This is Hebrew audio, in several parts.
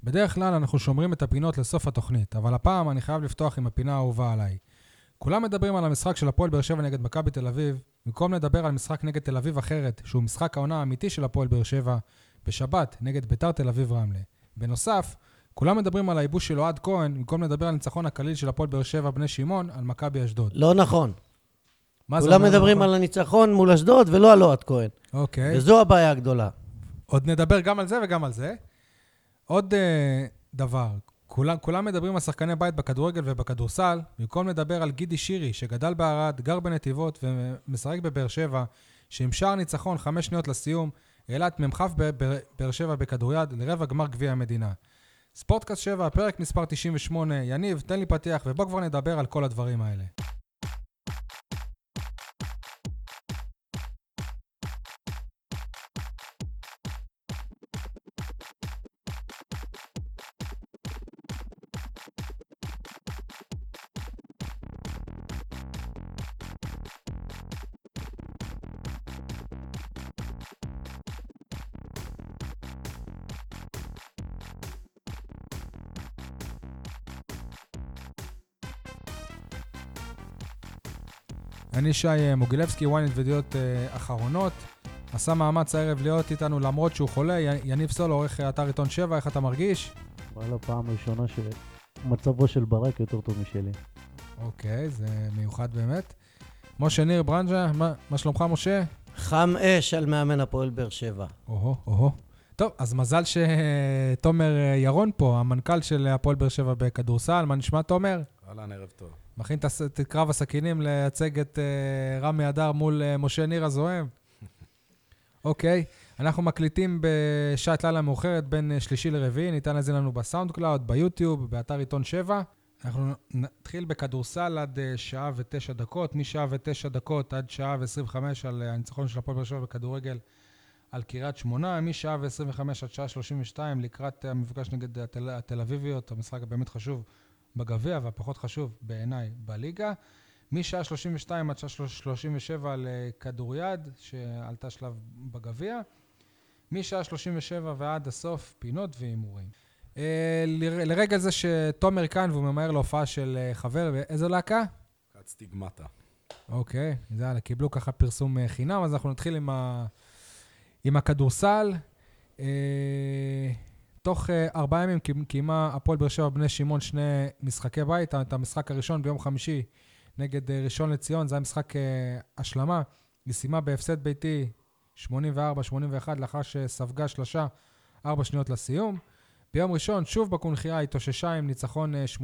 בדרך כלל אנחנו שומרים את הפינות לסוף התוכנית, אבל הפעם אני חייב לפתוח עם הפינה האהובה עליי. כולם מדברים על המשחק של הפועל באר שבע נגד מכבי תל אביב, במקום לדבר על משחק נגד תל אביב אחרת, שהוא משחק העונה האמיתי של הפועל באר שבע, בשבת נגד ביתר תל אביב רמלה. בנוסף, כולם מדברים על הייבוש של אוהד כהן, במקום לדבר על ניצחון הקליל של הפועל באר שבע בני שמעון על מכבי אשדוד. לא נכון. מה זה כולם אומר מדברים נכון? על הניצחון מול אשדוד ולא על אוהד כהן. אוקיי. וזו הבעיה הגדולה. עוד נדבר גם על זה וגם על זה. עוד דבר, כולם מדברים על שחקני בית בכדורגל ובכדורסל, במקום לדבר על גידי שירי, שגדל בערד, גר בנתיבות ומשחק בבאר שבע, שעם שער ניצחון 5 שניות לסיום, העלה את ממחף בבאר שבע בכדוריד לרבע גמר גביע המדינה. ספורטקאסט 7, פרק מספר 98, יניב, תן לי פתיח ובוא כבר נדבר על כל הדברים האלה. אני שי מוגילבסקי, וויינט וידיעות אחרונות. עשה מאמץ הערב להיות איתנו למרות שהוא חולה. יניב סולו, עורך אתר עיתון 7, איך אתה מרגיש? וואלה, פעם ראשונה שמצבו של ברק יותר טוב משלי. אוקיי, זה מיוחד באמת. משה ניר ברנז'ה, מה שלומך משה? חם אש על מאמן הפועל באר שבע. או. טוב, אז מזל שתומר ירון פה, המנכ"ל של הפועל באר שבע בכדורסל. מה נשמע תומר? אהלן, ערב טוב. מכין את קרב הסכינים לייצג את רמי אדר מול משה ניר הזוהם. אוקיי, אנחנו מקליטים בשעת לילה מאוחרת בין שלישי לרביעי, ניתן לזה לנו בסאונד קלאוד, ביוטיוב, באתר עיתון 7. אנחנו נתחיל בכדורסל עד שעה ו9 דקות, משעה ו9 דקות עד שעה ו25 על הניצחון של הפועל באר שבע בכדורגל על קריית שמונה, משעה ו25 עד שעה 32 לקראת המפגש נגד התל אביביות, המשחק הבאמת חשוב בגביע והפחות חשוב בעיניי בליגה. משעה 32 עד שעה 37 לכדוריד שעלתה שלב בגביע. משעה 37 ועד הסוף פינות ואימורים. לרגע זה שתומר כאן והוא ממהר להופעה של חבר, איזו להקה? קצת סטיגמטה. אוקיי, זה היה, קיבלו ככה פרסום חינם, אז אנחנו נתחיל עם הכדורסל. תוך 4 ימים קיימה הפועל באר שבע בני שמעון 2 משחקי בית. את המשחק הראשון ביום חמישי נגד ראשון לציון, זה היה משחק השלמה. היא סיימה בהפסד ביתי 84-81 לאחר שספגה 4 שניות לסיום. ביום ראשון שוב בקונחייה התאוששה עם ניצחון 87-70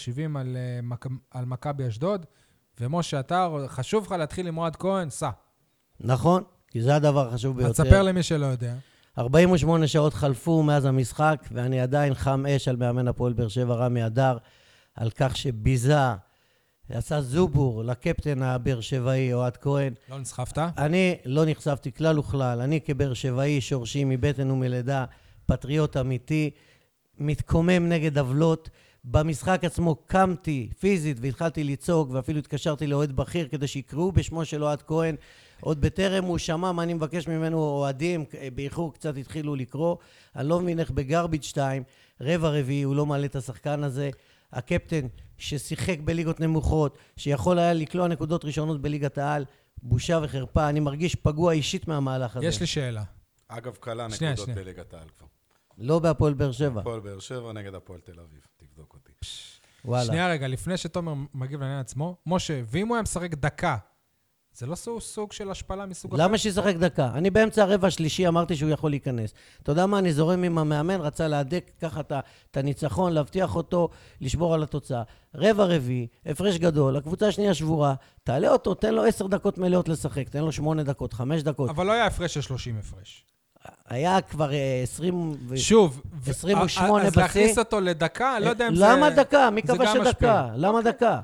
על מכבי אשדוד. ומשה, אתה חשוב לך להתחיל עם אוהד כהן? סע. נכון, כי זה הדבר החשוב ביותר. תספר למי שלא יודע. 48 שעות חלפו מאז המשחק, ואני עדיין חם אש על מאמן הפועל באר שבע רמי אדר, על כך שביזה, עשה זובור לקפטן הבאר שבעי אוהד כהן. לא נסחפת? אני לא נחשפתי כלל וכלל, אני כבאר שבעי שורשי מבטן ומלידה, פטריוט אמיתי, מתקומם נגד עוולות. במשחק עצמו קמתי פיזית והתחלתי לצעוק, ואפילו התקשרתי לאוהד בכיר כדי שיקראו בשמו של אוהד כהן. עוד בטרם הוא שמע מה אני מבקש ממנו, אוהדים באיחור קצת התחילו לקרוא. אני לא מבין איך בגרביץ' 2, רבע רביעי, הוא לא מעלה את השחקן הזה. הקפטן ששיחק בליגות נמוכות, שיכול היה לקלוע נקודות ראשונות בליגת העל, בושה וחרפה. אני מרגיש פגוע אישית מהמהלך הזה. יש לי שאלה. אגב, קלה שנייה. נקודות בליגת העל כבר. לא בהפועל באר שבע. הפועל באר שבע נגד הפועל תל אביב, תבדוק אותי. וואלה. שנייה רגע, לפני שתומר מגיב לעניין עצמו, משה, ואם הוא היה משחק דקה, זה לא סוג של השפלה מסוג אחר? למה שישחק דקה? אני באמצע הרבע השלישי אמרתי שהוא יכול להיכנס. אתה יודע מה? אני זורם עם המאמן, רצה להדק ככה את הניצחון, להבטיח אותו, לשמור על התוצאה. רבע רביעי, הפרש גדול, הקבוצה השנייה שבורה, תעלה אותו, תן לו 10 דקות מלאות לשחק, תן לו 8 דקות, 5 דקות. אבל לא היה הפרש של 30 הפרש. היה כבר 20... שוב, 28 אז להכניס אותו לדקה, לא יודע אם זה... למה דקה? מי זה קבע גם שדקה? משפיע. למה דקה?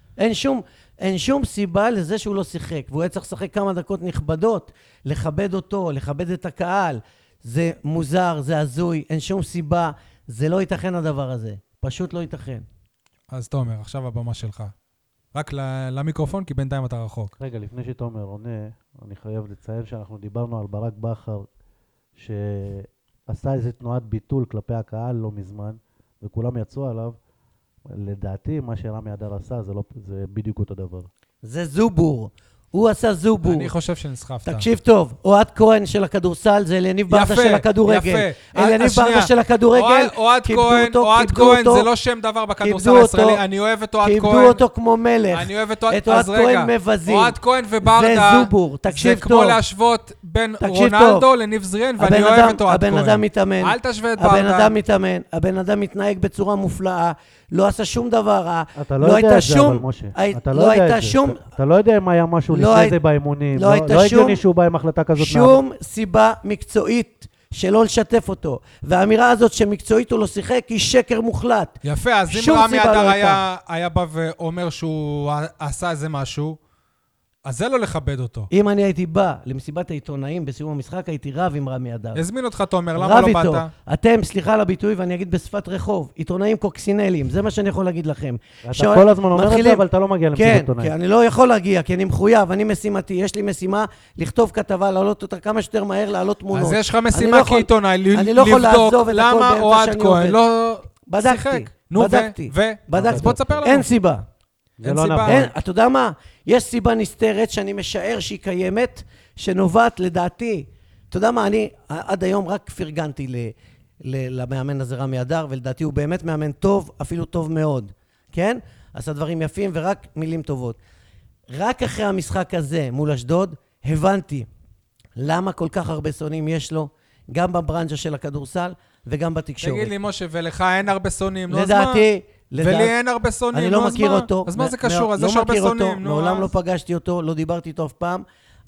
אין שום סיבה לזה שהוא לא שיחק, והוא היה צריך לשחק כמה דקות נכבדות, לכבד אותו, לכבד את הקהל. זה מוזר, זה הזוי, אין שום סיבה, זה לא ייתכן הדבר הזה. פשוט לא ייתכן. אז תומר, עכשיו הבמה שלך. רק למיקרופון, כי בינתיים אתה רחוק. רגע, לפני שתומר עונה, אני חייב לציין שאנחנו דיברנו על ברק בכר, עשה איזו תנועת ביטול כלפי הקהל לא מזמן, וכולם יצאו עליו. לדעתי, מה שרמי אדר עשה, זה בדיוק אותו דבר. זה זובור. הוא עשה זובור. אני חושב שנסחפת. תקשיב טוב, אוהד כהן של הכדורסל זה אליניב ברדה של הכדורגל. יפה. אליניב ברדה של הכדורגל, אוהד כהן זה לא שם דבר בכדורסל הישראלי. אני אוהב את אוהד כהן. כיבדו אותו כמו מלך. אני אוהב את אוהד כהן מבזים. אוהד כהן וברדה, זה זובור, תקשיב טוב. זה כמו להשוות בין רונלדו לניב זריאן, ואני אוהב את אוהד כהן. הבן אדם מתאמן. אל תשווה את ברדה. הבן אדם מתאמן. הבן אדם מתנהג בצורה מופלאה. לא עשה שום דבר רע. אתה לא יודע את זה, אבל משה. אתה לא יודע את זה. אתה לא יודע אם היה משהו לפני זה באימונים. לא הגיוני שהוא בא עם החלטה כזאת. שום סיבה מקצועית שלא לשתף אותו. והאמירה הזאת שמקצועית הוא לא שיחק היא שקר מוחלט. יפה, אז אם רמי אדר היה בא ואומר שהוא עשה איזה משהו, אז זה לא לכבד אותו. אם אני הייתי בא למסיבת העיתונאים בסיום המשחק, הייתי רב עם רמי אדר. הזמין אותך, תומר, למה לא באת? אתם, סליחה על הביטוי, ואני אגיד בשפת רחוב, עיתונאים קוקסינלים, זה מה שאני יכול להגיד לכם. אתה כל הזמן אומר את זה, אבל אתה לא מגיע למסיבת עיתונאים. כן, אני לא יכול להגיע, כי אני מחויב, אני משימתי, יש לי משימה לכתוב כתבה, להעלות אותה כמה שיותר מהר, להעלות תמונות. אז יש לך משימה כעיתונאי, לבדוק למה אוהד כהן לא שיחק. בדקתי. אז בוא תספר לנו. אין סיבה. אין סיבה. אתה יודע מה? יש סיבה נסתרת שאני משער שהיא קיימת, שנובעת לדעתי. אתה יודע מה? אני עד היום רק פרגנתי למאמן הזה רמי אדר, ולדעתי הוא באמת מאמן טוב, אפילו טוב מאוד. כן? עשה דברים יפים ורק מילים טובות. רק אחרי המשחק הזה מול אשדוד, הבנתי למה כל כך הרבה שונאים יש לו, גם בברנז'ה של הכדורסל וגם בתקשורת. תגיד לי, משה, ולך אין הרבה שונאים, לא? לדעתי... ולי אין הרבה שונאים, אני לא מכיר אותו. אז מה זה קשור? אז יש הרבה שונאים. מעולם לא פגשתי אותו, לא דיברתי איתו אף פעם.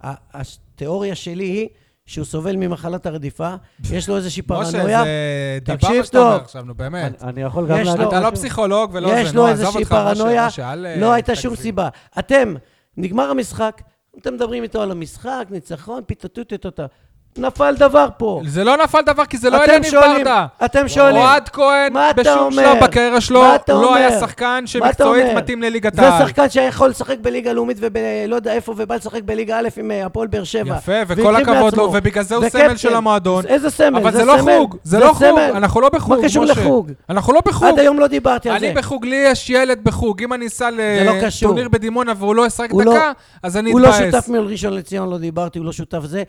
התיאוריה שלי היא שהוא סובל ממחלת הרדיפה, יש לו איזושהי פרנויה. משה, זה דיבה מה שאתה אומר עכשיו, נו באמת. אני יכול גם להגיד... אתה לא פסיכולוג ולא זה, יש לו איזושהי פרנויה, לא הייתה שום סיבה. אתם, נגמר המשחק, אתם מדברים איתו על המשחק, ניצחון, פיתתות, נפל דבר פה. זה לא נפל דבר, כי זה לא אליניב ברדה. אתם שואלים, אוהד כהן בשום שלב בקריירה שלו לא היה שחקן שמקצועית מתאים לליגת העל. זה שחקן שיכול לשחק בליגה לאומית ולא יודע איפה, ובא לשחק בליגה א' עם הפועל באר שבע. יפה, וכל הכבוד לו, ובגלל זה הוא סמל של המועדון. איזה סמל? אבל זה לא חוג, זה לא חוג, אנחנו לא בחוג, מה קשור לחוג? אנחנו לא בחוג. עד היום לא דיברתי על זה. אני בחוג, לי יש ילד בחוג, אם אני אסע לטורניר בדימונה והוא לא ישחק דקה, אז אני אתבאס. הוא לא שותף מראשון לציון, לא דיברתי, הוא לא שותף זה.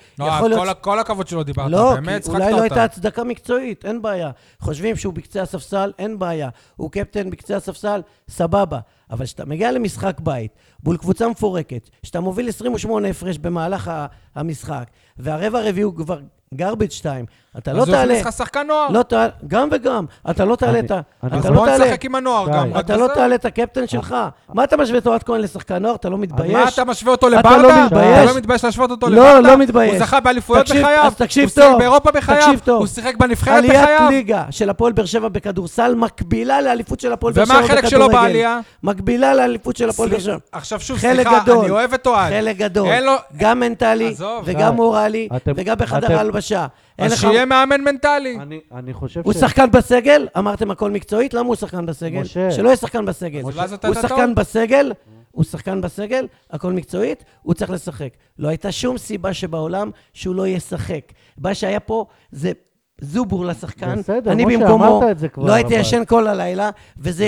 כל הכבוד שלא דיברת. לא, אולי לא הייתה הצדקה מקצועית, אין בעיה. חושבים שהוא בקצה הספסל, אין בעיה. הוא קפטן בקצה הספסל, סבבה. אבל כשאתה מגיע למשחק בית, מול קבוצה מפורקת, שאתה מוביל 28 הפרש במהלך המשחק, והרבע הרביעי הוא כבר garbage 2, אתה לא תעלה... אז הוא הכניס לך שחקן נוער. גם וגם. אתה לא תעלה את ה... אז בוא נשחק עם הנוער גם. אתה לא תעלה את הקפטן שלך. מה אתה משווה את אוהד כהן לשחקן נוער? אתה לא מתבייש? מה אתה משווה אותו לברדה? אתה לא מתבייש להשוות אותו לברדה? לא מתבייש. הוא זכה באליפויות בחייו. אז תקשיב טוב. הוא שיחק באירופה בחייו. הוא שיחק בנבחרת בחייו. עליית ליגה של הפועל באר שבע בכדורסל מקבילה לאליפות של הפועל באר שבע בכדורגל. ומה החלק שלו בעלייה? מקבילה לאליפות של הפועל באר שבע. עכשיו שוב, סליחה, אני אוהב את אוהד. חלק גדול. גם מנטלי וגם מורלי וגם בחדר ההלבשה. אז שיהיה מאמן מנטלי. אני חושב הוא שחקן בסגל? אמרתם הכל מקצועית? למה הוא שחקן בסגל? שלא יהיה שחקן בסגל. הוא שחקן בסגל, הוא שחקן בסגל, הכל מקצועית, הוא צריך לשחק. לא הייתה שום סיבה שבעולם שהוא לא ישחק. מה שהיה פה זה זובור לשחקן. בסדר, אני במקומו לא הייתי ישן כל הלילה, וזה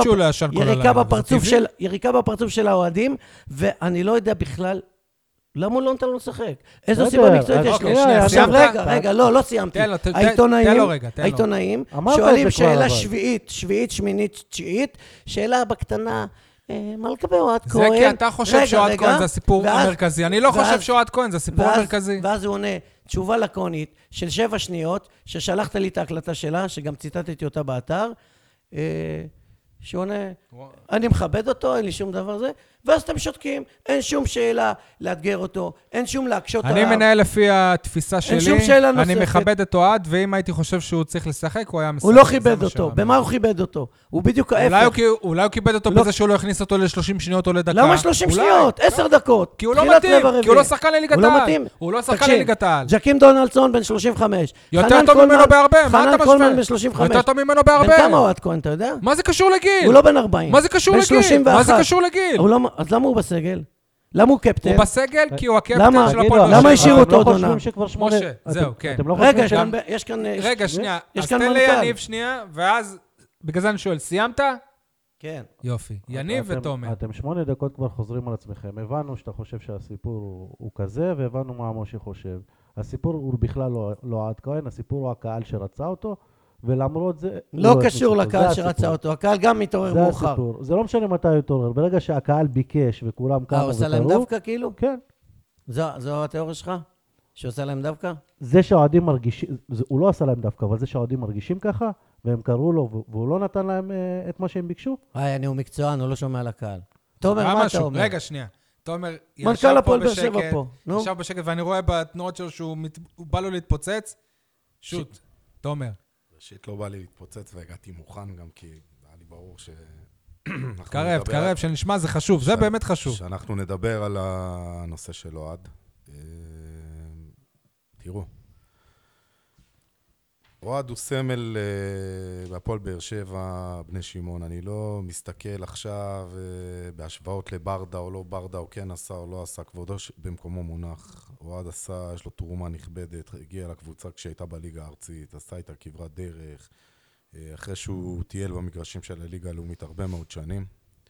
יריקה בפרצוף של האוהדים, ואני לא יודע בכלל למה הוא לא נתן לו לשחק? איזו סיבה מקצועית יש לו? עכשיו רגע, לא סיימתי. העיתונאים שואלים שאלה שביעית, שמינית, תשיעית, שאלה בקטנה, מה לגבי אוהד כהן? זה כי אתה חושב שאוהד כהן זה הסיפור המרכזי. אני לא חושב שאוהד כהן זה הסיפור המרכזי. ואז הוא עונה תשובה לקונית של 7 שניות, ששלחת לי את ההקלטה שלה, שגם ציטטתי אותה באתר, שעונה, אני מכבד אותו, אין לי שום דבר זה, ואז אתם שותקים, אין שום שאלה לאתגר אותו, אין שום להקשות עליו. אני מנהל לפי התפיסה שלי, אין שום שאלה נוספת. אני מכבד את אוהד, ואם הייתי חושב שהוא צריך לשחק, הוא היה משחק. הוא לא כיבד אותו, במה הוא כיבד אותו? הוא בדיוק ההפך. אולי הוא כיבד אותו בזה שהוא לא הכניס אותו ל-30 שניות או לדקה. למה 30 שניות? 10 דקות. כי הוא לא מתאים, כי הוא לא שחקן לליגת העל. הוא לא שחקן לליגת העל. ג'קים דונלדסון בן 35. יותר טוב ממנו בהרבה, מה אתה משווה? חנן קולמן בן 35. יותר טוב ממנו בהרבה. בן כמה אוהד כהן, אתה יודע? מה זה קשור לגיל? הוא לא בן 40. מה זה קשור לגיל? מה זה קשור לגיל? אז למה הוא בסגל? למה הוא קפטן? הוא בסגל כי הוא הקפטן למה? של תגידו, הפועל באר למה שבע. השאירו אותו לא עוד עונה? חושבים שכבר שמונה... משה, זהו, כן. אתם לא רגע, חושבים יש כאן... רגע, שנייה. יש אז כאן תן מנכ"ל. ליניב שנייה, ואז, בגלל זה אני שואל, סיימת? כן. יופי. יניב ותומר. אתם 8 דקות כבר חוזרים על עצמכם. הבנו שאתה חושב שהסיפור הוא כזה, והבנו מה משה חושב. הסיפור הוא בכלל לא אוהד כהן, הסיפור הוא הקהל שרצה אותו, ולמרות זה... לא קשור לקהל שרצה אותו, הקהל גם מתעורר זה מאוחר. הסיפור. זה לא משנה מתי הוא התעורר. ברגע שהקהל ביקש וכולם קמו הוא עושה להם וקראו... דווקא כאילו? כן. זו התיאוריה שלך? שעושה להם דווקא? זה שהאוהדים מרגישים... הוא לא עשה להם דווקא, אבל זה שהאוהדים מרגישים ככה, והם קראו לו, והוא לא נתן להם את מה שהם ביקשו. אני הוא מקצוען, הוא לא שומע לקהל. תומר, גם מה אתה משהו. אומר? רגע, שנייה. תומר מנכ"ל ישב פה הפועל באר שבע בשקט, פה. נו. ישב בשקט, ואני רואה בתנועות שלו שהוא בא לו להתפוצץ. שוט, תומר. ראשית לא בא לי להתפוצץ והגעתי מוכן גם כי היה לי ברור ש... תקרב, שנשמע, זה חשוב, זה באמת חשוב. שאנחנו נדבר על הנושא של אוהד. תראו, אוהד הוא סמל בהפועל באר שבע, בני שמעון. אני לא מסתכל עכשיו בהשוואות לברדה או לא ברדה, או כן עשה או לא עשה, כבודו במקומו מונח. אוהד עשה, יש לו תרומה נכבדת, הגיע לקבוצה כשהייתה בליגה הארצית, עשה איתה כברת דרך, אחרי שהוא טייל במגרשים של הליגה הלאומית הרבה מאוד שנים.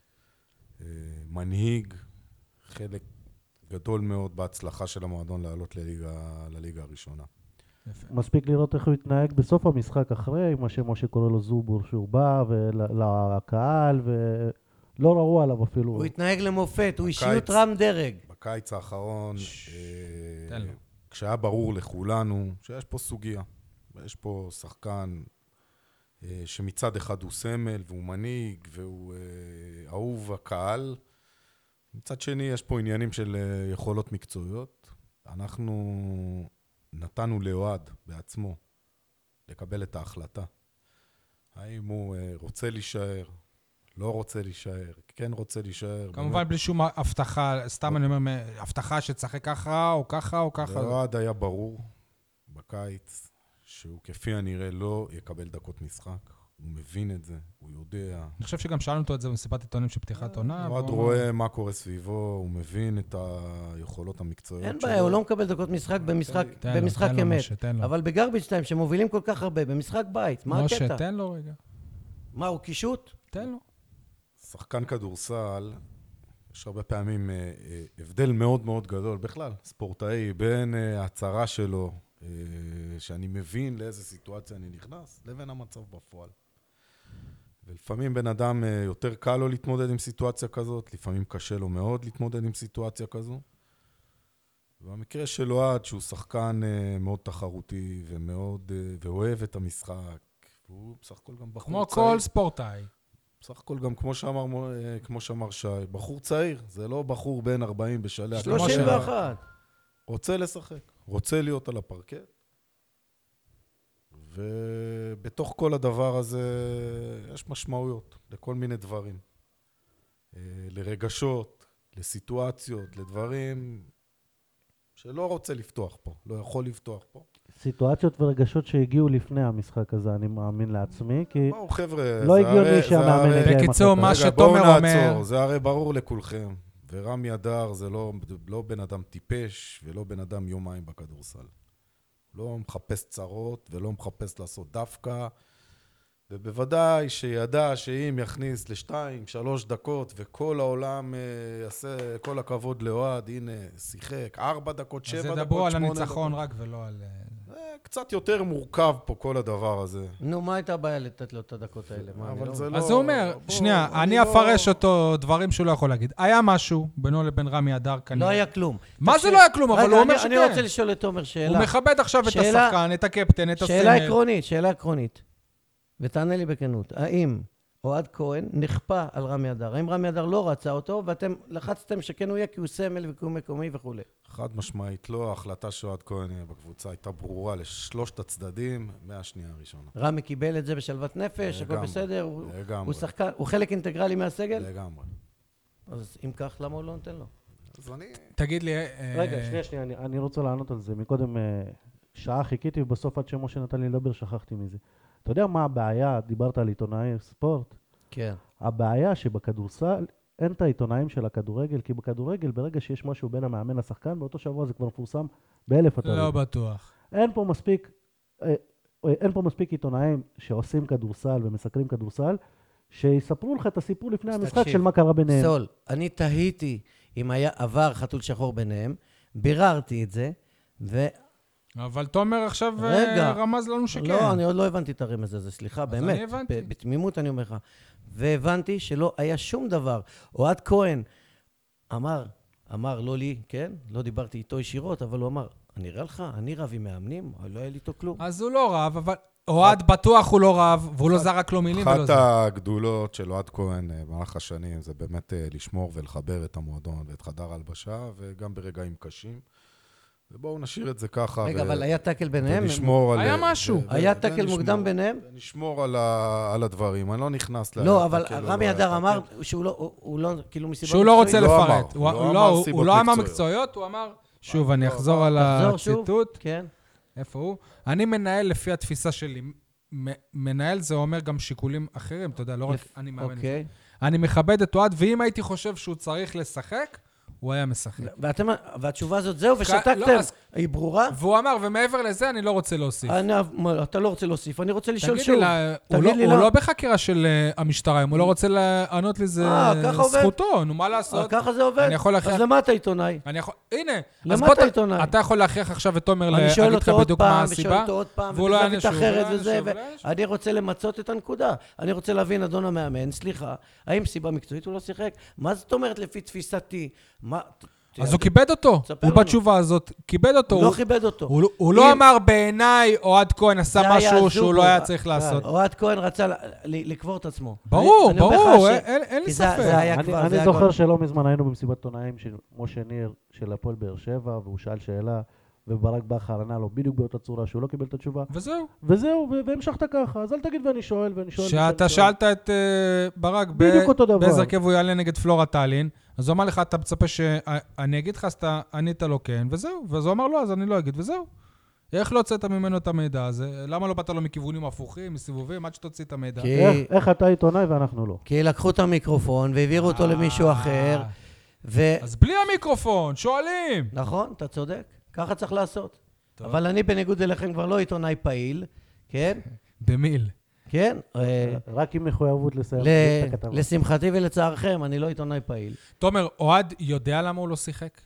מנהיג, חלק גדול מאוד בהצלחה של המועדון לעלות לליגה הראשונה. מספיק לראות איך הוא התנהג בסוף המשחק אחרי, מה שמשה קורא לו זובור, שהוא בא לקהל, ולא ראו עליו אפילו. הוא התנהג למופת, הוא אישיות רם דרג. בקיץ האחרון, כשהיה ברור לכולנו שיש פה סוגיה, ויש פה שחקן שמצד אחד הוא סמל, והוא מנהיג, והוא אהוב הקהל, מצד שני יש פה עניינים של יכולות מקצועיות. אנחנו נתנו לאוהד בעצמו לקבל את ההחלטה. האם הוא רוצה להישאר, לא רוצה להישאר, כן רוצה להישאר. כמובן בלי שום הבטחה, סתם אני אומר, הבטחה שתשחק ככה או ככה או ככה. לאוהד היה ברור בקיץ שהוא כפי הנראה לא יקבל דקות משחק. הוא מבין את זה, הוא יודע. אני חושב שגם שאלנו אותו את זה במסיבת עיתונים של פתיחת עונה. אוהד רואה מה קורה סביבו, הוא מבין את היכולות המקצועיות שלו. אין בעיה, הוא לא מקבל דקות משחק במשחק אמת. אבל בגרביץ' טיים, שמובילים כל כך הרבה, במשחק בית, מה הקטע? משה, תן לו רגע. מה, הוא קישוט? תן לו. שחקן כדורסל, יש הרבה פעמים הבדל מאוד מאוד גדול, בכלל, ספורטאי, בין ההצהרה שלו, שאני מבין לאיזה סיטואציה אני נכנס, לבין המצב בפועל. ולפעמים בן אדם יותר קל לו להתמודד עם סיטואציה כזאת, לפעמים קשה לו מאוד להתמודד עם סיטואציה כזו. ובמקרה של אוהד, שהוא שחקן מאוד תחרותי ומאוד, ואוהב את המשחק, והוא בסך הכל גם בחור צעיר. כמו כל ספורטאי. בסך הכל גם כמו שאמר שי, בחור צעיר, זה לא בחור בן 40 בשלח. 31. רוצה לשחק, רוצה להיות על הפרקט. ובתוך כל הדבר הזה יש משמעויות לכל מיני דברים. לרגשות, לסיטואציות, לדברים שלא רוצה לפתוח פה, לא יכול לפתוח פה. סיטואציות ורגשות שהגיעו לפני המשחק הזה, אני מאמין לעצמי, כי בואו חבר'ה, לא הגיוני שהמאמן הגיע עם בקיצור, מה החלטה. שתומר אומר... זה הרי ברור לכולכם. ורמי אדר זה לא בן אדם טיפש ולא בן אדם יומיים בכדורסל. לא מחפש צרות ולא מחפש לעשות דווקא, ובוודאי שידע שאם יכניס לשתיים, 3 דקות וכל העולם יעשה כל הכבוד לאוהד, הנה, שיחק 4 דקות, 7 דקות, 8 דקות. אז ידברו על הניצחון רק ולא על... קצת יותר מורכב פה כל הדבר הזה. נו, מה הייתה הבעיה לתת לו את הדקות האלה? אבל זה לא... אז הוא אומר, שנייה, אני אפרש אותו דברים שהוא לא יכול להגיד. היה משהו בינו לבין רמי אדר כנראה. לא היה כלום. מה זה לא היה כלום? אבל הוא אומר שכן. אני רוצה לשאול את תומר שאלה. הוא מכבד עכשיו את השחקן, את הקפטן, את הסמל. שאלה עקרונית. ותענה לי בכנות. האם אוהד כהן נכפה על רמי אדר? האם רמי אדר לא רצה אותו, ואתם לחצתם שכן הוא יהיה כי הוא סמל וכי הוא מקומי וכו'? חד משמעית לא, ההחלטה שאוהד כהן בקבוצה הייתה ברורה לשלושת הצדדים מהשנייה הראשונה. רמי קיבל את זה בשלוות נפש, הכל בסדר, הוא שחקן, הוא חלק אינטגרלי מהסגל? לגמרי. אז אם כך, למה הוא לא נותן לו? אז אני... תגיד לי... רגע, שנייה, אני רוצה לענות על זה. מקודם שעה חיכיתי, ובסוף עד שמשה נתן לי לדבר, שכחתי מזה. אתה יודע מה הבעיה? דיברת על עיתונאי ספורט. כן. הבעיה שבכדורסל אין את העיתונאים של הכדורגל, כי בכדורגל, ברגע שיש משהו בין המאמן לשחקן, באותו שבוע זה כבר מפורסם באלף אתרים. לא בטוח. אין פה מספיק עיתונאים שעושים כדורסל ומסקרים כדורסל, שיספרו לך את הסיפור לפני המשחק תקשיב, של מה קרה ביניהם. סול, אני תהיתי אם היה עבר חתול שחור ביניהם, ביררתי את זה, אבל תומר עכשיו רגע. רמז לנו שכן. לא, אני עוד לא הבנתי את הרמז הזה, סליחה, באמת. אני הבנתי. בתמימות אני אומר לך. והבנתי שלא היה שום דבר. אוהד כהן אמר לא לי, כן? לא דיברתי איתו ישירות, אבל הוא אמר, אני אראה לך, אני רב עם מאמנים, לא היה לי איתו כלום. אז הוא לא רב, אבל אוהד בטוח הוא לא רב, והוא לא זרק לו מילים ולא אחת זה. הגדולות של אוהד כהן במהלך השנים זה באמת לשמור ולחבר את המועדון ואת חדר ההלבשה, וגם ברגעים קשים. ובואו נשאיר את זה ככה. רגע, אבל היה טאקל ביניהם? ונשמור על... היה משהו. היה טאקל מוקדם ביניהם? נשמור על הדברים, אני לא נכנס לא, אבל רמי אדר אמר שהוא לא, כאילו מסיבה... שהוא לא רוצה לא לפרט. אמר, הוא לא אמר סיבות הוא לא אמר מקצועיות. מקצועיות, הוא אמר... שוב, אני אחזור על תחזור שוב. הציטוט. כן. איפה הוא? אני מנהל לפי התפיסה שלי. מנהל זה אומר גם שיקולים אחרים, אתה יודע, לא רק אני מאמן. אוקיי. אני מכבד את אוהד, ואם הייתי חושב שהוא צריך לשחק, הוא היה משחק. והתשובה הזאת זהו, לא, ושתקתם. אז- היא ברורה? והוא אמר, ומעבר לזה, אני לא רוצה להוסיף. אתה לא רוצה להוסיף, אני רוצה לשאול תגיד שוב. לי, תגיד לי הוא לא. לא בחקירה של המשטרה, אם הוא לא רוצה לענות לי, זה ככה עובד? זכותו, נו, מה לעשות? ככה זה עובד? אני יכול להכריח... אז למה אתה עיתונאי? הנה, למה אז בוא אתה עיתונאי? אתה יכול להכריח עכשיו את תומר אני שואל להגיד לך אותו עוד בדיוק מה פעם, ושואל הסיבה, אותו עוד פעם, והוא לא יענה ובזווית שוב, אחרת הוא לא וזה, יענה שוב. אני רוצה למצות את הנקודה. אני רוצה להבין, אדון המאמן, סליחה, האם סיבה מקצועית הוא לא שיחק? מה זאת אומרת לפי תפיסתי? מה... אז הוא כיבד אותו, תספר הוא לנו. בתשובה הזאת כיבד אותו. הוא לא כיבד אותו. הוא לא אמר בעיניי, אוהד כהן עשה זה היה משהו שהוא לא זוג, היה צריך לעשות. אוהד כהן רצה לקבור את עצמו. ברור, אני אומר לך ברור, ש- אין לי כי זה ספק. היה כבר, אני זה זוכר הכל. שלא מזמן היינו במסיבת עיתונאים של משה ניר של הפועל באר שבע, והוא שאל שאלה, וברק בכר ענה לו בדיוק באותה צורה שהוא לא קיבל את התשובה. וזהו. והמשכת ככה, אז אל תגיד ואני שואל, ואני שואל. שאתה שאלת את ברק בדיוק אותו דבר. באיזה הרכב הוא יעלה נגד פלורה טלין, אז הוא אמר לך, אתה מצפה שאני אגיד לך, אז אתה ענית לו כן, וזהו. ואז הוא אמר לו, אז אני לא אגיד, וזהו. איך לא הוצאת ממנו את המידע הזה? למה לא באת לו מכיוונים הפוכים, מסיבובים, עד שתוציא את המידע? איך אתה עיתונאי ואנחנו לא? כי לקחו את המיקרופון והעבירו אותו למישהו אחר, אז בלי המיקרופון, שואלים. נכון, אתה צודק, ככה צריך לעשות. טוב. אבל אני בניגוד אליכם כבר לא עיתונאי פעיל, כן? במיל. כן? רק עם מחויבות לסיים את הכתבה. לשמחתי ולצערכם, אני לא עיתונאי פעיל. תומר, אוהד יודע למה הוא לא שיחק?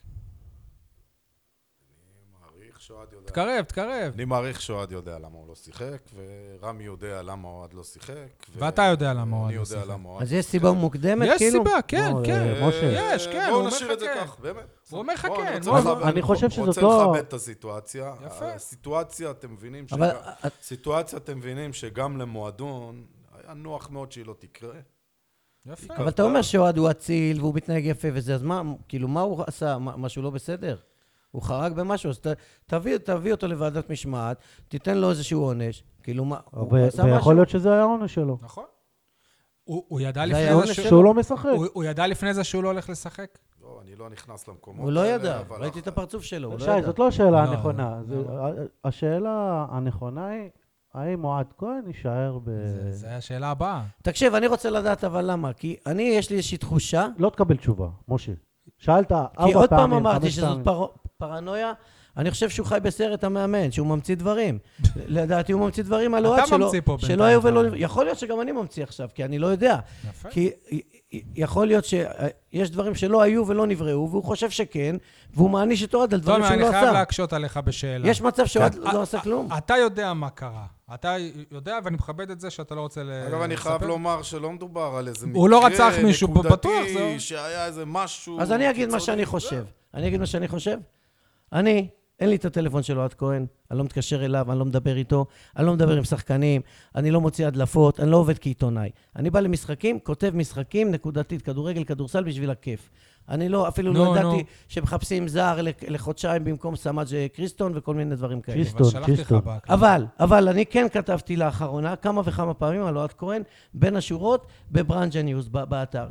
תקרב. אני מעריך שאוהד יודע למה הוא לא שיחק, ורמי יודע למה אוהד לא שיחק. ואתה יודע למה אוהד אני לא יודע שיחק. למה אוהד אז לא יש שיחק. סיבה מוקדמת, יש כאילו? סיבה, כן, לא, כן. משה. יש, כן, הוא בואו אומר נשאיר את זה לך כך, באמת. הוא אומר לך בואו, כן. אני חושב שזאת רוצה לא- לכבד את הסיטואציה. יפה. הסיטואציה, אתם מבינים אבל סיטואציה, אתם מבינים שגם למועדון היה נוח מאוד שהיא לא תקרה. יפה. אבל אתה אומר שאוהד הוא אציל והוא מתנהג יפה וזה, אז מה, כאילו, מה הוא עשה? משהו לא בסדר? הוא חרג במשהו, אז תביא אותו לוועדת משמעת, תיתן לו איזשהו עונש, כאילו מה, הוא עשה משהו? ויכול להיות שזה היה העונש שלו. נכון. הוא ידע זה לפני היה זה עונש שהוא לא משחק. הוא ידע לפני זה שהוא לא הולך לשחק? לא, אני לא נכנס למקומות הוא לא האלה, ידע, אבל ראיתי את הפרצוף שלו, הוא לא שי, ידע. זאת לא השאלה לא, הנכונה. לא. השאלה הנכונה היא, האם אוהד כהן יישאר זה השאלה הבאה. תקשיב, אני רוצה לדעת אבל למה, כי יש לי איזושהי תחושה, לא תקבל תשובה, משה. שאלת 4 פעמים, כי עוד פעם 5 אמרתי פעמים. שזאת פרנויה, אני חושב שהוא חי בסרט המאמן, שהוא ממציא דברים. לדעתי הוא ממציא דברים על אוהד אתה ממציא פה שלא היו ולא... בינתיים. יכול להיות שגם אני ממציא עכשיו, כי אני לא יודע. יפה. כי יכול להיות שיש דברים שלא היו ולא נבראו, והוא חושב שכן, והוא מעניש את אוהד על דברים תומר, שהוא אני לא חייב עשה. להקשות עליך בשאלה. יש מצב שאוהד לא עשה כלום. אתה יודע מה קרה. אתה יודע, ואני מכבד את זה שאתה לא רוצה אגב, אני חייב לומר שלא מדובר על איזה הוא לא רצח מישהו, בטוח, נקודתי, זהו. שהיה איזה משהו... אז אני אגיד מה קיצוני. שאני חושב. אני אגיד מה שאני חושב. אין לי את הטלפון של אוהד כהן, אני לא מתקשר אליו, אני לא מדבר איתו, אני לא מדבר עם שחקנים, אני לא מוציא הדלפות, אני לא עובד כעיתונאי. אני בא למשחקים, כותב משחקים נקודתית, כדורגל, כדורסל בשביל הכיף. אני לא, אפילו לא ידעתי שמחפשים זר לחודשיים במקום סמאג' קריסטון וכל מיני דברים כאלה. צ'יסטון. אבל אני כן כתבתי לאחרונה כמה וכמה פעמים על אוהד כהן בין השורות בברנג'ה ניוז באתר.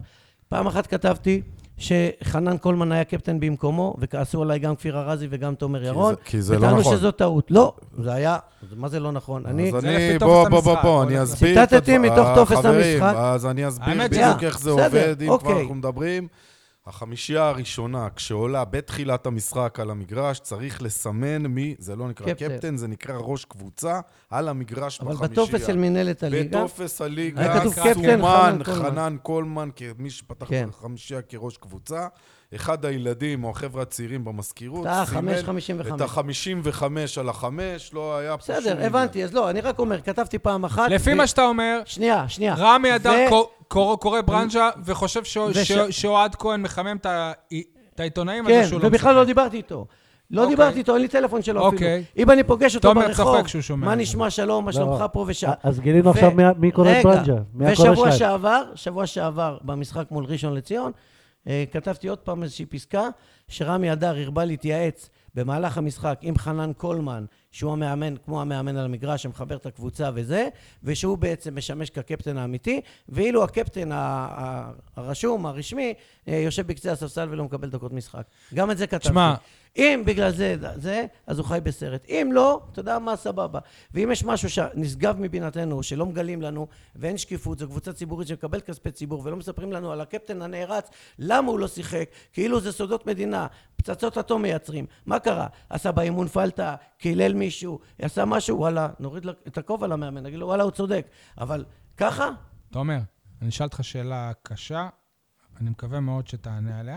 פעם אחת כתבתי שחנן קולמן היה קפטן במקומו, וכעסו עליי גם כפיר ארזי וגם תומר ירון. כי זה לא וטענו נכון. שזו טעות. לא, זה היה, מה זה לא נכון? אני אז זה אני, לפי טופס המשחק. בוא, אני אסביר את ציטטתי מתוך טופס חברים, המשחק. אז אני אסביר האמת בדיוק יא, איך זה בסדר, עובד, אם כבר אוקיי. אנחנו מדברים. החמישייה הראשונה, כשעולה בתחילת המשחק על המגרש, צריך לסמן מי, זה לא נקרא קפטן. קפטן, זה נקרא ראש קבוצה, על המגרש אבל בחמישייה. בטופס של מנהלת הליגה, בטופס הליגה, היה כתוב קפטן סומן חנן קולמן. חנן קולמן, כמי שפתח כן. בחמישייה כראש קבוצה. אחד הילדים או החבר'ה הצעירים במזכירות, אתה סימן 5.55. את ה-55 על ה-5, לא היה פה שום בסדר, עניין. הבנתי, אז לא, אני רק אומר, כתבתי פעם אחת. לפי מה שאתה אומר, שנייה. רמי אדר ו- קורא ברנז'ה וחושב שאוהד כהן מחמם את העיתונאים כן, הזה שהוא לא ובכלל לא משחק. דיברתי איתו. לא אוקיי. דיברתי איתו, אין לי טלפון שלו אפילו. אוקיי. אם אני פוגש אותו תומר ברחוב, צוחק שהוא שומע. מה נשמע שלום, מה שלומך פה ושם. אז גילינו עכשיו מי קורא את ברנז'ה. מי הקורא ושבוע שלהם. שבוע שעבר, במשחק מול ראשון לציון, כתבתי עוד פעם איזושהי פסקה, שרמי אדר הרבה להתייעץ במהלך המשחק עם חנן קולמן, שהוא המאמן, כמו המאמן על המגרש, שמחבר את הקבוצה וזה, ושהוא בעצם משמש כקפטן האמיתי, ואילו הקפטן הרשום, הרשמי, יושב בקצה הספסל ולא מקבל דקות משחק. גם את זה כתבתי. שמע. אם בגלל זה, אז הוא חי בסרט. אם לא, אתה יודע מה, סבבה. ואם יש משהו שנשגב מבינתנו, שלא מגלים לנו, ואין שקיפות, זו קבוצה ציבורית שמקבל כספי ציבור, ולא מספרים לנו על הקפטן הנערץ, למה הוא לא שיחק, כאילו זה סודות מדינה, פצצות אטום מייצרים. מה קרה? עשה באימון פלטה, קילל מישהו, עשה משהו, וואלה, נוריד את הכובע למאמן, נגיד לו, וואלה, הוא צודק. אבל ככה? תומר, אני אשאל אותך שאלה קשה, אני מקווה מאוד שתענה עליה.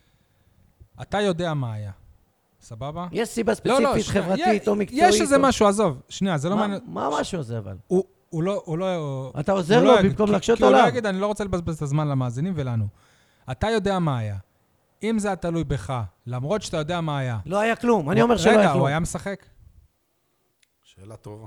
אתה יודע מה היה, סבבה? יש סיבה לא, ספציפית, שנייה, חברתית או מקצועית. יש איזה או- משהו, עזוב, שנייה, זה לא מה- מעניין. מה משהו הזה אבל? הוא לא... אתה עוזר הוא לו לא יגיד, במקום כי- להקשות כי הוא עליו? לא יגיד, אני לא רוצה לבזבז את הזמן למאזינים ולנו. אתה יודע מה היה. אם זה היה תלוי בך, למרות שאתה יודע מה היה. לא היה כלום, אני אומר שלא רגע, היה כלום. הוא היה משחק? שאלה טובה.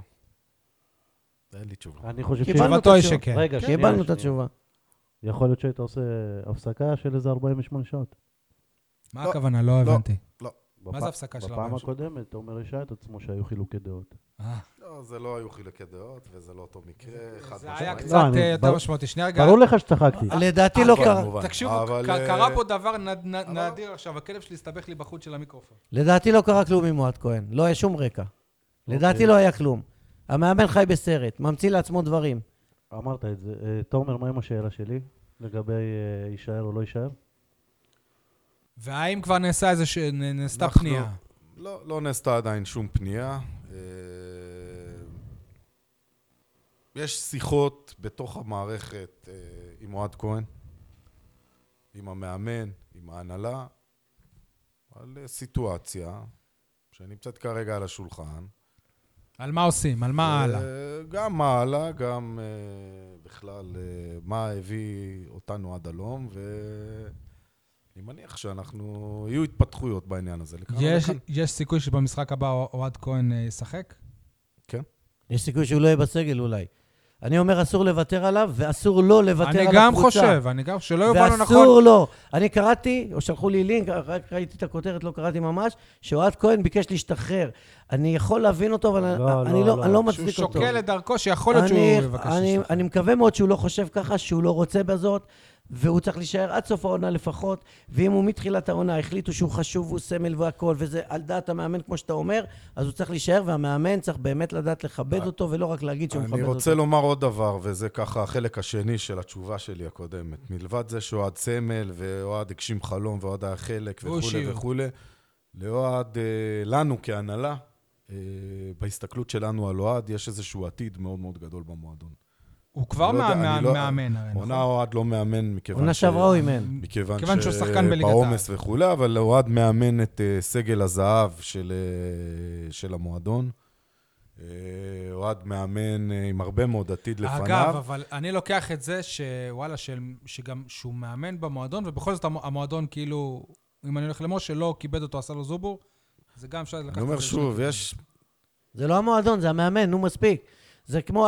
אין לי תשובה. אני חושב קיבלנו תשובתו היא התשובה. שכן. רגע, שנייה, קיבלנו את שנייה. התשובה. יכול להיות שהיית עושה הפסקה של איזה 48 שעות. מה לא, הכוונה? לא הבנתי. מה זה הפסקה של בפעם 48 שעות? הקודמת, תומר השעה את עצמו שהיו חילוקי דעות. לא, זה לא היו חילוקי דעות, וזה לא אותו מקרה. חד זה היה משמעית. קצת לא, אני- יותר ברור- משמעותי. שנייה רגע. ברור לך שצחקתי. לדעתי לא כן, קרה. כמובן. תקשיבו, אבל, קרה פה דבר נדיר עכשיו, הכלב שלי הסתבך לי בחוץ של המיקרופון. לדעתי לא קרה כלום עם אוהד כהן. לא היה שום רקע. לדעתי לא היה כלום. המאמן חי בסרט, ממציא לעצמו דברים. אמרת את זה. תומר, מה עם השאלה שלי? לגבי יישאר או לא יישאר? והאם כבר נעשתה נעשתה אנחנו- פנייה? לא נעשתה עדיין שום פנייה. יש שיחות בתוך המערכת עם אוהד כהן, עם המאמן, עם ההנהלה, על סיטואציה שנמצאת כרגע על השולחן. על מה עושים? על מה הלאה? גם מה הלאה, גם בכלל מה הביא אותנו עד הלום, ואני מניח שאנחנו, יהיו התפתחויות בעניין הזה. לכאן ולכאן. יש סיכוי שבמשחק הבא אוהד כהן ישחק? כן. יש סיכוי שהוא לא יהיה בסגל אולי. אני אומר, אסור לוותר עליו, ואסור לא לוותר על אני הקבוצה. גם חושב, שלא יובנו נכון. ואסור לו. אני קראתי, או שלחו לי לינק, רק ראיתי את הכותרת, לא קראתי ממש, שאוהד כהן ביקש להשתחרר. אני יכול להבין אותו, אבל אני לא מצדיק שהוא אותו. שוקל את דרכו, שיכול להיות שהוא יבקש להשתחרר. אני מקווה מאוד שהוא לא חושב ככה, שהוא לא רוצה בזאת, והוא צריך להישאר עד סוף העונה לפחות, ואם הוא מתחילת העונה החליטו שהוא חשוב, הוא סמל והכל, וזה על דעת המאמן כמו שאתה אומר, אז הוא צריך להישאר, והמאמן צריך באמת לדעת לכבד אותו, ולא רק להגיד שהוא מכבד אותו. אני רוצה לומר עוד דבר, וזה ככה החלק השני של התשובה שלי הקודמת. מלבד זה שאוהד סמל, ואוהד הגשים חלום, ואוהד היה חלק, וכולי וכולי. לאוהד, לנו כהנהלה, בהסתכלות שלנו על אוהד, יש איזשהו עתיד מאוד מאוד גדול במועדון. הוא כבר מאמן, הרי, עונה נכון? אוהד לא מאמן, מכיוון עונה שעברה הוא אימן. מכיוון שהוא שחקן בליגת העל. בעומס וכולי, אבל אוהד מאמן את סגל הזהב של המועדון. אוהד מאמן עם הרבה מאוד עתיד לפניו. אגב, אבל אני לוקח את זה שוואלה, שגם שהוא מאמן במועדון, ובכל זאת המועדון כאילו, אם אני הולך למשה, לא כיבד אותו, עשה לו זובור, זה גם אפשר לקחת... אני אומר שוב, יש... זה לא המועדון, זה המאמן, נו מספיק. זה כמו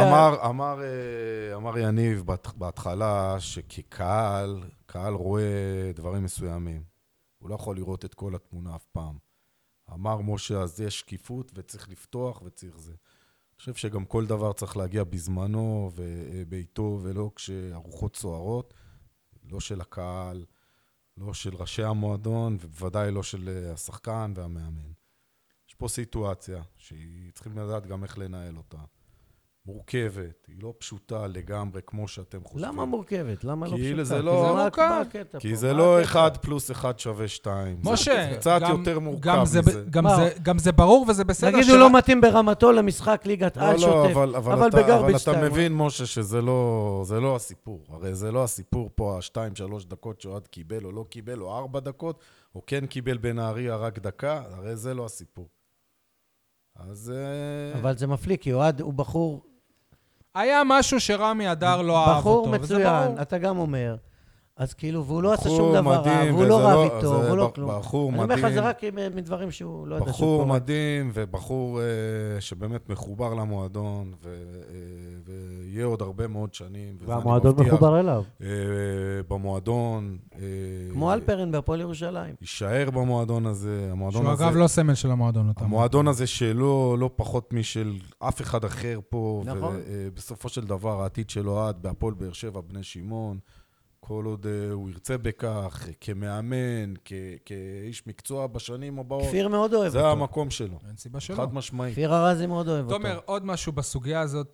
אמר יניב בהתחלה שכקהל, קהל רואה דברים מסוימים. הוא לא יכול לראות את כל התמונה אף פעם. אמר משה, אז יש שקיפות וצריך לפתוח וצריך זה. אני חושב שגם כל דבר צריך להגיע בזמנו וביתו ולא כשהרוחות סוערות. לא של הקהל, לא של ראשי המועדון, ובוודאי לא של השחקן והמאמן. יש פה סיטואציה שהיא צריכים לדעת גם איך לנהל אותה. מורכבת, היא לא פשוטה לגמרי כמו שאתם חושבים. למה מורכבת? למה לא כי פשוטה? זה לא- כי זה מורכב. כי זה לא 1 + 1 = 2. משה, זה קצת גם- יותר מורכב גם זה- מזה. גם זה ברור וזה בסדר. נגיד הוא לא מתאים ברמתו למשחק ליגת על לא, שוטף, אבל בגרביץ' אתה טיים. מבין, משה, שזה לא הסיפור. הרי זה לא הסיפור פה, 2-3 דקות שאוהד קיבל או לא קיבל, או 4 דקות, או כן קיבל בנהריה רק דקה, הרי זה לא הסיפור. אז... אבל זה מפליא, כי אוהד הוא בחור היה משהו שרמי אדר לא אהב אותו. בחור וזה מצוין, ברור. אתה גם אומר. אז כאילו, והוא לא עשה בחור שום דבר רע, מדהים, והוא לא וזה רב לא- איתו, זה והוא לא כלום. בחור אני אומר לך, מדהים. זה רק מדברים שהוא לא ידע שהוא בחור קורה. מדהים, ובחור שבאמת מחובר למועדון, ויהיה עוד הרבה מאוד שנים. וזה אני והמועדון מבטיח. מחובר אליו. במועדון. כמו אלפרין בהפועל ירושלים. יישאר במועדון הזה. המועדון שהוא הזה... אגב לא סמל של המועדון. אותם. המועדון הזה שלו, לא פחות משל אף אחד אחר פה. נכון. ובסופו של דבר, העתיד שלו עד בהפועל באר שבע, בני שמעון. כל עוד הוא ירצה בכך, כמאמן, כאיש מקצוע בשנים הבאות. כפיר מאוד אוהב זה אותו. המקום שלו. אין סיבה שלא. חד משמעית. כפיר ארזי מאוד אוהב אותו. תומר, עוד משהו בסוגיה הזאת,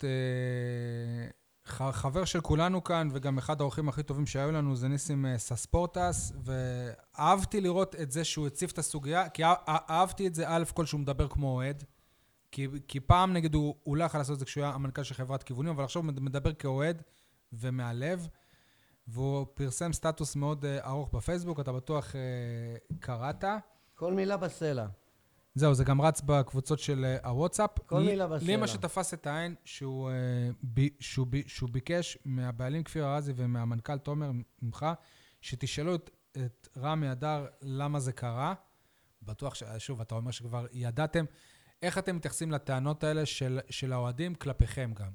חבר של כולנו כאן, וגם אחד האורחים הכי טובים שהיו לנו, זה ניסים סספורטס, ואהבתי לראות את זה שהוא הציף את הסוגיה, כי אהבתי את זה א' כל שהוא מדבר כמו אוהד, כי פעם נגיד הוא לא יכול לעשות את זה כשהוא היה המנכ"ל של חברת כיוונים, אבל עכשיו הוא מדבר כאוהד ומהלב, והוא פרסם סטטוס מאוד ארוך בפייסבוק, אתה בטוח קראת. כל מילה בסלע. זהו, זה גם רץ בקבוצות של הוואטסאפ. כל מילה בסלע. לי מה שתפס את העין, שהוא ביקש מהבעלים כפיר ארזי ומהמנכ"ל תומר ממך, שתשאלו את רמי אדר למה זה קרה. בטוח שוב, אתה אומר שכבר ידעתם. איך אתם מתייחסים לטענות האלה של האוהדים כלפיכם גם?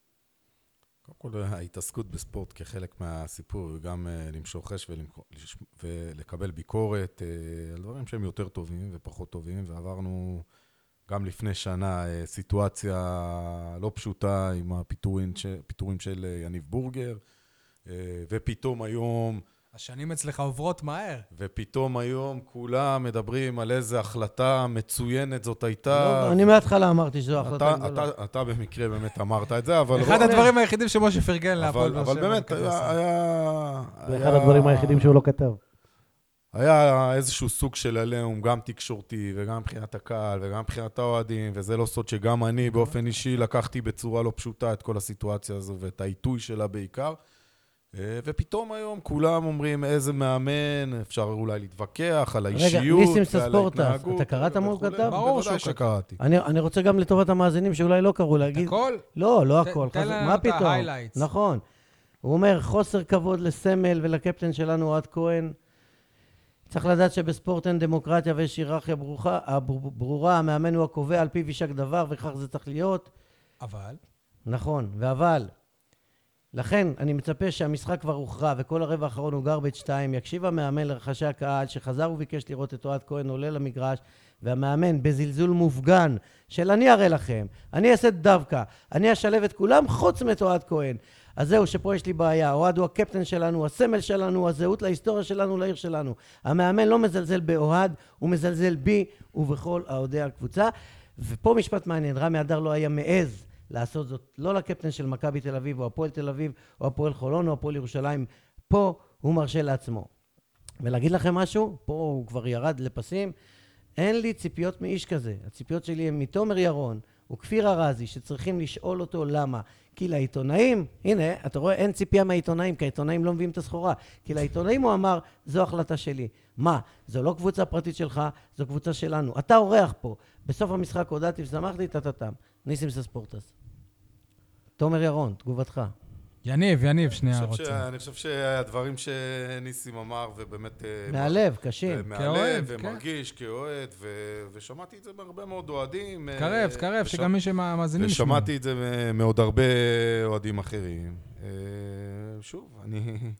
קודם כל, ההתעסקות בספורט כחלק מהסיפור, וגם למשוך חש ולקבל ביקורת על דברים שהם יותר טובים ופחות טובים, ועברנו גם לפני שנה סיטואציה לא פשוטה עם הפיטורים של יניב בורגר, ופתאום היום... השנים אצלך עוברות מהר. ופתאום היום כולם מדברים על איזה החלטה מצוינת זאת הייתה. לא, אני מההתחלה אמרתי שזו החלטה גדולה. אתה במקרה באמת אמרת את זה, אבל... אחד הדברים היחידים שמשה פרגן להפועל באר שבע. אבל באמת היה... זה אחד הדברים היחידים שהוא לא כתב. היה איזשהו סוג של עליהום, גם תקשורתי וגם מבחינת הקהל וגם מבחינת האוהדים, וזה לא סוד שגם אני באופן אישי לקחתי בצורה לא פשוטה את כל הסיטואציה הזו ואת העיתוי שלה בעיקר. ופתאום היום כולם אומרים איזה מאמן, אפשר אולי להתווכח על האישיות רגע, ניסים ועל סספורטס, ההתנהגות. אתה קראת מה הוא כתב? ברור בוודאי שהוא שקראתי. אני רוצה גם לטובת המאזינים שאולי לא קראו להגיד... הכל? לא הכל. תן לנו מה את פתאום? ה-highlights. נכון. הוא אומר, חוסר כבוד לסמל ולקפטן שלנו, אוהד כהן. צריך לדעת שבספורט אין דמוקרטיה ויש היררכיה ברורה, המאמן הוא הקובע, על פיו יישק דבר, וכך זה צריך להיות. אבל? נכון, ואבל. לכן, אני מצפה שהמשחק כבר הוכרע, וכל הרבע האחרון הוא garbage 2, יקשיב המאמן לרחשי הקהל, שחזר וביקש לראות את אוהד כהן עולה למגרש, והמאמן בזלזול מופגן, של אני אראה לכם, אני אעשה דווקא, אני אשלב את כולם חוץ מאת אוהד כהן. אז זהו, שפה יש לי בעיה, אוהד הוא הקפטן שלנו, הוא הסמל שלנו, הזהות להיסטוריה שלנו, לעיר שלנו. המאמן לא מזלזל באוהד, הוא מזלזל בי ובכל אוהדי הקבוצה. ופה משפט מעניין, רמי אדר לא היה מעז לעשות זאת, לא לקפטן של מכבי תל אביב, או הפועל תל אביב, או הפועל חולון, או הפועל ירושלים. פה הוא מרשה לעצמו. ולהגיד לכם משהו, פה הוא כבר ירד לפסים, אין לי ציפיות מאיש כזה. הציפיות שלי הן מתומר ירון וכפיר ארזי, שצריכים לשאול אותו למה. כי לעיתונאים, הנה, אתה רואה, אין ציפייה מהעיתונאים, כי העיתונאים לא מביאים את הסחורה. כי לעיתונאים הוא אמר, זו החלטה שלי. מה? זו לא קבוצה פרטית שלך, זו קבוצה שלנו. אתה אורח פה. בסוף המשחק הודעתי ושמחתי, טטטם. ניסים סספורטס. תומר ירון, תגובתך. יניב, שנייה רוצה. אני חושב שהדברים שניסים אמר, ובאמת... מהלב, קשים. מהלב, ומרגיש כאוהד, ושמעתי את זה בהרבה מאוד אוהדים. קרב, שגם מי שמאזינים ישמעו. ושמעתי את זה מעוד הרבה אוהדים אחרים. שוב,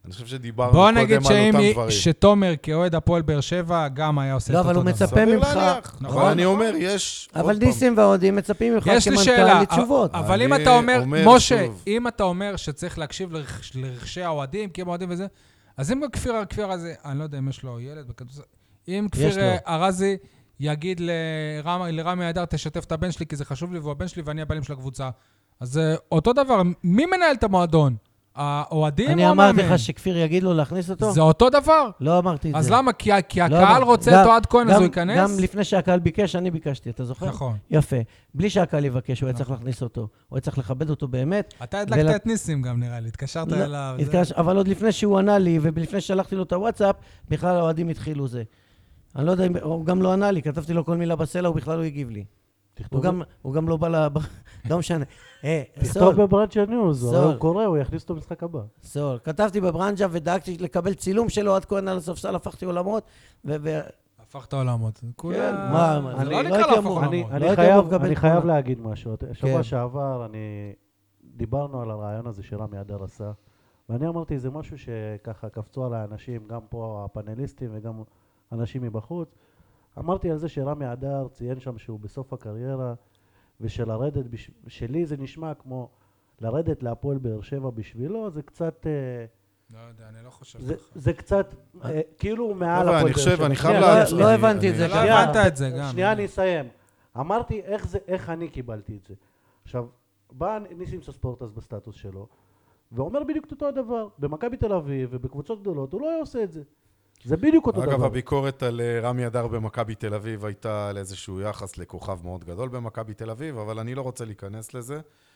אני חושב שדיברנו בוא קודם נגיד על אותם דברים. שתומר כאוהד הפועל באר שבע גם היה עושה לא, את אבל אותו הוא דבר. מצפה סביר ממך. להניח. נכון. אבל אני אומר, יש... אבל עוד פעם, ניסים והאוהדים מצפים ממך יש לי כמנכ"ל שאלה, לתשובות. אבל אם אני אתה אומר, אומר משה, שוב. אם אתה אומר שצריך להקשיב לרכשי האוהדים, כי הם אוהדים וזה, אז אם כפיר הזה, אני לא יודע אם יש לו ילד בכדורסל, אם כפיר לו. ארזי יגיד לרמי אדר, תשתף את הבן שלי, כי זה חשוב לי, והוא הבן שלי ואני הבעלים של הקבוצה, אז אותו דבר, מי מנהל את המועדון? האוהדים או אני המאמן? אמרתי לך שכפיר יגיד לו להכניס אותו? זה אותו דבר. לא אמרתי את זה. אז למה? כי לא הקהל אמרתי. רוצה גם- את אוהד כהן, אז גם- הוא ייכנס? גם לפני שהקהל ביקש, אני ביקשתי, אתה זוכר? נכון. יפה. בלי שהקהל יבקש, הוא היה צריך להכניס אותו. הוא היה צריך לכבד אותו באמת. אתה הדלקת את ניסים גם, נראה לי. התקשרת לא, אליו. אבל עוד לפני שהוא ענה לי, ולפני ששלחתי לו את הוואטסאפ, בכלל האוהדים התחילו זה. אני לא יודע, הוא גם לא ענה לי, כתבתי לו כל מילה בסלע, הוא בכלל לא הגיב לי. הוא גם לא בא לא משנה. תכתוב בברנצ'ה ניוז, סול. הוא קורא, הוא יכניס אותו במשחק הבא. סול. כתבתי בברנז'ה ודאגתי לקבל צילום שלו עד כהן על הספסל, הפכתי עולמות, הפכת עולמות. כולם... מה, זה אני לא לא נקרא הייתי להפוך אמור. עולמות. לא הייתי אמור לקבל אני חייב תמונה. להגיד משהו. שבוע כן. שעבר דיברנו על הרעיון הזה שרמי אדר עשה, ואני אמרתי, זה משהו שככה קפצו על האנשים, גם פה הפאנליסטים וגם אנשים מבחוץ. אמרתי על זה שרמי אדר ציין שם שהוא בסוף הקריירה, ושלרדת, שלי זה נשמע כמו לרדת להפועל באר שבע בשבילו, זה קצת... לא יודע, אני לא חושב ככה. זה קצת, כאילו הוא מעל חבר'ה, הפועל אני באר חושב, שבע. אני חייב שנייה, להגיד... לא הבנתי את זה. לא שנייה, הבנת את זה גם. שנייה, אני אסיים. אמרתי איך אני קיבלתי את זה. עכשיו, בא ניסים ספורטס בסטטוס שלו, ואומר בדיוק את אותו הדבר. במכבי תל אביב ובקבוצות גדולות, הוא לא היה עושה את זה. זה בדיוק אותו דבר. אגב, הביקורת על רמי אדר במכבי תל אביב הייתה על איזשהו יחס לכוכב מאוד גדול במכבי תל אביב, אבל אני לא רוצה להיכנס לזה.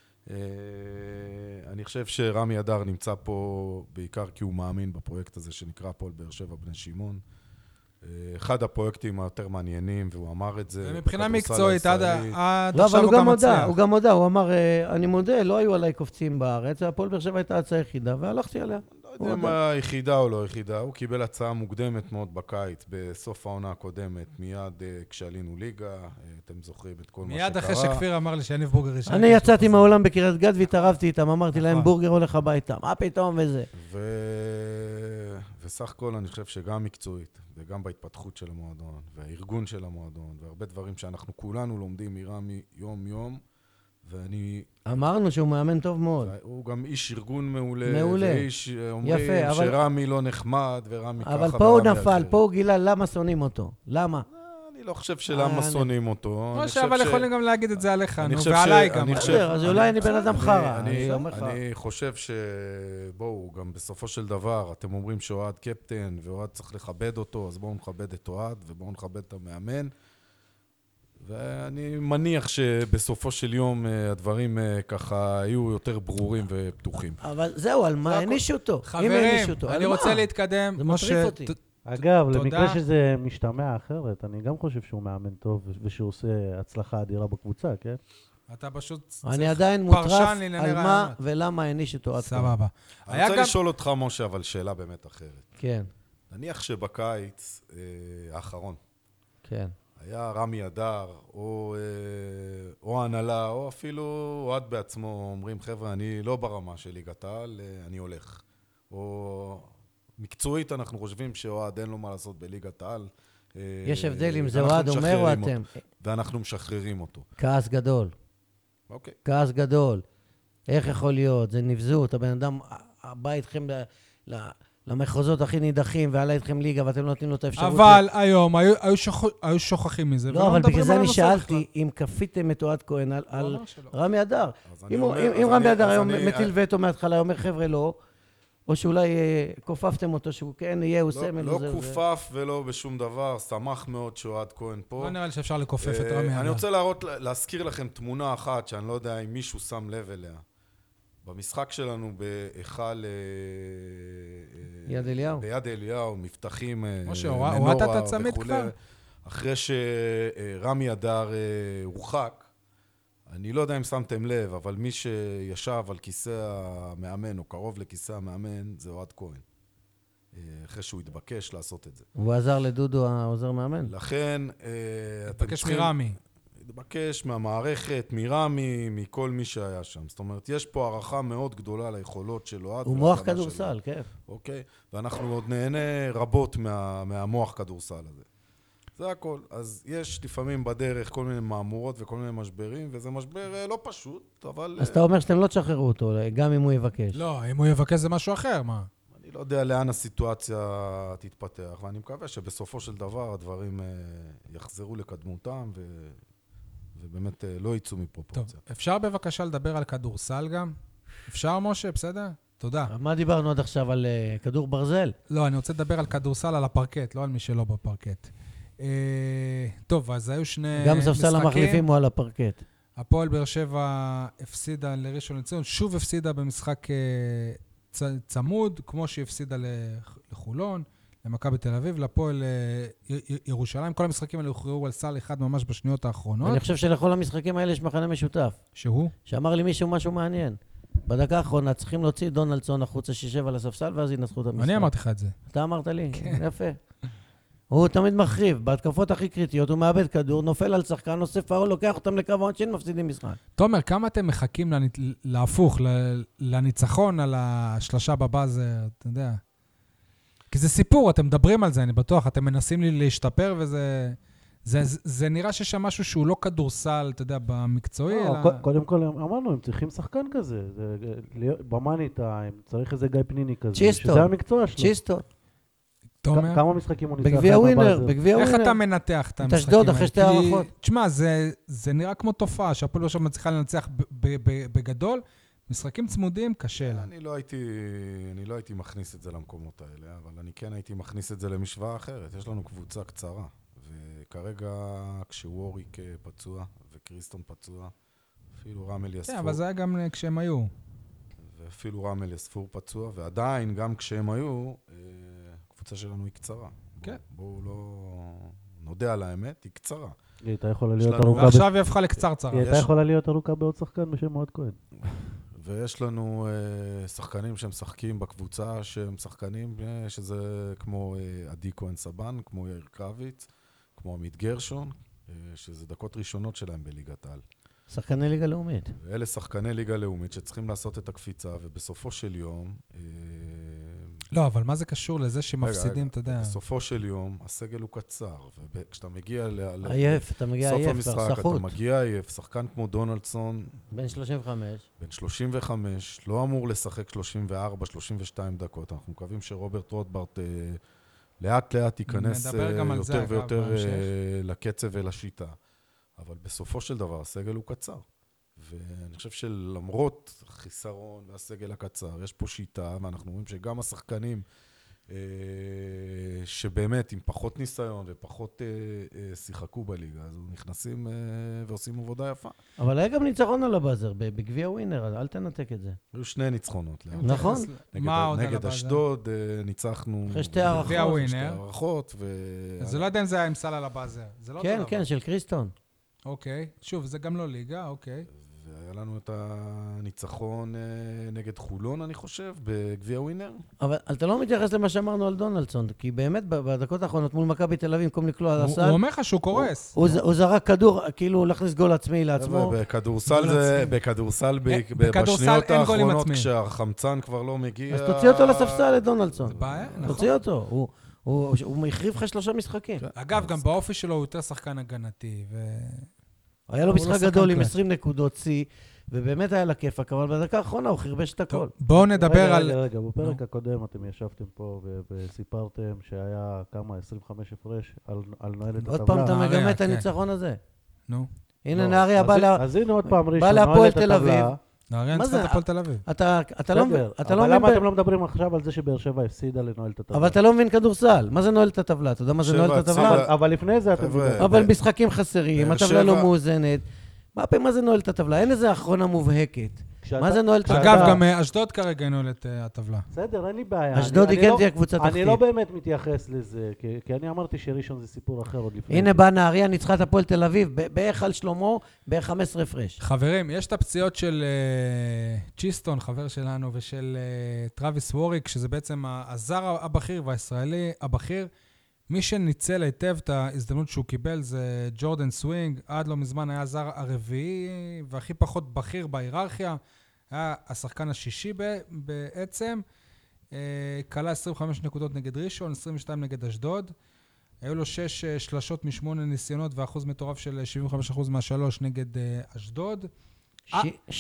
אני חושב שרמי אדר נמצא פה בעיקר כי הוא מאמין בפרויקט הזה שנקרא הפועל באר שבע בני שמעון. אחד הפרויקטים היותר מעניינים, והוא אמר את זה. מבחינה בכדורסל מקצועית, עד לא, עכשיו אבל הוא גם מצליח. הוא גם מודה, הוא אמר, אני מודה, לא היו עליי קופצים בארץ, הפועל באר שבע הייתה הצעה יחידה, והלכתי עליה. לא יודע אם היחידה או לא יחידה, הוא קיבל הצעה מוקדמת מאוד בקיץ, בסוף העונה הקודמת, מיד כשעלינו ליגה, אתם זוכרים את כל מה שקרה. מיד אחרי שכפיר אמר לי שיניב בורגר ישן. אני יצאתי מהעולם בקריית גת והתערבתי איתם, אמרתי להם נכון. בורגר הולך הביתה, מה פתאום וזה. וסך הכל אני חושב שגם מקצועית, וגם בהתפתחות של המועדון, והארגון של המועדון, והרבה דברים שאנחנו כולנו לומדים מרמי יום-יום, ואני... אמרנו שהוא מאמן טוב מאוד. הוא גם איש ארגון מעולה. מעולה. ואיש אומרים יפה, אבל- שרמי לא נחמד, ורמי ככה אבל פה הוא ורמי נפל, אחרת. פה הוא גילה למה שונאים אותו. למה? אני לא חושב שלמה שונאים אותו. אני משה, חושב אבל ש- יכולים גם להגיד את זה עליך, אני נו, חושב ועליי ש- גם. אני חושב- בסדר, אז אולי אני בן אדם חרא, אני אני אומר לך. אני חושב שבואו, גם בסופו של דבר, אתם אומרים שאוהד קפטן, ואוהד צריך לכבד אותו, אז בואו נכבד את אוהד, ובואו נכבד את המאמן. ואני מניח שבסופו של יום הדברים ככה יהיו יותר ברורים ופתוחים. אבל זהו, על מה הענישו אותו? אם חברים, הענישו אותו, אני על רוצה מה? להתקדם. זה מטריף משה, אותי. אגב, תודה. למקרה שזה משתמע אחרת, אני גם חושב שהוא מאמן טוב ושהוא עושה הצלחה אדירה בקבוצה, כן? אתה פשוט אני עדיין פרשן מוטרף לענייני על מה רעיונות. ולמה העניש אותו עד כה. סבבה. אני היה רוצה גם... לשאול אותך, משה, אבל שאלה באמת אחרת. כן, נניח שבקיץ האחרון כן. היה רמי אדר, או הנהלה, או אפילו אוהד בעצמו, אומרים, חבר'ה, אני לא ברמה של ליגת העל, אני הולך. או מקצועית אנחנו חושבים שאוהד אין לו מה לעשות בליגת העל. יש הבדל אם זה ואנחנו אוהד אומר או משחררים אתם. אותו. ואנחנו משחררים אותו. כעס גדול, אוקיי. כעס גדול. איך יכול להיות? זה נבזות, הבן אדם בא איתכם למחוזות הכי נידחים, ועלה איתכם ליגה, ואתם לא נותנים לו את האפשרות. אבל היום היו שוכחים מזה. לא, ולא אבל מדברים בגלל זה על אני הנושא שאלתי אם כפיתם את אוהד כהן על אמר שלא. רמי אדר. אז אני אם אומר- אם אז רמי אני- אדר אז היום אני- מטיל וטו מההתחלה, אומר חבר'ה לא, או שאולי כופפתם אותו, שהוא כן יהיה, הוא סמל, לא הוא זה. כופף ולא בשום דבר, שמח מאוד שאוהד כהן פה. לא נראה לי שאפשר לכופף את רמי אני אדר. רוצה להזכיר לכם תמונה אחת שאני לא יודע אם מישהו שם לב אליה. במשחק שלנו בהיכל... יד אליהו. ביד אליהו, מבטחים, משה, מנורה הורדת את הצמיד וכולי. כבר? אחרי שרמי אדר הורחק, אני לא יודע אם שמתם לב, אבל מי שישב על כיסא המאמן, או קרוב לכיסא המאמן, זה אוהד כהן. אחרי שהוא התבקש לעשות את זה. הוא עזר לדודו העוזר מאמן. לכן, אתם תבקש צריכים... מרמי. התבקש מהמערכת, מרמי, מכל מי שהיה שם. זאת אומרת, יש פה הערכה מאוד גדולה ליכולות של אוהד. הוא מוח כדורסל, כן. אוקיי? ואנחנו עוד נהנה רבות מהמוח כדורסל הזה. זה הכל. אז יש לפעמים בדרך כל מיני מאמורות וכל מיני משברים, וזה משבר לא פשוט, אבל... אז אתה אומר שאתם לא תשחררו אותו, גם אם הוא יבקש. לא, אם הוא יבקש זה משהו אחר, מה? אני לא יודע לאן הסיטואציה תתפתח, ואני מקווה שבסופו של דבר הדברים יחזרו לקדמותם, ובאמת לא יצאו מפרופורציה. טוב, אפשר בבקשה לדבר על כדורסל גם? אפשר, משה? בסדר? תודה. מה דיברנו עד עכשיו על כדור ברזל? לא, אני רוצה לדבר על כדורסל על הפרקט, לא על מי שלא בפרקט. טוב, אז היו שני גם משחקים. ספסל המחליפים הוא על הפרקט. הפועל באר שבע הפסידה לראשון לציון, שוב הפסידה במשחק צמוד, כמו שהיא הפסידה לחולון, למכבי תל אביב, לפועל ירושלים. כל המשחקים האלה הוכרעו על סל אחד ממש בשניות האחרונות. אני חושב שלכל המשחקים האלה יש מכנה משותף. שהוא? שאמר לי מישהו משהו מעניין. בדקה האחרונה צריכים להוציא דונלדסון החוצה שישב על הספסל, ואז ינצחו את המשחק. אני אמרתי לך את זה. אתה אמרת לי? כן. יפה. הוא תמיד מחריב, בהתקפות הכי קריטיות, הוא מאבד כדור, נופל על שחקן, עושה פאול, לוקח אותם לקו העונשין, מפסידים משחק. תומר, כמה אתם מחכים להפוך, לניצחון על השלשה בבאזר, אתה יודע? כי זה סיפור, אתם מדברים על זה, אני בטוח, אתם מנסים לי להשתפר, וזה... זה נראה שיש שם משהו שהוא לא כדורסל, אתה יודע, במקצועי, אלא... קודם כל אמרנו, הם צריכים שחקן כזה. במאני טיים, צריך איזה גיא פניני כזה. צ'יסטו. שזה המקצוע שלו. צ'יסטו. תומר? כמה משחקים הוא ניצח? בגביע ווינר, בגביע ווינר. איך אתה מנתח את המשחקים? אשדוד אחרי שתי הערכות. תשמע, זה נראה כמו תופעה, שהפועל עכשיו מצליחה לנצח בגדול, משחקים צמודים, קשה לה. אני לא הייתי מכניס את זה למקומות האלה, אבל אני כן הייתי מכניס את זה למשוואה אחרת. יש לנו קבוצה קצרה, וכרגע כשווריק פצוע וקריסטון פצוע, אפילו רמל יספור. כן, אבל זה היה גם כשהם היו. ואפילו רמל יספור פצוע, ועדיין, גם כשהם היו, הקבוצה שלנו היא קצרה. כן. בואו לא נודה על האמת, היא קצרה. היא הייתה יכולה להיות ארוכה. ועכשיו היא הפכה לקצרצרה. היא הייתה יכולה להיות ארוכה בעוד שחקן בשם אוהד כהן. ויש לנו שחקנים שמשחקים בקבוצה, שהם שחקנים שזה כמו עדי כהן סבן, כמו יאיר קרביץ, כמו עמית גרשון, שזה דקות ראשונות שלהם בליגת העל. שחקני ליגה לאומית. ואלה שחקני ליגה לאומית שצריכים לעשות את הקפיצה, ובסופו של יום... לא, אבל מה זה קשור לזה שמפסידים, אתה יודע? בסופו של יום, הסגל הוא קצר, וכשאתה מגיע עייף, אתה מגיע עייף, סוף המשחק, אתה מגיע עייף, שחקן כמו דונלדסון, בן 35. בן 35, לא אמור לשחק 34, 32 דקות. אנחנו מקווים שרוברט רוטברט לאט לאט ייכנס יותר ויותר לקצב ולשיטה. אבל בסופו של דבר, הסגל הוא קצר. ואני חושב שלמרות החיסרון והסגל הקצר, יש פה שיטה, ואנחנו רואים שגם השחקנים שבאמת עם פחות ניסיון ופחות שיחקו בליגה, אז נכנסים ועושים עבודה יפה. אבל היה גם ניצחון על הבאזר, בגביע ווינר, אל תנתק את זה. היו שני ניצחונות. נכון. נגד אשדוד ניצחנו. אחרי שתי הערכות. אז זה לא יודע אם זה היה עם סל על הבאזר. כן, כן, של קריסטון. אוקיי. שוב, זה גם לא ליגה, אוקיי. והיה לנו את הניצחון נגד חולון, אני חושב, בגביע ווינר. אבל אתה לא מתייחס למה שאמרנו על דונלדסון, כי באמת בדקות האחרונות מול מכבי תל אביב, במקום לקלוע על הסל... הוא אומר לך שהוא קורס. הוא זרק כדור, כאילו להכניס גול עצמי לעצמו. בכדורסל בשניות האחרונות, כשהחמצן כבר לא מגיע... אז תוציא אותו לספסל, את דונלדסון. זה בעיה, נכון. תוציא אותו. הוא החריב לך 3 משחקים. אגב, גם באופי שלו הוא יותר שחקן הגנתי, היה לו משחק גדול עם 20 נקודות C, ובאמת היה לה כיפק, אבל בדקה האחרונה הוא חרבש את הכל. בואו נדבר על... רגע, בפרק הקודם אתם ישבתם פה וסיפרתם שהיה כמה, 25 הפרש על נועלת הטבלה. עוד פעם אתה מגמד את הניצחון הזה. נו. הנה נהריה אז הנה עוד פעם ראשון, להפועל תל אביב. נהריה ניצחה את הפועל תל אביב. אתה לא מבין... אבל למה אתם לא מדברים עכשיו על זה שבאר שבע הפסידה לנועל את הטבלה? אבל אתה לא מבין כדורסל. מה זה נועל את הטבלה? אתה יודע מה זה נועל את הטבלה? אבל לפני זה אתם... אבל משחקים חסרים, הטבלה לא מאוזנת. מה זה נועל את הטבלה? אין איזה אחרונה מובהקת. מה זה נועל את הטבלה? אגב, גם אשדוד כרגע נועל את הטבלה. בסדר, אין לי בעיה. אשדוד היא כן תהיה קבוצה תחתית. אני לא באמת מתייחס לזה, כי אני אמרתי שראשון זה סיפור אחר עוד לפני. הנה בא נהריה, ניצחה את הפועל תל אביב, באיך על שלמה, ב-15 הפרש. חברים, יש את הפציעות של צ'יסטון, חבר שלנו, ושל טרוויס ווריק, שזה בעצם הזר הבכיר והישראלי הבכיר. מי שניצל היטב את ההזדמנות שהוא קיבל זה ג'ורדן סווינג, עד לא מזמן היה הזר הרביעי והכי פחות בכיר בהיררכיה, היה השחקן השישי בעצם, קלה 25 נקודות נגד ראשון, 22 נגד אשדוד, היו לו 6 שלשות מ8 ניסיונות ואחוז מטורף של 75% מהשלוש נגד אשדוד. 75%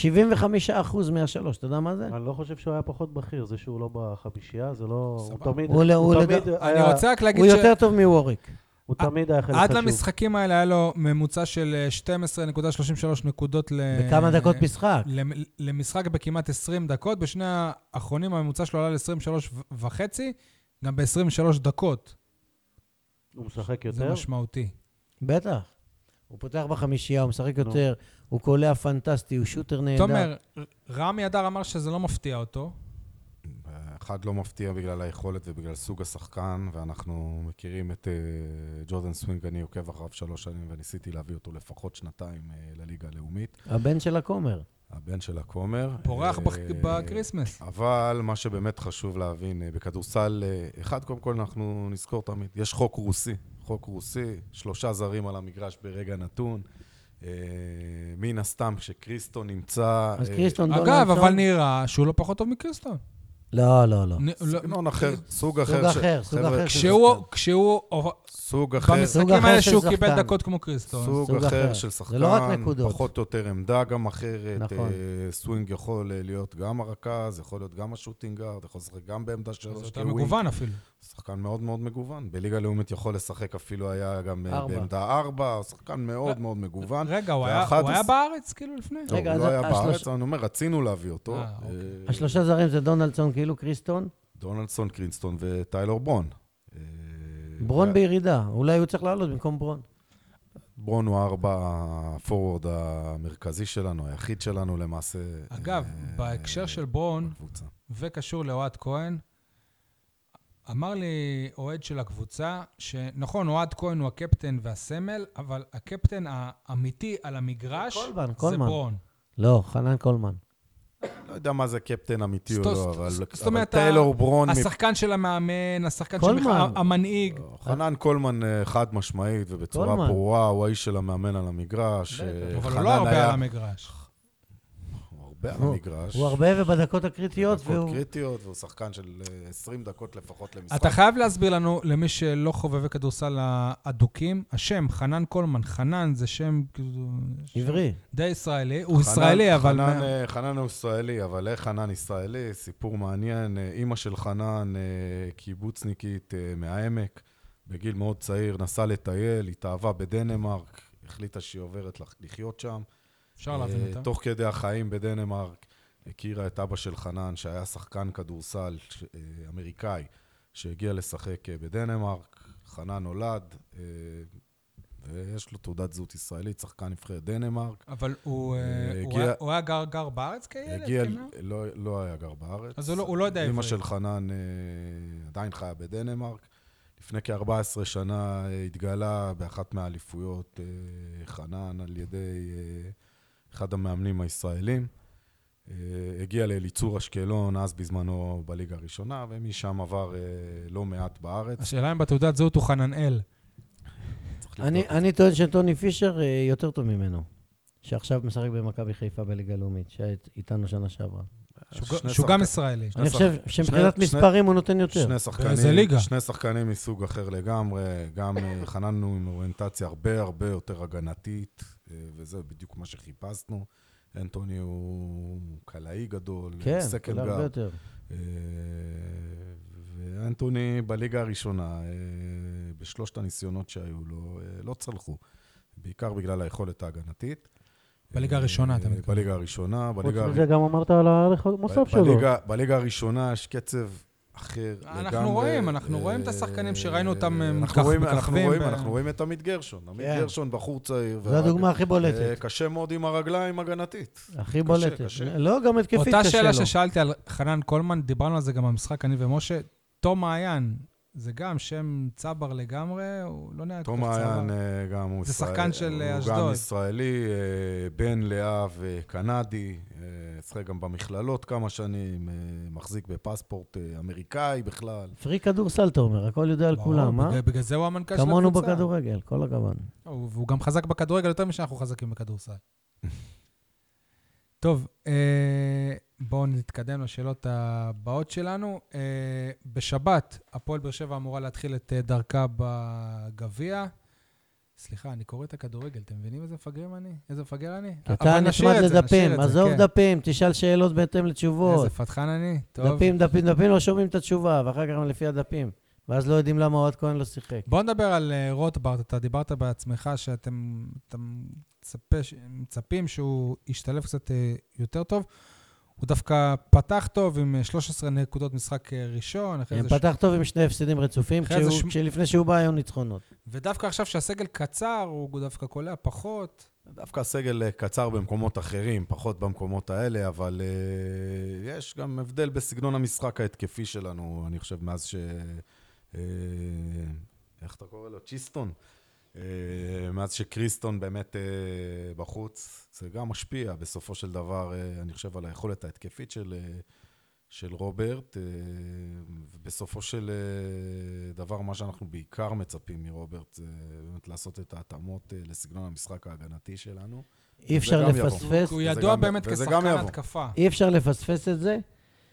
מהשלוש, אתה יודע מה זה? אני לא חושב שהוא היה פחות בכיר, זה שהוא לא בחמישייה, זה לא... סבבה. הוא תמיד אני רוצה רק להגיד הוא יותר טוב מווריק. הוא תמיד היה חלק עד חשוב. למשחקים האלה היה לו ממוצע של 12.33 נקודות בכמה דקות משחק? למשחק בכמעט 20 דקות. בשני האחרונים הממוצע שלו עלה ל-23.5, גם ב-23 דקות. הוא משחק זה יותר? משמעותי. בטח. הוא פותח בחמישייה, הוא משחק יותר, הוא קולע פנטסטי, הוא שוטר נהדר. תומר, רמי אדר אמר שזה לא מפתיע אותו. אחד לא מפתיע בגלל היכולת ובגלל סוג השחקן, ואנחנו מכירים את ג'ורדן סווינג, אני עוקב אחריו 3 שנים, וניסיתי להביא אותו לפחות 2 לליגה הלאומית. הבן של הכומר. הבן של הכומר. פורח בקריסמס. אבל מה שבאמת חשוב להבין, בכדורסל, אחד, קודם כל אנחנו נזכור תמיד, יש חוק רוסי, 3 זרים על המגרש ברגע נתון. מן הסתם, כשקריסטון נמצא... אז קריסטון אגב, אבל נראה שהוא לא פחות טוב מקריסטון. לא. סגנון אחר, סוג אחר. כשהוא... סוג אחר. במשחקים האלה שהוא קיבל דקות כמו קריסטון. סוג אחר של שחקן. זה לא רק נקודות. פחות או יותר עמדה גם אחרת. נכון. סווינג יכול להיות גם הרכז, יכול להיות גם השוטינגארד, יכול לשחק גם בעמדה 3 זה יותר מגוון אפילו. שחקן מאוד מאוד מגוון. בליגה לאומית יכול לשחק אפילו היה גם בעמדה 4, שחקן מאוד מאוד מגוון. רגע, הוא היה בארץ כאילו לפני? הוא לא היה בארץ, אני אומר, רצינו להביא אותו. 3 זרים זה דונלדסון כאילו קריסטון? דונלדסון, קרינסטון וטיילור ברון. ברון בירידה, אולי הוא צריך לעלות במקום ברון. ברון הוא 4 הפורוורד המרכזי שלנו, היחיד שלנו למעשה. אגב, בהקשר של ברון, וקשור לאוהד כהן, אמר לי אוהד של הקבוצה, שנכון, אוהד כהן הוא הקפטן והסמל, אבל הקפטן האמיתי על המגרש זה ברון. לא, חנן קולמן. לא יודע מה זה קפטן אמיתי או לא, אבל טיילור ברון... השחקן של המאמן, השחקן של המנהיג. חנן קולמן חד משמעית ובצורה ברורה, הוא האיש של המאמן על המגרש. אבל הוא לא הרבה על המגרש. הרבה על המגרש. הוא הרבה ובדקות הקריטיות. דקות קריטיות, והוא שחקן של 20 דקות לפחות למשחק. אתה חייב להסביר לנו, למי שלא חובבי כדורסל האדוקים, השם, חנן קולמן, חנן זה שם עברי. די ישראלי, הוא ישראלי, אבל... חנן הוא ישראלי, אבל איך חנן ישראלי? סיפור מעניין. אמא של חנן, קיבוצניקית מהעמק, בגיל מאוד צעיר, נסעה לטייל, התאהבה בדנמרק, החליטה שהיא עוברת לחיות שם. אפשר להבין אותה. תוך כדי החיים בדנמרק, הכירה את אבא של חנן, שהיה שחקן כדורסל אמריקאי, שהגיע לשחק בדנמרק. חנן נולד, ויש לו תעודת זהות ישראלית, שחקן נבחרת דנמרק. אבל הוא היה גר בארץ כילד? לא היה גר בארץ. אז הוא לא יודע עברית. אמא של חנן עדיין חיה בדנמרק. לפני כ-14 שנה התגלה באחת מהאליפויות חנן על ידי אחד המאמנים הישראלים. הגיע לאליצור אשקלון, אז בזמנו בליגה הראשונה, ומשם עבר לא מעט בארץ. השאלה אם בתעודת זהות הוא חננאל. אני טוען שטוני פישר יותר טוב ממנו, שעכשיו משחק במכבי חיפה בליגה לאומית, שהייתנו שנה שעברה. שהוא גם ישראלי. אני חושב שמבחינת מספרים הוא נותן יותר. שני שחקנים מסוג אחר לגמרי, גם חננו עם אוריינטציה הרבה יותר הגנתית, וזה בדיוק מה שחיפשנו. אנטוני הוא קלעי גדול, סקנד גארד. הרבה יותר. ואנטוני בליגה הראשונה, בשלושת הניסיונות שהיו לו, לא צלחו. בעיקר בגלל היכולת ההגנתית. בליגה הראשונה, אתה מתכוון. בליגה הראשונה. חוץ מזה גם אמרת על הערך המוסף שלו. בליגה הראשונה יש קצב אחר לגמרי. אנחנו רואים את השחקנים שראינו אותם מככבים. אנחנו רואים את עמית גרשון. עמית גרשון, בחור צעיר. זו הדוגמה הכי בולטת. קשה מאוד עם הרגליים הגנתית. הכי בולטת. לא, גם התקפית קשה לו. אותה שאלה ששאלתי על חנן קולמן, דיברנו על זה גם במשחק, אני ומשה, תום מעיין, זה גם שם צבר לגמרי, הוא לא נראה כל תום כך צבר. מעיין גם הוא זה שחקן של אשדוד. הוא גם ישראלי, בן לאב קנדי, שחק גם במכללות כמה שנים, מחזיק בפספורט אמריקאי בכלל. פרי כדורסל, אתה אומר, הכל יודע על כולם, מה? בגלל זה הוא המנכ"ל של הקבוצה. כמונו בכדורגל, כל הכבוד. והוא גם חזק בכדורגל יותר משאנחנו חזקים בכדורסל. טוב, בואו נתקדם לשאלות הבאות שלנו. בשבת, הפועל באר שבע אמורה להתחיל את דרכה בגביע. סליחה, אני קורא את הכדורגל, אתם מבינים איזה מפגרים אני? איזה מפגר אני? אתה נשמד לדפים, עזוב דפים, תשאל שאלות בהתאם לתשובות. איזה פתחן אני? טוב. דפים, לא שומעים את התשובה, ואחר כך לפי הדפים. ואז לא יודעים למה אוהד כהן לא שיחק. בואו נדבר על רוטברט, אתה דיברת בעצמך שאתם מצפים שהוא ישתלב קצת יותר טוב. הוא דווקא פתח טוב עם 13 נקודות משחק ראשון. פתח טוב עם 2 הפסדים רצופים, כשלפני שהוא בא היו ניצחונות. ודווקא עכשיו שהסגל קצר, הוא דווקא קולע פחות. דווקא הסגל קצר במקומות אחרים, פחות במקומות האלה, אבל יש גם הבדל בסגנון המשחק ההתקפי שלנו, אני חושב, מאז איך אתה קורא לו? צ'יסטון. מאז שקריסטון באמת בחוץ, זה גם משפיע בסופו של דבר, אני חושב, על היכולת ההתקפית של רוברט, ובסופו של דבר, מה שאנחנו בעיקר מצפים מרוברט, זה באמת לעשות את ההתאמות לסגנון המשחק ההגנתי שלנו. אי אפשר לפספס. הוא ידוע באמת כשחקן התקפה. אי אפשר לפספס את זה,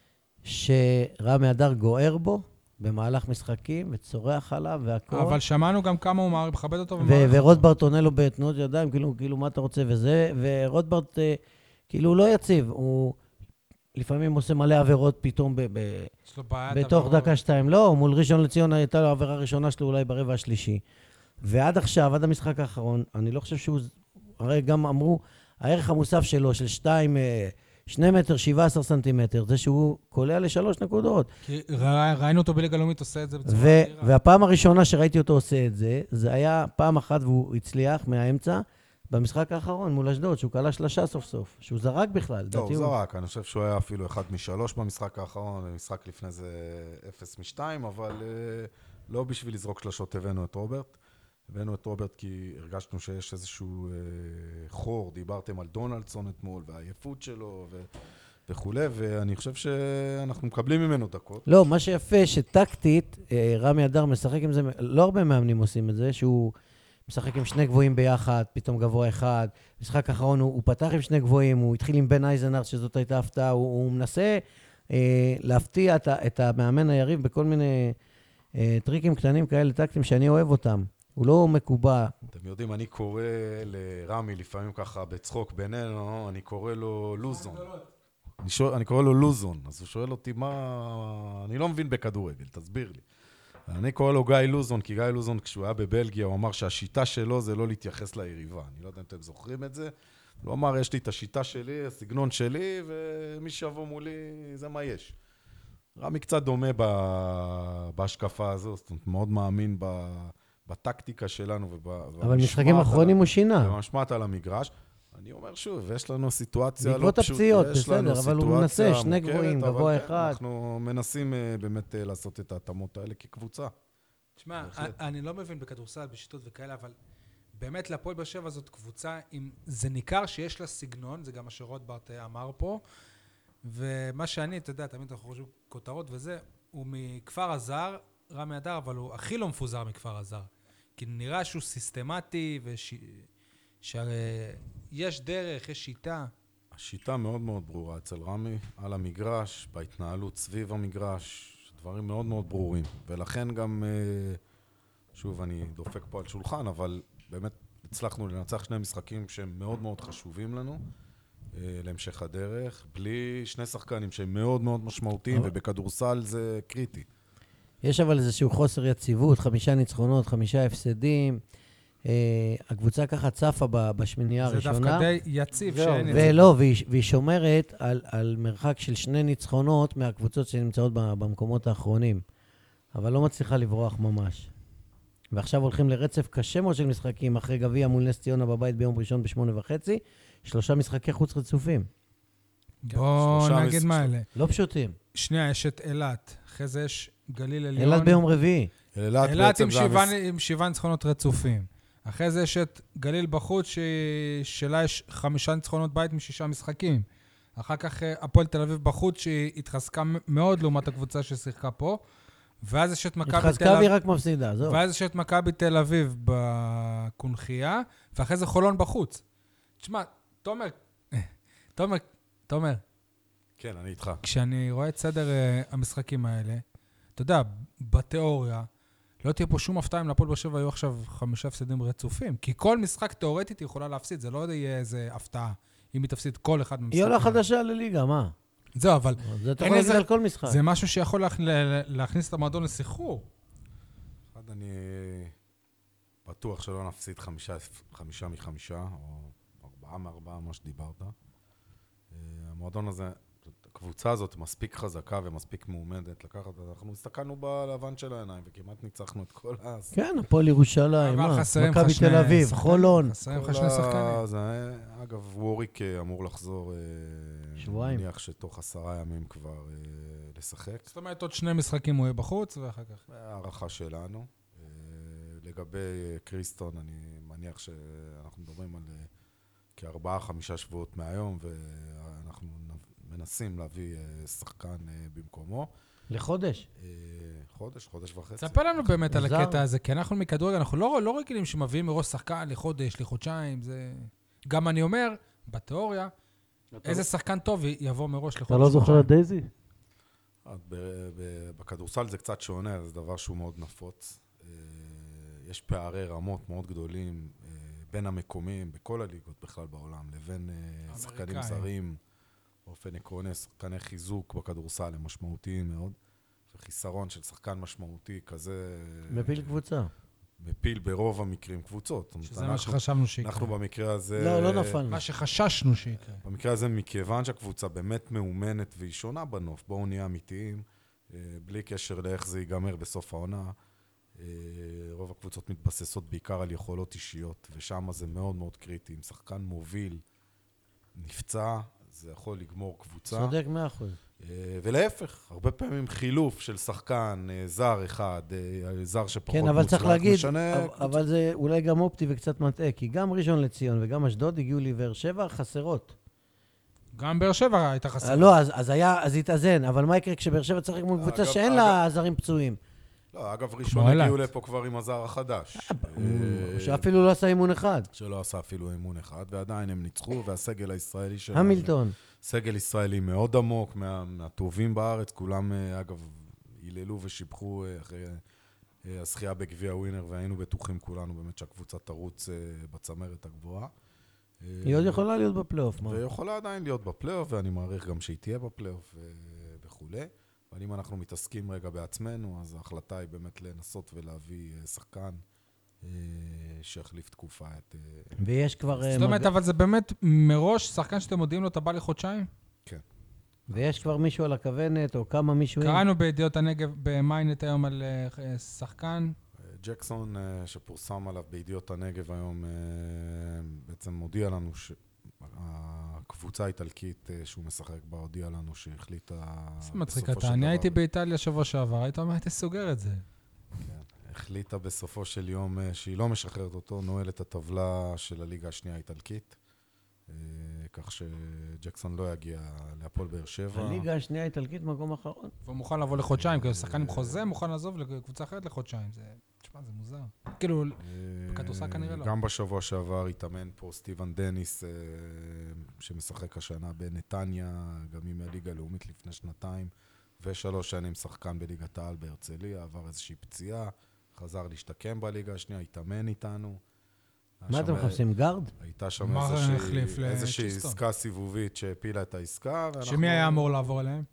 שרמי אדר גוער בו, במהלך משחקים, וצורח עליו והכל. אבל שמענו גם כמה הוא מכבד אותו. ורוטברט עונה לו בתנועות ידיים, כאילו מה אתה רוצה וזה, ורוטברט כאילו הוא לא יציב, הוא לפעמים עושה מלא עבירות פתאום בתוך דקה 2. לא, מול ראשון לציון הייתה לו עבירה ראשונה שלו אולי ברבע השלישי. ועד עכשיו, עד המשחק האחרון, אני לא חושב שהוא, הרי גם אמרו, הערך המוסף שלו של 2 מטר, 17 סנטימטר, זה שהוא קולע ל3 נקודות. כי ראינו אותו בליגה לאומית עושה את זה בצורה מהירה. והפעם הראשונה שראיתי אותו עושה את זה, זה היה פעם אחת והוא הצליח מהאמצע, במשחק האחרון מול אשדוד, שהוא קלע 3 סוף סוף, שהוא זרק בכלל. לא, הוא זרק, אני חושב שהוא היה אפילו 1 מ-3 במשחק האחרון, במשחק לפני זה 0 מ-2, אבל לא בשביל לזרוק שלשות הבאנו את רוברט. הבאנו את רוברט כי הרגשנו שיש איזשהו חור, דיברתם על דונלדסון אתמול והעייפות שלו וכו', ואני חושב שאנחנו מקבלים ממנו דקות. לא, מה שיפה שטקטית, רמי אדר משחק עם זה, לא הרבה מאמנים עושים את זה, שהוא משחק עם 2 גבוהים ביחד, פתאום גבוה אחד, משחק האחרון הוא פתח עם 2 גבוהים, הוא התחיל עם בן אייזנארט, שזאת הייתה הפתעה, הוא מנסה להפתיע את המאמן היריב בכל מיני טריקים קטנים כאלה, טקטים שאני אוהב אותם. הוא לא מקובע. אתם יודעים, אני קורא לרמי לפעמים ככה בצחוק בינינו, אני קורא לו לוזון. אני קורא לו לוזון, אז הוא שואל אותי מה... אני לא מבין בכדורגל, תסביר לי. אני קורא לו גיא לוזון, כי גיא לוזון כשהוא היה בבלגיה, הוא אמר שהשיטה שלו זה לא להתייחס ליריבה. אני לא יודע אם אתם זוכרים את זה. הוא אמר, יש לי את השיטה שלי, הסגנון שלי, ומי שיבוא מולי, זה מה יש. רמי קצת דומה בהשקפה הזו, זאת אומרת, מאוד מאמין בטקטיקה שלנו אבל משחקים אחרונים הוא שינה. במשמעת על המגרש. אני אומר שוב, יש לנו סיטואציה לא בעקבות הפציעות, בסדר, אבל הוא מנסה, 2 גבוהים, גבוה אחד. אנחנו מנסים באמת לעשות את ההתאמות האלה כקבוצה. תשמע, אני לא מבין בכדורסל, בשיטות וכאלה, אבל באמת להפועל באר שבע זאת קבוצה, זה ניכר שיש לה סגנון, זה גם מה שרוטברט אמר פה, ומה שאני, אתה יודע, תמיד אנחנו חושבים כותרות וזה, הוא מכפר הזר, רמי אדר, אבל הוא הכי לא מפוזר מכפר הזר. כי נראה שהוא סיסטמטי, שיש דרך, יש שיטה. השיטה מאוד מאוד ברורה אצל רמי, על המגרש, בהתנהלות סביב המגרש, דברים מאוד מאוד ברורים. ולכן גם, שוב, אני דופק פה על שולחן, אבל באמת הצלחנו לנצח 2 משחקים שהם מאוד מאוד חשובים לנו, להמשך הדרך, בלי 2 שחקנים שהם מאוד מאוד משמעותיים, ובכדורסל זה קריטי. יש אבל איזשהו חוסר יציבות, 5 ניצחונות, 5 הפסדים. הקבוצה ככה צפה בשמינייה הראשונה. זה דווקא די יציב שאין יציב. ולא, והיא שומרת על מרחק של 2 ניצחונות מהקבוצות שנמצאות במקומות האחרונים. אבל לא מצליחה לברוח ממש. ועכשיו הולכים לרצף קשה מאוד של משחקים, אחרי גביע מול נס ציונה בבית ביום ראשון ב8:30, 3 משחקי חוץ רצופים. בואו נגיד מה אלה. לא פשוטים. שנייה, יש את אילת. אחרי זה יש גליל עליון. אילת ביום רביעי. אילת אילת בעצם עם 7 ניצחונות רצופים. אחרי זה יש את גליל בחוץ, שלה יש 5 ניצחונות בית מ6 משחקים. אחר כך הפועל תל אביב בחוץ, שהיא התחזקה מאוד לעומת הקבוצה ששיחקה פה. ואז יש את מכבי תל אביב. התחזקה והיא רק מפסידה, זהו. ואז יש את מכבי תל אביב בקונחייה, ואחרי זה חולון בחוץ. תשמע, תומר, כן, אני איתך. כשאני רואה את סדר המשחקים האלה, אתה יודע, בתיאוריה, לא תהיה פה שום הפתעה אם להפועל באר שבע היו עכשיו 5 הפסדים רצופים, כי כל משחק תיאורטית היא יכולה להפסיד, זה לא יהיה איזה הפתעה אם היא תפסיד כל אחד היא במשחקים. עולה חדשה לליגה, מה? זהו, אבל זה אתה יכול להגיד על כל משחק. זה משהו שיכול להכניס את המועדון לסחרור. אני בטוח שלא נפסיד 5 מ5, או 4 מ4, מה שדיברת. המועדון הזה, הקבוצה הזאת מספיק חזקה ומספיק מאומדת לקחת, אנחנו הסתכלנו בלבן של העיניים וכמעט ניצחנו את כל כן, הפועל ירושלים, אבל חסרים לך מכבי שני תל אביב, שחקנים. חולון. חסרים לך 2 שחקנים. אגב, ווריק אמור לחזור, שבועיים. אני מניח שתוך 10 ימים כבר לשחק. זאת אומרת, עוד 2 משחקים הוא יהיה בחוץ, ואחר כך. הערכה שלנו. לגבי קריסטון, אני מניח שאנחנו מדברים על כ4-5 שבועות מהיום, ואנחנו מנסים להביא שחקן במקומו. לחודש. חודש וחצי. תספר לנו באמת על זר. הקטע הזה, כי אנחנו מכדורגל, אנחנו לא רגילים שמביאים מראש שחקן לחודש, לחודשיים, זה... גם אני אומר, בתיאוריה, איזה שחקן טוב יבוא מראש לחודש. אתה לא זוכר את דייזי? בכדורסל זה קצת שונה, זה דבר שהוא מאוד נפוץ. יש פערי רמות מאוד גדולים בין המקומיים, בכל הליגות בכלל בעולם, לבין שחקנים זרים, באופן עקרוני, שחקני חיזוק בכדורסל הם משמעותיים מאוד, וחיסרון של שחקן משמעותי כזה... מפיל קבוצה. מפיל ברוב המקרים קבוצות. שזה מה שחשבנו שיקרה. אנחנו במקרה הזה... לא נפלנו. מה שחששנו שיקרה. במקרה הזה, מכיוון שהקבוצה באמת מאומנת והיא שונה בנוף, בואו נהיה אמיתיים, בלי קשר לאיך זה ייגמר בסוף העונה, רוב הקבוצות מתבססות בעיקר על יכולות אישיות, ושם זה מאוד מאוד קריטי. אם שחקן מוביל, נפצע, זה יכול לגמור קבוצה. צודק 100%. ולהפך, הרבה פעמים חילוף של שחקן, זר אחד, זר שפחות כן, אבל צריך להגיד, משנה... אבל זה אולי גם אופטי וקצת מטעה, כי גם ראשון לציון וגם אשדוד הגיעו לבאר שבע חסרות. גם באר שבע הייתה חסרה. לא, אז התאזן, אבל מה יקרה כשבאר שבע צריך כמו קבוצה שאין לה זרים פצועים? לא, אגב, ראשון הגיעו לפה כבר עם הזר החדש. שאפילו לא עשה אימון אחד. שלא עשה אפילו אימון אחד, ועדיין הם ניצחו, והסגל הישראלי שלנו... המילטון. סגל ישראלי מאוד עמוק, מהטובים בארץ, כולם, אגב, היללו ושיבחו אחרי הזכייה בגביע ווינר, והיינו בטוחים כולנו באמת שהקבוצה תרוץ בצמרת הגבוהה. היא עוד יכולה להיות בפלייאוף. ויכולה עדיין להיות בפלייאוף, ואני מעריך גם שהיא תהיה בפלייאוף וכו'. אבל אם אנחנו מתעסקים רגע בעצמנו, אז ההחלטה היא באמת לנסות ולהביא שחקן שהחליף תקופה את... ויש כבר... זאת אומרת, אבל זה באמת מראש שחקן שאתם מודיעים לו, אתה בא לחודשיים? כן. ויש כבר מישהו על הכוונת, או כמה מישהו... קראנו בידיעות הנגב במיינט היום על שחקן. ג'קסון, שפורסם עליו בידיעות הנגב היום, בעצם הודיע לנו שהקבוצה האיטלקית שהוא משחק בה, הודיע לנו שהחליטה... זה מצחיק אתה, אני הייתי באיטליה שבוע שעבר, היית אומר, הייתי סוגר את זה. החליטה בסופו של יום שהיא לא משחררת אותו, נועלת הטבלה של הליגה השנייה האיטלקית, כך שג'קסון לא יגיע להפועל באר שבע. הליגה השנייה האיטלקית מקום אחרון. והוא מוכן לבוא לחודשיים, כי שחקן עם חוזה מוכן לעזוב לקבוצה אחרת לחודשיים. תשמע, זה מוזר. כאילו, בכדורסל כנראה לא. גם בשבוע שעבר התאמן פה סטיבן דניס, שמשחק השנה בנתניה, גם עם הליגה הלאומית לפני 2 ו3 שנים שחקן בליגת העל בהרצליה, עבר איזושהי פציעה, חזר להשתקם בליגה השנייה, התאמן איתנו. מה אתם מחפשים, גארד? הייתה שם איזושהי עסקה סיבובית שהפילה את העסקה. שמי היה אמור לעבור אליהם?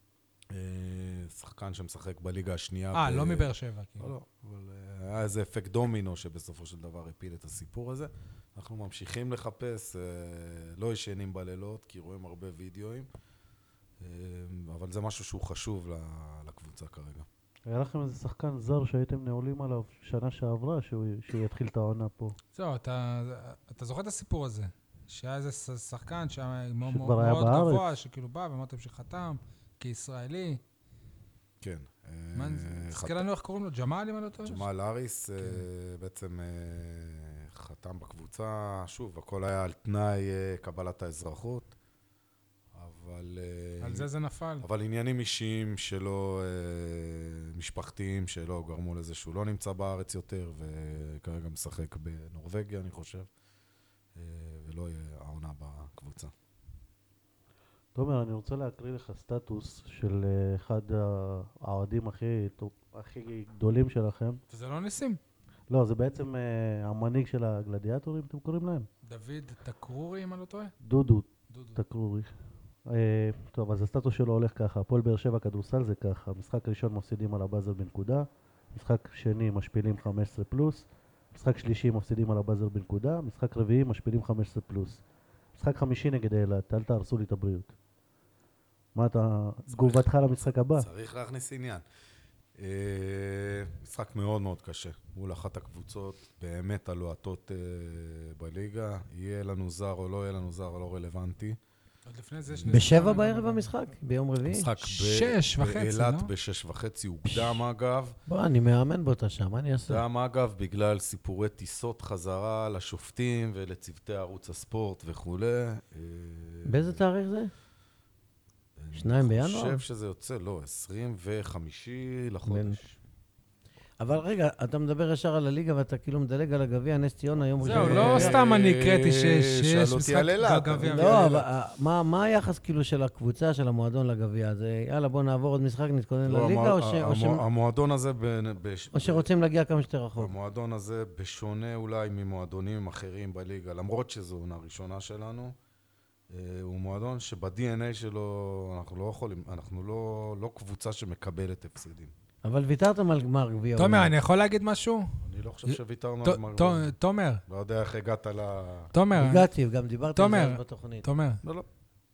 שחקן שמשחק בליגה השנייה. לא מבאר שבע. לא, אבל היה איזה אפקט דומינו שבסופו של דבר הפיל את הסיפור הזה. אנחנו ממשיכים לחפש, לא ישנים בלילות, כי רואים הרבה וידאוים, אבל זה משהו שהוא חשוב לקבוצה כרגע. היה לכם איזה שחקן זר שהייתם נעולים עליו שנה שעברה, שהוא יתחיל את העונה פה. זהו, אתה זוכר את הסיפור הזה, שהיה איזה שחקן שהיה מאוד שכבר היה בארץ. גבוה, שכאילו בא ואמרתם שחתם, כישראלי. כן. תזכיר לנו איך קוראים לו, ג'מאל אם אני לא טועה? ג'מאל אריס בעצם חתם בקבוצה, שוב, הכל היה על תנאי קבלת האזרחות, אבל... על זה נפל. אבל עניינים אישיים שלו, משפחתיים שלו, גרמו לזה שהוא לא נמצא בארץ יותר, וכרגע משחק בנורווגיה, אני חושב, ולא יהיה העונה בקבוצה. תומר, אני רוצה להקריא לך סטטוס של אחד האוהדים הכי גדולים שלכם. וזה לא ניסים. לא, זה בעצם המנהיג של הגלדיאטורים, אתם קוראים להם? דוד תקרורי, אם אני לא טועה? דודו תקרורי. טוב, אז הסטטוס שלו הולך ככה, הפועל באר שבע כדורסל זה ככה, משחק ראשון מפסידים על הבאזר בנקודה, משחק שני משפילים 15 פלוס, משחק שלישי מפסידים על הבאזר בנקודה, משחק רביעי משפילים 15 פלוס. משחק חמישי נגד אילת, אל תהרסו לי את הבריאות. מה אתה, תגובתך למשחק הבא? צריך להכניס עניין. משחק מאוד מאוד קשה, מול אחת הקבוצות באמת הלוהטות בליגה, יהיה לנו זר או לא יהיה לנו זר, לא רלוונטי. עוד לפני זה בשבע בערב המשחק? ביום רביעי? משחק 6:30, באילת לא? ב-6:30 הוקדם אגב. בוא, אני מאמן באותה שם, מה אני אעשה? הוקדם אגב בגלל סיפורי טיסות חזרה לשופטים ולצוותי ערוץ הספורט וכו'. באיזה תאריך זה? 2 בינואר? אני חושב שזה יוצא, לא, 25 לחודש. אבל רגע, אתה מדבר ישר על הליגה ואתה כאילו מדלג על הגביע, נס ציונה יום זהו, ראשון. לא סתם אני הקראתי שיש משחק גביע. לא, אבל מה היחס כאילו של הקבוצה, של המועדון לגביע? זה יאללה, בוא נעבור עוד משחק, נתכונן לליגה, המועדון הזה... או שרוצים להגיע כמה שיותר רחוק? המועדון הזה בשונה אולי ממועדונים אחרים בליגה, למרות שזו עונה ראשונה שלנו, הוא מועדון שב-DNA שלו אנחנו לא קבוצה שמקבלת הפסדים. אבל ויתרתם על גמר גביע. תומר, אני יכול להגיד משהו? אני לא חושב שוויתרנו על גמר גביע. תומר. לא יודע איך הגעת תומר. הגעתי, וגם דיברתי על זה בתוכנית. תומר. לא.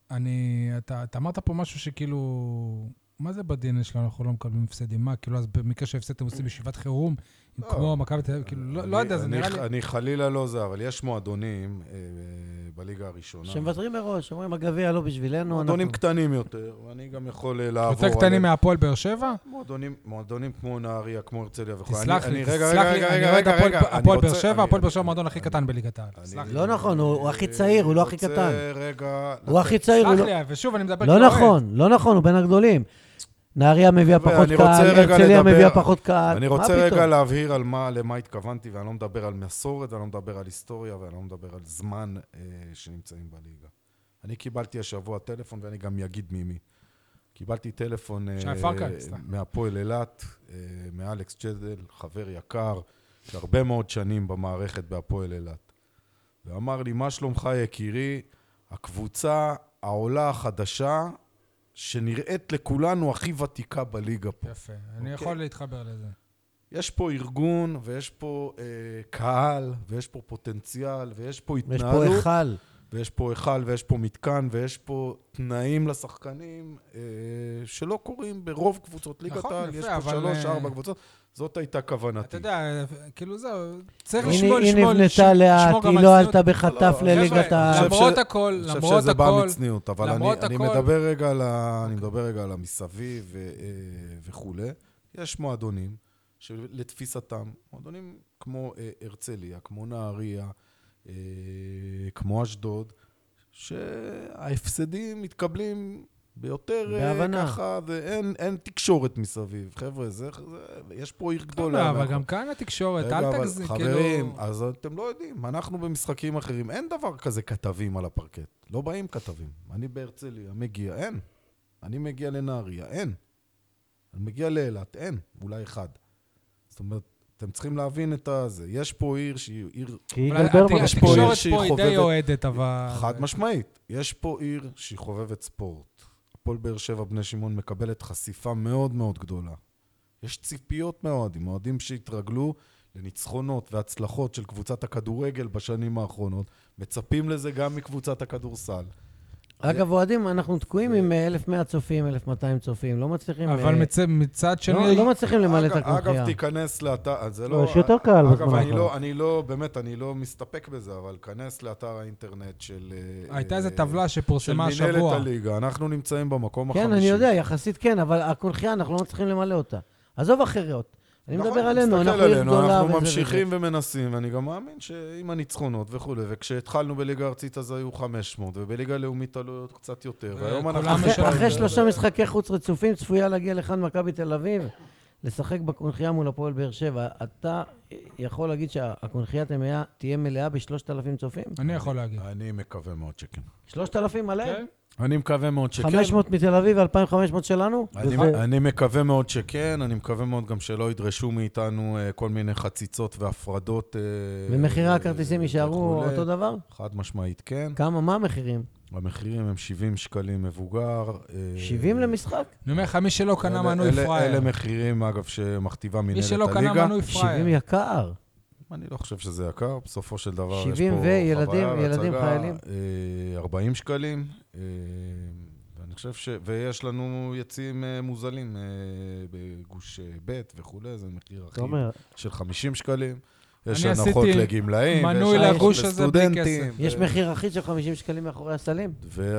אתה אמרת פה משהו שכאילו... מה זה בדין שלנו? אנחנו לא מקבלים הפסדים. מה? כאילו, אז במקרה שהפסדים עושים ישיבת חירום, כמו מכבי תל אביב, כאילו, לא יודע, זה נראה לי... אני חלילה לא זה, אבל יש מועדונים בליגה הראשונה. שמוותרים מראש, אומרים, הגביע לא בשבילנו. מועדונים קטנים יותר, ואני גם יכול לעבור... יותר קטנים מהפועל באר שבע? מועדונים כמו נהריה, כמו הרצליה וכו'. תסלח לי, אני רואה את הפועל באר שבע, הפועל באר שבע המועדון הכי קטן בליגת העל. לא נכון, הוא הכי צעיר, הוא לא הכי קטן. הוא הכי צעיר, צעיר. סלח לי, ושוב, אני מדבר לא נכון, הוא בין הגדולים. נהריה מביאה פחות קהל, הרצליה מביאה פחות קהל. אני רוצה רגע להבהיר למה התכוונתי, ואני לא מדבר על מסורת, ואני לא מדבר על היסטוריה, ואני לא מדבר על זמן שנמצאים בליגה. אני קיבלתי השבוע טלפון, ואני גם אגיד ממי. קיבלתי טלפון מהפועל אילת, מאלכס ג'דל, חבר יקר, שהרבה מאוד שנים במערכת בהפועל אילת. ואמר לי, מה שלומך יקירי? הקבוצה, העולה החדשה, שנראית לכולנו הכי ותיקה בליגה פה. יפה, אני יכול להתחבר לזה. יש פה ארגון, ויש פה קהל, ויש פה פוטנציאל, ויש פה התנהלות. יש פה היכל. ויש פה היכל, ויש פה מתקן, ויש פה תנאים לשחקנים שלא קורים ברוב קבוצות ליגת העל. יש פה 3-4 קבוצות. זאת הייתה כוונתי. אתה יודע, כאילו זהו, צריך לשמור היא נבנתה לאט, היא לא עלתה בחטף לליגת העל. למרות הכל, אני חושב שזה בא מצניעות, אבל אני מדבר רגע על המסביב וכו'. יש מועדונים שלתפיסתם, מועדונים כמו הרצליה, כמו נהריה, כמו אשדוד, שההפסדים מתקבלים ביותר ככה, ואין תקשורת מסביב. חבר'ה, יש פה עיר גדולה. אבל גם כאן התקשורת, אל תגזים. חברים, אז אתם לא יודעים, אנחנו במשחקים אחרים, אין דבר כזה כתבים על הפרקט. לא באים כתבים. אני בהרצליה, מגיע, אין. אני מגיע לנהריה, אין. אני מגיע לאילת, אין. אולי אחד. זאת אומרת, אתם צריכים להבין את זה. יש פה עיר שהיא עיר... התקשורת פה היא די אוהדת, אבל... חד משמעית. יש פה עיר שהיא חובבת ספורט. הפועל באר שבע בני שמעון מקבלת חשיפה מאוד מאוד גדולה. יש ציפיות מהאוהדים, אוהדים שהתרגלו לניצחונות והצלחות של קבוצת הכדורגל בשנים האחרונות, מצפים לזה גם מקבוצת הכדורסל. אגב, אוהדים, אנחנו תקועים עם 1,100 צופים, 1,200 צופים, לא מצליחים... אבל מצד שני... לא מצליחים למלא את הקונחייה. אגב, תיכנס לאתר, זה לא, לא... יש יותר קהל אגב, בזמן האחרון. אני לא מסתפק בזה, אבל כנס לאתר האינטרנט של... הייתה איזו טבלה שפורסמה של מנהלת השבוע. הליגה, אנחנו נמצאים במקום החמישי. כן, אני יודע, יחסית כן, אבל הקונחייה, אנחנו לא מצליחים למלא אותה. עזוב אחרות. אני נכון, מדבר עלינו, תסתכל אנחנו עיר עלינו, גדולה. אנחנו וזה ממשיכים וזה. ומנסים, ואני גם מאמין שעם הניצחונות וכו', וכשהתחלנו בליגה ארצית אז היו 500, ובליגה לאומית עלו קצת יותר, והיום אנחנו... כולם משלמים. אחרי 3 משחקי חוץ רצופים, צפויה להגיע לכאן מכבי תל אביב, לשחק בקונחייה מול הפועל באר שבע. אתה יכול להגיד שהקונחייה תהיה מלאה ב3,000 צופים? אני יכול להגיד. אני מקווה מאוד שכן. 3,000 מלא? כן? אני מקווה מאוד שכן. 500 מתל אביב ו2,500 שלנו? אני מקווה מאוד שכן, אני מקווה מאוד גם שלא ידרשו מאיתנו כל מיני חציצות והפרדות. ומחירי הכרטיסים יישארו וכולי. אותו דבר? חד משמעית כן. כמה? מה המחירים? המחירים הם 70 שקלים מבוגר. 70 למשחק? אני אומר לך, מי שלא קנה מנוי פראייר. אלה מחירים, אגב, שמכתיבה מנהלת מי שלא הליגה. קנה מנוי 70 פראייר. יקר. אני לא חושב שזה יקר, בסופו של דבר יש פה 70 וילדים, חוויה ילדים והצגה, חיילים? 40 שקלים, ואני חושב ויש לנו יציאים מוזלים בגוש ב' וכו', זה מחיר אתה אחיד אומר, של 50 שקלים. יש אני הנחות עשיתי לגמלאים, מנוי ויש הנחות לגוש הזה בלי לסטודנטים. כסף. יש מחיר אחיד של 50 שקלים מאחורי הסלים?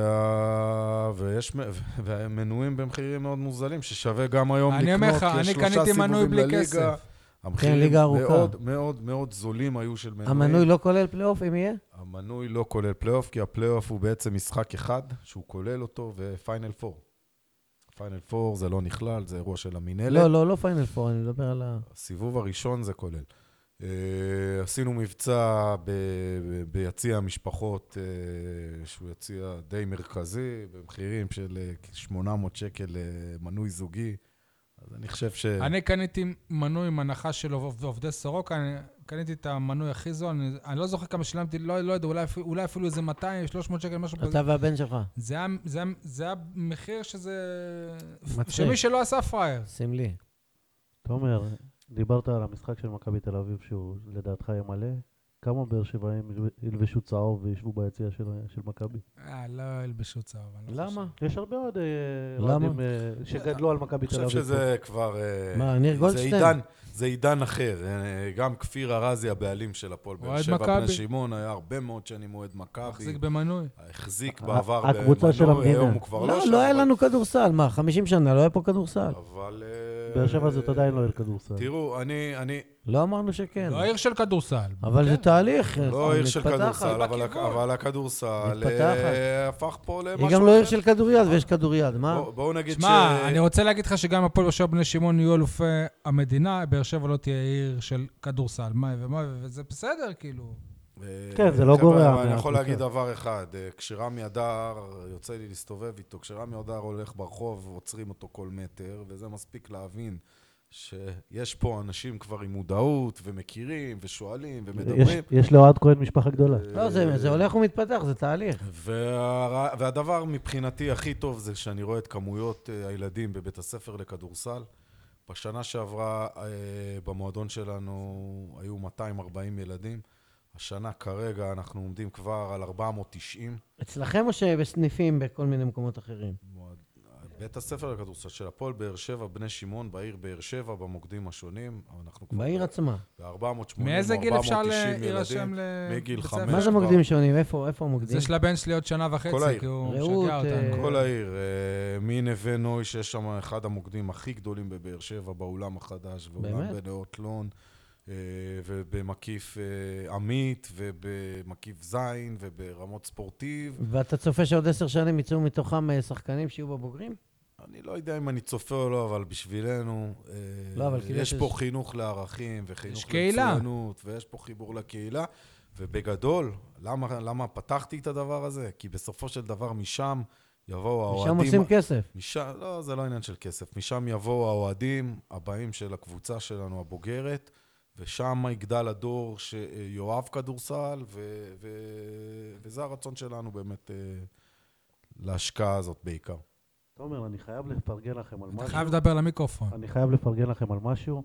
והמנויים במחירים מאוד מוזלים, ששווה גם היום אני אומר לקנות, לך, יש אני 3 קניתי מנוי סיבובים בלי לליגה. כסף. המחירים ליגה ארוכה. מאוד מאוד מאוד זולים היו של מנויים. המנוי לא כולל פלייאוף, אם יהיה? המנוי לא כולל פלייאוף, כי הפלייאוף הוא בעצם משחק אחד, שהוא כולל אותו, ופיינל פור. פיינל פור זה לא נכלל, זה אירוע של המנהלת. לא פיינל פור, אני מדבר על הסיבוב הראשון זה כולל. עשינו מבצע ביציע המשפחות, שהוא יציע די מרכזי, במחירים של 800 שקל מנוי זוגי. אז אני חושב אני קניתי מנוי עם הנחה של עובדי סורוקה, אני קניתי את המנוי הכי זול, אני לא זוכר כמה שילמתי, לא יודע, אולי אפילו איזה 200, 300 שקל, משהו כזה. אתה והבן שלך. זה המחיר שזה... מצחיק. שמי שלא עשה פראייר. סמלי. תומר, דיברת על המשחק של מכבי תל אביב שהוא לדעתך יהיה מלא. כמה באר שבעים ילבשו צהוב וישבו ביציע של מכבי? לא ילבשו צהוב. אני לא למה? יש הרבה עוד למה? אוהדים שגדלו על מכבי תל אני אביב. חושב שזה כבר... מה, ניר גולדשטיין? זה עידן אחר. גם כפיר ארזי, הבעלים של הפועל באר אוהד שבע, מכבי. בני שמעון, היה הרבה מאוד שנים אוהד מכבי. מחזיק במנוי. החזיק בעבר הקבוצה של המדינה. היום הוא כבר לא שם. לא היה לנו כדורסל. מה, 50 שנה לא היה פה כדורסל? אבל... באר שבע זאת עדיין לא עיר כדורסל. תראו, אני... לא אמרנו שכן. לא עיר של כדורסל. אבל זה תהליך. לא עיר של מתפתחת. כדורסל, בכיוון. אבל הכדורסל מתפתחת. הפך פה למשהו היא אחר. גם לא עיר של כדוריד, ויש כדוריד. מה? בואו נגיד שמע, אני רוצה להגיד לך שגם הפועל באר שבע בני שמעון יהיו אלופי המדינה, באר שבע לא תהיה עיר של כדורסל. וזה בסדר, כאילו. כן, זה לא חבר'ה, גורע. אני יכול להגיד דבר אחד, כשרמי אדר, יוצא לי להסתובב איתו, כשרמי אדר הולך ברחוב, עוצרים אותו כל מטר, וזה מספיק להבין שיש פה אנשים כבר עם מודעות, ומכירים, ושואלים, ומדברים. יש לאוהד כהן משפחה גדולה. לא, זה הולך ומתפתח, זה תהליך. והדבר מבחינתי הכי טוב זה שאני רואה את כמויות הילדים בבית הספר לכדורסל. בשנה שעברה במועדון שלנו היו 240 ילדים. השנה כרגע אנחנו עומדים כבר על 490. אצלכם או שבסניפים בכל מיני מקומות אחרים? בית הספר לכדורסל של הפועל באר שבע, בני שמעון, בעיר באר שבע, במוקדים השונים. בעיר עצמה. ב-480, מאיזה גיל אפשר 490 להירשם ילדים, לבית מגיל ספר? 5. מה זה מוקדים שונים? איפה המוקדים? זה של הבן שלי עוד שנה כל וחצי, העיר. כי הוא רעות, משגע אותנו. כל העיר, מנווה נוי, שיש שם אחד המוקדים הכי גדולים בבאר שבע, באולם החדש, באולם באמת? בנאות לון, ובמקיף עמית, ובמקיף זין, וברמות ספורטיב. ואתה צופה שעוד 10 שנים יצאו מתוכם שחקנים שיהיו בבוגרים? אני לא יודע אם אני צופה או לא, אבל בשבילנו, לא, אבל כאילו יש פה חינוך לערכים, וחינוך קהילה. למצוינות, ויש פה חיבור לקהילה, ובגדול, למה פתחתי את הדבר הזה? כי בסופו של דבר משם יבואו האוהדים... משם עושים כסף. לא, זה לא עניין של כסף. משם יבואו האוהדים הבאים של הקבוצה שלנו, הבוגרת, ושם יגדל הדור שיואב כדורסל, וזה הרצון שלנו באמת להשקעה הזאת בעיקר. תומר, אני חייב לפרגן לכם על משהו. אתה חייב לדבר למיקרופון. אני חייב לפרגן לכם על משהו.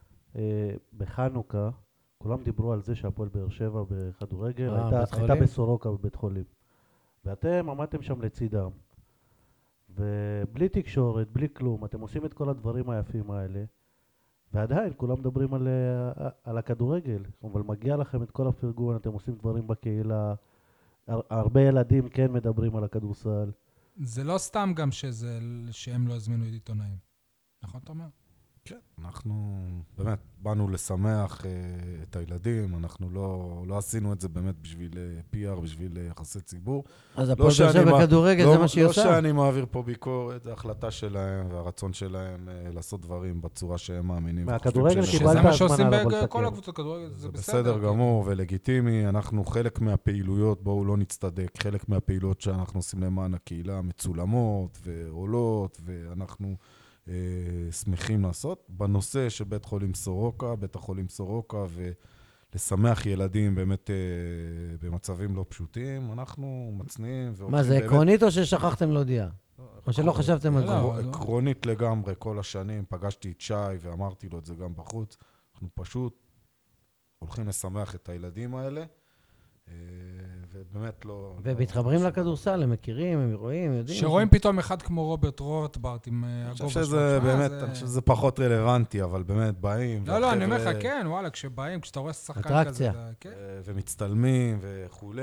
בחנוכה, כולם דיברו על זה שהפועל באר שבע בכדורגל בית הייתה חולים? בסורוקה בבית חולים. ואתם עמדתם שם לצידם, ובלי תקשורת, בלי כלום, אתם עושים את כל הדברים היפים האלה, ועדיין כולם מדברים על הכדורגל, אבל מגיע לכם את כל הפרגון, אתם עושים דברים בקהילה, הרבה ילדים כן מדברים על הכדורסל. זה לא סתם גם שהם לא הזמינו את עיתונאים. נכון, אתה אומר? כן, אנחנו באמת באנו לשמח את הילדים, אנחנו לא עשינו את זה באמת בשביל PR, בשביל יחסי ציבור. אז הפועל באר שבע בכדורגל זה מה שהיא עושה? לא שאני מעביר פה ביקורת, זה החלטה שלהם והרצון שלהם לעשות דברים בצורה שהם מאמינים. מהכדורגל קיבלת שזה מה הזמנה שעושים לבוא לסכם. בכל הקבוצות כדורגל, זה זה בסדר. בסדר גמור ולגיטימי, אנחנו חלק מהפעילויות, בואו לא נצטדק, חלק מהפעילויות שאנחנו עושים למען הקהילה, מצולמות ועולות, ואנחנו שמחים לעשות. בנושא של בית החולים סורוקה, ולשמח ילדים באמת במצבים לא פשוטים, אנחנו מצניעים. מה, זה עקרונית או ששכחתם להודיע? או שלא חשבתם על זה? עקרונית לגמרי, כל השנים, פגשתי את שי ואמרתי לו את זה גם בחוץ, אנחנו פשוט הולכים לשמח את הילדים האלה, ובאמת לא... ומתחברים לכדורסל, הם מכירים, הם רואים, יודעים. שרואים פתאום אחד כמו רוברט רוטברט עם הגובה שלו. אני חושב שזה פחות רלוונטי, אבל באמת באים. לא, אני אומר לך, כן, וואלה, כשבאים, כשאתה רואה שחקן כזה, ומצטלמים וכולי,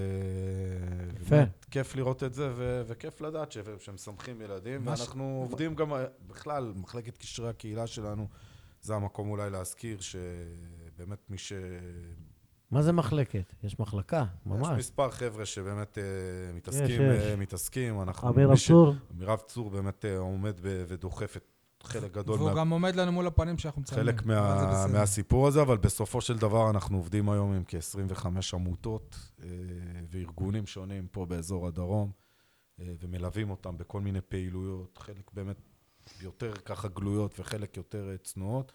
ובאמת כיף לראות את זה, וכיף לדעת שהם שמחים ילדים, ואנחנו עובדים גם, בכלל, מחלקת קשרי הקהילה שלנו, זה המקום אולי להזכיר שבאמת מי מה זה מחלקת? יש מחלקה, ממש. יש מספר חבר'ה שבאמת מתעסקים. אמירב צור. אמירב צור באמת עומד ודוחף את חלק גדול. והוא גם עומד לנו מול הפנים שאנחנו מצלמים. חלק מהסיפור הזה, אבל בסופו של דבר אנחנו עובדים היום עם כ-25 עמותות וארגונים שונים פה באזור הדרום, ומלווים אותם בכל מיני פעילויות, חלק באמת יותר ככה גלויות וחלק יותר צנועות.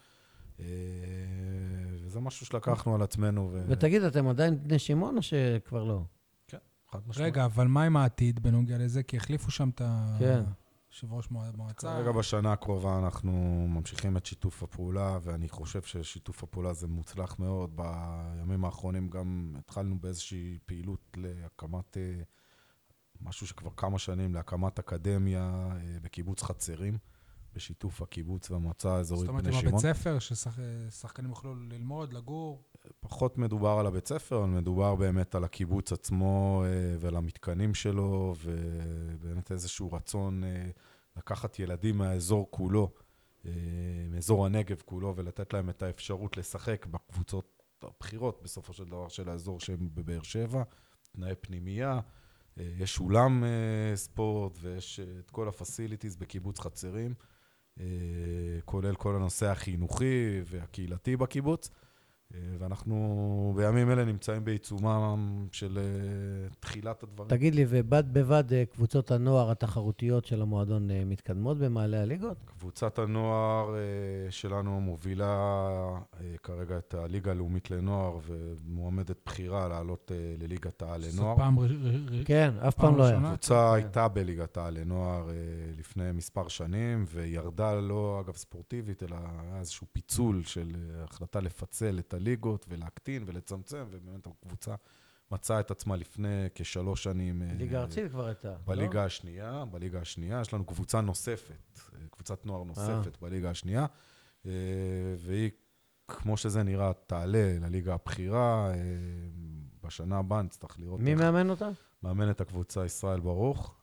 וזה משהו שלקחנו על עצמנו. ותגיד, אתם עדיין בני שמעון או שכבר לא? כן, חד משמעית. רגע, אבל מה עם העתיד בנוגע לזה? כי החליפו שם את יושב ראש מועצה. כרגע בשנה הקרובה אנחנו ממשיכים את שיתוף הפעולה, ואני חושב ששיתוף הפעולה זה מוצלח מאוד. בימים האחרונים גם התחלנו באיזושהי פעילות להקמת, משהו שכבר כמה שנים, להקמת אקדמיה בקיבוץ חצרים. בשיתוף הקיבוץ והמועצה האזורית בני שמעון. זאת אומרת, עם הבית ספר, ששחקנים יוכלו ללמוד, לגור? פחות מדובר על הבית ספר, אבל מדובר באמת על הקיבוץ עצמו ועל המתקנים שלו, ובאמת איזשהו רצון לקחת ילדים מהאזור כולו, מאזור הנגב כולו, ולתת להם את האפשרות לשחק בקבוצות הבחירות, בסופו של דבר של האזור שהם בבאר שבע, תנאי פנימייה, יש אולם ספורט, ויש את כל הפסיליטיז בקיבוץ חצרים, כולל כל הנושא החינוכי והקהילתי בקיבוץ, ואנחנו בימים אלה נמצאים בעיצומם של תחילת הדברים. תגיד לי, ובד בבד קבוצות הנוער התחרותיות של המועדון מתקדמות במעלה הליגות? קבוצת הנוער שלנו מובילה כרגע את הליגה הלאומית לנוער, ומועמדת בחירה לעלות לליגת העל לנוער. כן, אף פעם לא היה. הקבוצה הייתה בליגת העל לנוער לפני מספר שנים, וירדה לא אגב ספורטיבית, אלא היה איזשהו פיצול של החלטה לפצל את הליגות ולהקטין ולצמצם, ובאמת הקבוצה מצאה את עצמה לפני כ3 שנים. ליגה ארצית כבר הייתה. בליגה השנייה, יש לנו קבוצה נוספת, קבוצת נוער נוספת בליגה השנייה, והיא, כמו שזה נראה, תעלה לליגה הבכירה, בשנה הבאה נצטרך לראות. מי מאמן אותה? מאמן את הקבוצה ישראל ברוך,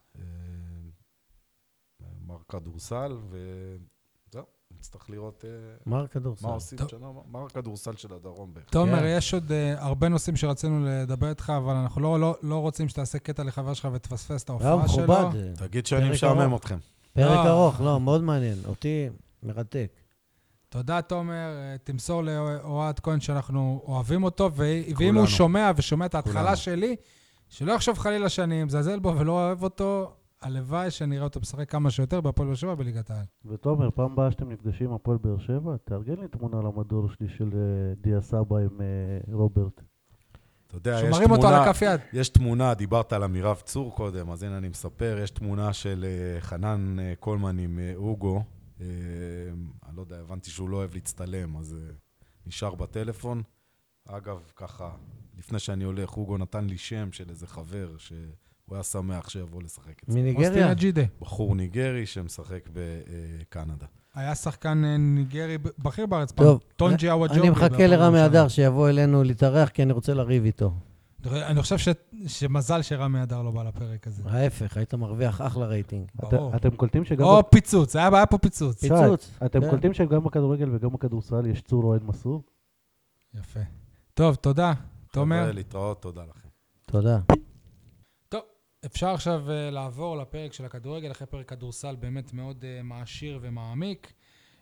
מר כדורסל, וזהו. נצטרך לראות מר כדורסל. מה עושים שנה, מר כדורסל של הדרום. תומר, יש עוד הרבה נושאים שרצינו לדבר איתך, אבל אנחנו לא רוצים שתעשה קטע לחבר שלך ותפספס את ההופעה שלו. מכובד. תגיד שאני משעמם אתכם. פרק ארוך, לא, מאוד מעניין. אותי מרתק. תודה, תומר. תמסור לאוהד כהן שאנחנו אוהבים אותו, ואם הוא שומע ושומע את ההתחלה שלי, שלא יחשוב חלילה שאני מזלזל בו ולא אוהב אותו, הלוואי שנראה אותו משחק כמה שיותר בהפועל באר שבע בליגת העל. ותומר, פעם הבאה שאתם נפגשים עם הפועל באר שבע, תארגן לי תמונה למדור שלי של דיה סבא עם רוברט. אתה יודע, שומרים אותו על הכף יד. יש תמונה, דיברת על אמירב צור קודם, אז הנה אני מספר, יש תמונה של חנן קולמן עם אוגו, אני לא יודע, הבנתי שהוא לא אוהב להצטלם, אז נשאר בטלפון. אגב, ככה, לפני שאני הולך, אוגו נתן לי שם של איזה חבר שהוא הוא היה שמח שיבוא לשחק אצלנו. מניגריה? אוסטין אג'ידה. בחור ניגרי שמשחק בקנדה. היה שחקן ניגרי בכיר בארץ פעם. טוב, טונג'י אוואג'ובי. אני מחכה לרמי אדר שיבוא אלינו להתארח, כי אני רוצה לריב איתו. אני חושב שמזל שרמי אדר לא בא לפרק הזה. ההפך, היית מרוויח אחלה רייטינג. ברור. אתם קולטים שגם... או פיצוץ, היה פה פיצוץ. פיצוץ. אתם כן. קולטים שגם בכדורגל וגם בכדורסל יש צור אוהד מסור? יפה. טוב, תודה. תומר. חבר'ה, להתראות, תודה לכם. תודה. טוב, אפשר עכשיו לעבור לפרק של הכדורגל, אחרי פרק כדורסל באמת מאוד מעשיר ומעמיק.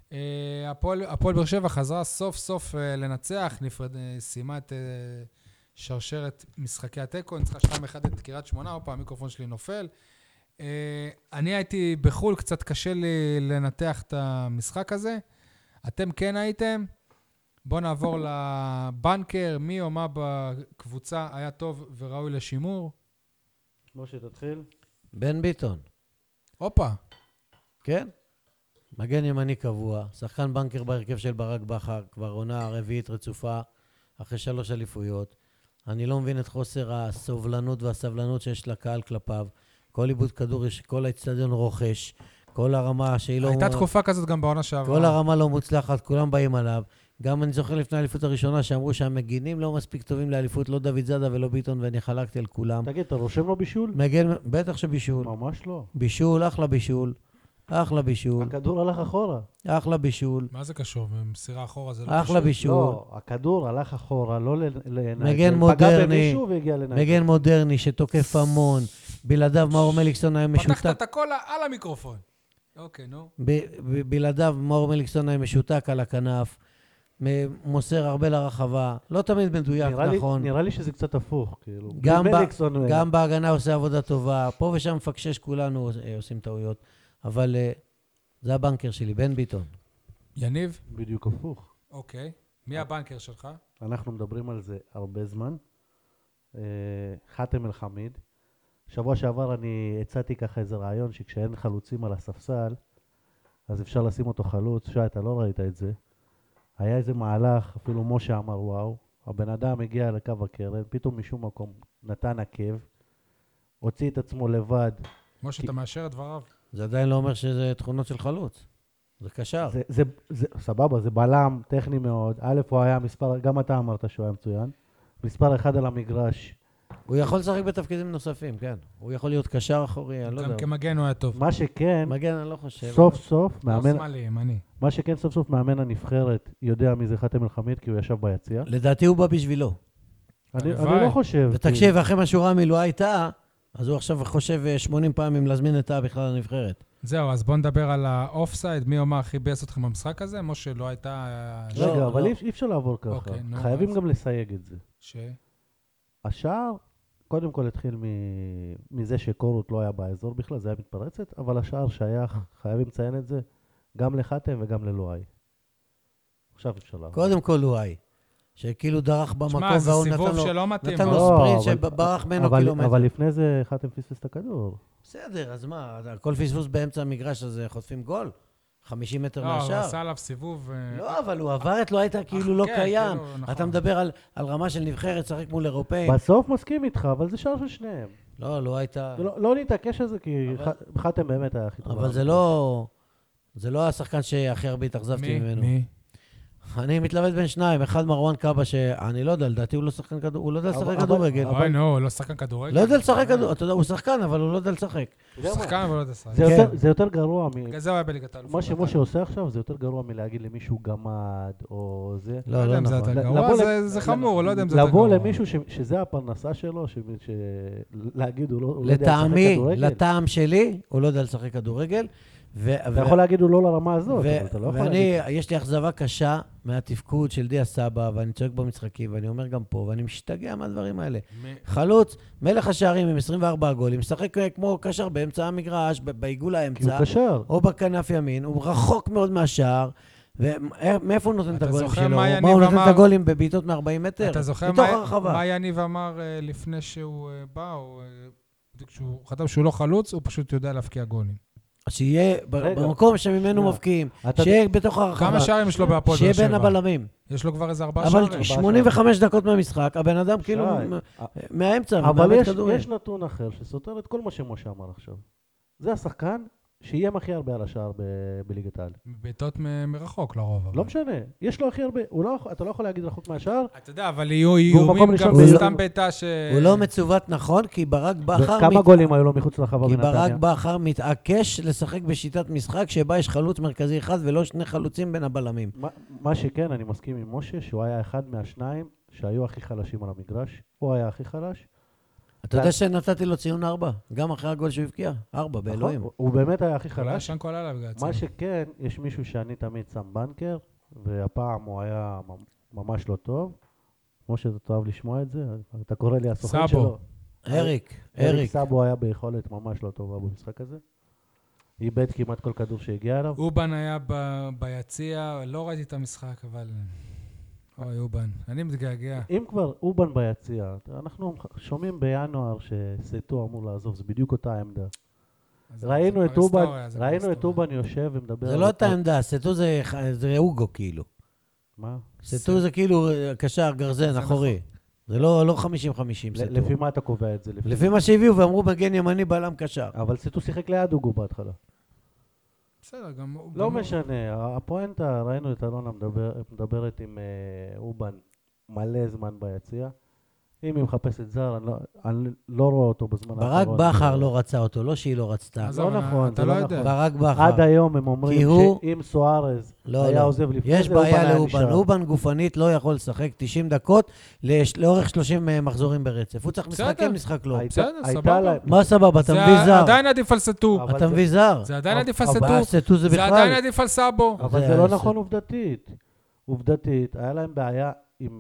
הפועל באר שבע חזרה סוף סוף לנצח, סיימה את שרשרת משחקי התיקו, ניצחה 2-1 את קריית שמונה, הופה, המיקרופון שלי נופל. אני הייתי בחול, קצת קשה לי לנתח את המשחק הזה. אתם כן הייתם? בואו נעבור לבנקר, מי או מה בקבוצה היה טוב וראוי לשימור. משה, תתחיל. בן ביטון. הופה. כן? מגן ימני קבוע, שחקן בנקר בהרכב של ברק בכר, כבר עונה רביעית רצופה, אחרי 3 אליפויות. אני לא מבין את חוסר הסובלנות והסבלנות שיש לקהל כלפיו. כל איבוד כדור, כל האצטדיון רוכש, כל הרמה שהיא לא... הייתה תקופה כזאת גם בעונה שעברה. כל הרמה לא מוצלחת, כולם באים עליו. גם אני זוכר לפני האליפות הראשונה שאמרו שהמגינים לא מספיק טובים לאליפות, לא דוד זאדה ולא ביטון, ואני חלקתי על כולם. תגיד, אתה רושם לו בישול? מגן, בטח שבישול. ממש לא. בישול, אחלה בישול. אחלה בישול. הכדור הלך אחורה. אחלה בישול. מה זה קשור? במסירה אחורה זה לא אחלה בישול. לא, הכדור הלך אחורה, לא לעיניי. מגן פגע מודרני, במישהו והגיע לעיניי. מגן מודרני שתוקף המון. בלעדיו מאור מליקסון היה פתחת משותק. את הכל על המיקרופון. אוקיי, נו. בלעדיו מאור מליקסון היה משותק על הכנף. מוסר הרבה לרחבה. לא תמיד מדויק, נכון. נראה לי שזה קצת הפוך, כאילו. גם בהגנה עושה עבודה טובה. פה ושם מפקשש, כולנו עושים טעויות. אבל זה הבנקר שלי, בן ביטון. יניב? בדיוק הפוך. אוקיי. מי הבנקר שלך? אנחנו מדברים על זה הרבה זמן. חאתם אל-חמיד. שבוע שעבר אני הצעתי ככה איזה רעיון שכשאין חלוצים על הספסל, אז אפשר לשים אותו חלוץ. שי, אתה לא ראית את זה. היה איזה מהלך, אפילו משה אמר וואו, הבן אדם הגיע לקו הקרן, פתאום משום מקום נתן עקב, הוציא את עצמו לבד. משה, אתה מאשר את דבריו? זה עדיין לא אומר שזה תכונות של חלוץ. זה קשר. זה סבבה, זה בלם טכני מאוד. א', הוא היה מספר, גם אתה אמרת שהוא היה מצוין. מספר 1 על המגרש. הוא יכול לשחק בתפקידים נוספים, כן. הוא יכול להיות קשר אחורי, אני לא יודע. גם כמגן הוא היה טוב. מה שכן, מגן, אני לא חושב. סוף סוף, לא מאמן, שמאלי, ימני. מה שכן סוף סוף מאמן הנבחרת יודע מי זה חאתם אל-חמיד, כי הוא ישב ביציע. לדעתי הוא בא בשבילו. אני הלוואי. לא חושב. ותקשיב, אחרי מה שהוא ראה מילואה איתה, אז הוא עכשיו חושב 80 פעמים להזמין את בכלל לנבחרת. זהו, אז בואו נדבר על האופסייד. מי אומר הכי ביאס אתכם במשחק הזה? משה, לא הייתה... רגע, אבל לא. אי אפשר לעבור ככה. אוקיי, נו, חייבים אז. גם לסייג את זה. ש... השער, קודם כל התחיל מזה שקורות לא היה באזור בכלל, זה היה מתפרצת, אבל השער שייך, חייבים לציין את זה, גם לחאתם וגם ללואי. עכשיו אפשר לעבור. קודם כל לואי, שכאילו דרך במקום, שמע, זה והוא סיבוב שלא מתאים. נתן לו לא, ספרינט אבל- שברח ממנו אבל קילומטר. לפני זה חאתם פספס את הכדור. בסדר, אז מה, כל פספוס באמצע המגרש הזה חוטפים גול? 50 מטר לא, הוא מהשאר? עשה עליו סיבוב... לא, אבל הוא עבר את לא הייתה כאילו לא כן, קיים. כאילו, נכון. אתה מדבר על רמה של נבחרת, שחק מול אירופאים. בסוף מסכים איתך, אבל זה שער של שניהם. לא הייתה... לא נתעקש על זה, כי חאתם באמת היה הכי טוב. אבל זה לא השחקן שהכי הרבה התאכזבתי ממנו. מי? אני מתלבט בין שניים, אחד מרואן קאבה שאני לא יודע, לדעתי הוא לא שחקן כדורגל, הוא לא יודע לשחק אבל- כדורגל. אוי, נו, הוא לא שחקן כדורגל? לא יודע לשחק כדורגל, אתה יודע, הוא שחקן, אבל הוא לא יודע לשחק. יודע מה? שחקן, אבל לא יודע לשחק. זה יותר גרוע בגלל זה הוא היה בליגת האלופות. מה שמשה עושה עכשיו, זה יותר גרוע מלהגיד למישהו גמד או זה. לא יודע אם זה יותר לבוא גרוע, ל- זה חמור, לא יודע אם זה יותר לבוא גרוע. למישהו שזה הפרנסה שלו, להגיד הוא לא יודע לשחק לטעמי, כדורגל. לטעם שלי, הוא לא יודע לשחק כדורגל. אתה יכול להגיד הוא לא לרמה הזאת, אבל אתה לא יכול ואני, להגיד. יש לי אכזבה קשה מהתפקוד של דיה סבא, ואני צועק במשחקים, ואני אומר גם פה, ואני משתגע מהדברים האלה. חלוץ, מלך השערים עם 24 גולים, משחק כמו קשר באמצע המגרש, בעיגול כי האמצע, הוא קשר. או בכנף ימין, הוא רחוק מאוד מהשער, ומאיפה הוא נותן את אתה הגולים זוכר שלו? מה מה יניב הוא נותן אמר? את הגולים בבעיטות מ-40 מטר? אתה זוכר מתוך הרחבה. מה יניב אמר לפני שהוא בא, כשהוא חתם שהוא לא חלוץ, הוא פשוט יודע להפקיע גולים. שיהיה רגע, במקום שממנו שנייה. מבקיעים, אתה- שיהיה בתוך הרחבה, כמה שערים יש לו בהפועל שיהיה באר בין שבע? הבלמים. יש לו כבר איזה 4 אבל שערים. 85 דקות מהמשחק, הבן אדם כאילו מהאמצע, אבל ומאבד יש כדורים. נתון אחר שסותר את כל מה שמשה אמר עכשיו. זה השחקן שיהיה הכי הרבה על השער בליגת העל. בעיטות מרחוק לרוב. אבל. לא משנה, יש לו הכי הרבה, אתה לא יכול להגיד רחוק מהשער. אתה יודע, אבל יהיו מקום איומים ראשון גם הוא לא- סתם בעיטה ש... הוא לא מצוות נכון, כי ברק בכר... כמה גולים היו לו מחוץ לרחבה כי ברק בנתניה? בכר מתעקש לשחק בשיטת משחק שבה יש חלוץ מרכזי אחד ולא שני חלוצים בין הבלמים. מה שכן, אני מסכים עם משה, שהוא היה אחד מהשניים שהיו הכי חלשים על המגרש. הוא היה הכי חלש. אתה יודע שנתתי לו ציון 4, גם אחרי הגול שהוא הבקיע, 4 באלוהים. נכון, הוא באמת היה הכי הוא היה חלש. שם כל הלילה בגלל מה זה. שכן, יש מישהו שאני תמיד שם בנקר, והפעם הוא היה ממש לא טוב. משה, אתה אוהב לשמוע את זה? אתה קורא לי הסוכן סאבו. שלו. אריק. סאבו היה ביכולת ממש לא טובה במשחק הזה. איבד כמעט כל כדור שהגיע אליו. אובן היה ביציע, לא ראיתי את המשחק, אבל... אוי, אובן. אני מתגעגע. אם כבר אובן ביציע, אנחנו שומעים בינואר שסטו אמור לעזוב, זה בדיוק אותה עמדה. אז ראינו זה את כבר אובן, היסטוריה, זה כבר ראינו את היסטוריה. אובן יושב ומדבר... זה על לא הכל. אותה עמדה, סטו זה אוגו כאילו. מה? סטו זה כאילו קשר גרזן זה אחורי. זה לא 50-50 סטו. לפי מה אתה קובע את זה? לפי מה שהביאו ואמרו מגן ימני בלם קשר. אבל סטו שיחק ליד אוגו בהתחלה. בסדר, גם... לא גם- משנה, הפואנטה, ראינו את אלונה מדברת עם אובן מלא זמן ביציע. אם היא מחפשת זר, אני לא רואה אותו בזמן ברק בכר לא רצה אותו, לא שהיא לא רצתה. עזוב, לא נכון, אתה זה לא לא יודע. נכון. ברק בכר. עד היום הם אומרים כי הוא- שאם סוארז לא, היה לא. עוזב לפני יש זה, אובן בעיה היה לאובן. נשאר. אובן גופנית לא יכול לשחק 90 דקות לאורך 30 מחזורים ברצף. הוא צריך משחק בסדר. כן, משחק לא. הייתה- בסדר, הייתה סבבה. להם- מה סבבה, אתה זה מביא זר. עדיין עדיף על סטו. אבל אתה זה- מביא זר. זה עדיין עדיף על אבל סטו. סטו זה זה עדיין בכלל. עדיף על סאבו. אבל זה- זה לא זה- נכון עובדתית. עובדתית, היה להם בעיה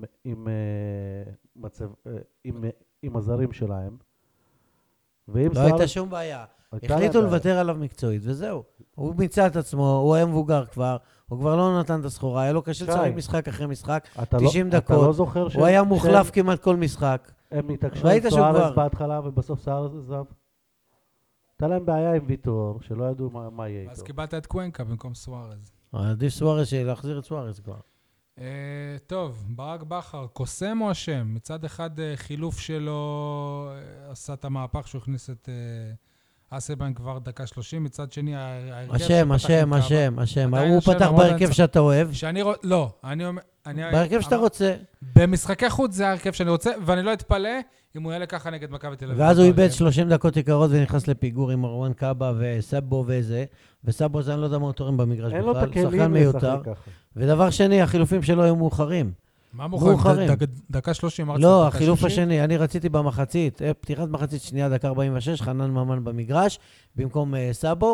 עם הזרים שלהם. ואם לא הייתה שום בעיה. הייתה החליטו להם בעיה. לוותר עליו מקצועית, וזהו. הוא מיצה את עצמו, הוא היה מבוגר כבר, הוא כבר לא נתן את הסחורה, היה לו קשה שי. לשחק משחק אחרי משחק. אתה 90 אתה דקות. לא זוכר הוא היה מוחלף כמעט כל משחק. הם התעקשו ראית עם שהוא סוארז כבר- בהתחלה ובסוף סוארז עזב? הייתה להם בעיה עם ויטור, שלא ידעו מה יהיה אז איתו. קיבלת את קוונקה במקום סוארז. עדיף סוארז, להחזיר את סוארז כבר. טוב, ברק בכר, קוסם או אשם? מצד אחד חילוף שלו עשה את המהפך שהוא הכניס את אסלבנק כבר דקה 30, מצד שני ההרכב אשם, שפתח עם אשם, קאבה. אשם. עדיין הוא אשם, פתח למרות בהרכב אני- שאתה אוהב. לא, אני אומר... בהרכב שאתה רוצה. במשחקי חוץ זה ההרכב שאני רוצה, ואני לא אתפלא אם הוא יעלה ככה נגד מכבי תל אביב. ואז הוא איבד בהרכב. 30 דקות יקרות ונכנס לפיגור עם מרואן קאבה וסבו וזה. וסבו זה אני לא יודע מה הוא תורם במגרש אין לו את בכלל. שחקן הכלים מיותר. לשחק ככה. ודבר שני, החילופים שלו היו מאוחרים. מה מאוחרים? מאוחרים. דקה 30, אמרת לא, דקה החילוף 30? השני, אני רציתי במחצית, פתיחת מחצית שנייה, דקה 46, חנן ממן במגרש, במקום סבו.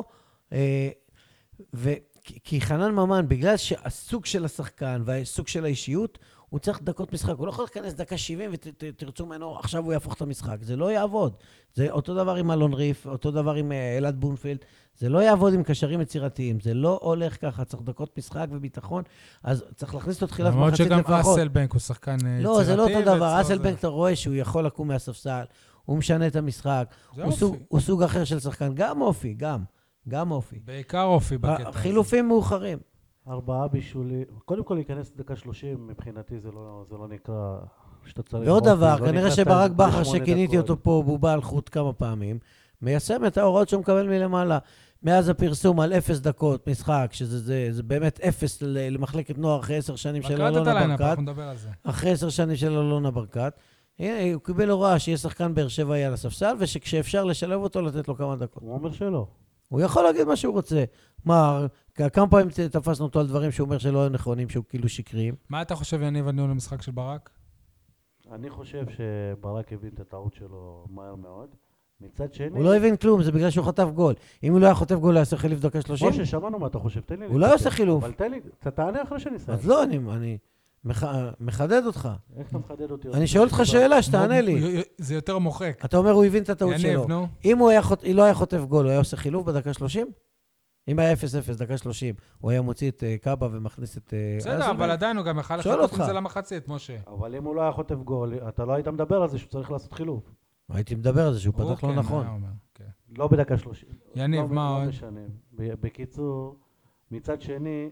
כי חנן ממן, בגלל שהסוג של השחקן והסוג של האישיות, הוא צריך דקות משחק. הוא לא יכול להיכנס דקה 70 ותרצו ממנו, עכשיו הוא יהפוך את המשחק. זה לא יעבוד. זה אותו דבר עם אלון ריף, אותו דבר עם אלעד בונפלד. זה לא יעבוד עם קשרים יצירתיים. זה לא הולך ככה, צריך דקות משחק וביטחון. אז צריך להכניס אותו תחילת למרות מחצית שגם לפחות. אסלבנק הוא שחקן יצירתי. לא, זה לא אותו דבר. ואצלו אסלבנק, אתה רואה שהוא יכול לקום מהספסל, הוא משנה את המשחק. זה הוא סוג- אופי. הוא סוג אחר של שחקן. גם אופי, גם אופי. בעיקר אופי בקטע. הזה. חילופים מאוחרים. 4 בישולים. קודם כל להיכנס דקה 30, מבחינתי זה לא נקרא שאתה צריך... ועוד אופי, דבר, לא כנראה נכנסת שברק בכר, ב8 שכיניתי דקות. אותו פה בובה על חוט כמה פעמים, מיישם את ההוראות שהוא מקבל מלמעלה. מאז הפרסום על 0 דקות משחק, שזה באמת 0 למחלקת נוער אחרי 10 שנים של בקרת את אלונה הליינאפ, ברקת. אנחנו נדבר על זה. אחרי 10 שנים של אלונה ברקת. הנה, הוא קיבל הוראה שיהיה שחקן באר שבעי על הספסל, ושכשאפשר לשלב אותו, לתת לו כמה דקות. הוא אומר שלא. הוא יכול להגיד מה שהוא רוצה. מה, כמה פעמים תפסנו אותו על דברים שהוא אומר שלא היו נכונים, שהוא כאילו שקריים? מה אתה חושב, יניב, על ניהול המשחק של ברק? אני חושב שברק הבין את הטעות שלו מהר מאוד. מצד שני... הוא לא הבין כלום, זה בגלל שהוא חטף גול. אם הוא לא היה חוטף גול, הוא היה עושה חילוף דקה 30? משה, שמענו מה אתה חושב, תן לי... הוא לא להתקדם. עושה חילוף. אבל תן לי, אתה תענה אחרי שאני אסיים. אז לא, אני מחדד אותך. איך אתה מחדד אותי? אני שואל אותך שאלה, שתענה לי. זה יותר מוחק. אתה אומר, הוא הבין את הטעות יניב, שלו. נו. אם הוא לא היה חוטף גול, הוא היה עושה חילוף בדקה 30? אם היה 0-0, דקה 30, הוא היה מוציא את קאבה ומכניס את... בסדר, אבל עדיין הוא גם יכל שואל לחכות אותך. עם זה למחצית, משה. אבל אם הוא לא היה חוטף גול, אתה לא היית מדבר על זה שהוא צריך לעשות חילוף. הייתי מדבר על זה שהוא הוא פתח לא כן, נכון. היה אומר, כן. לא בדקה 30. יניב, מה עוד? לא משנה. בקיצור, מצד שני,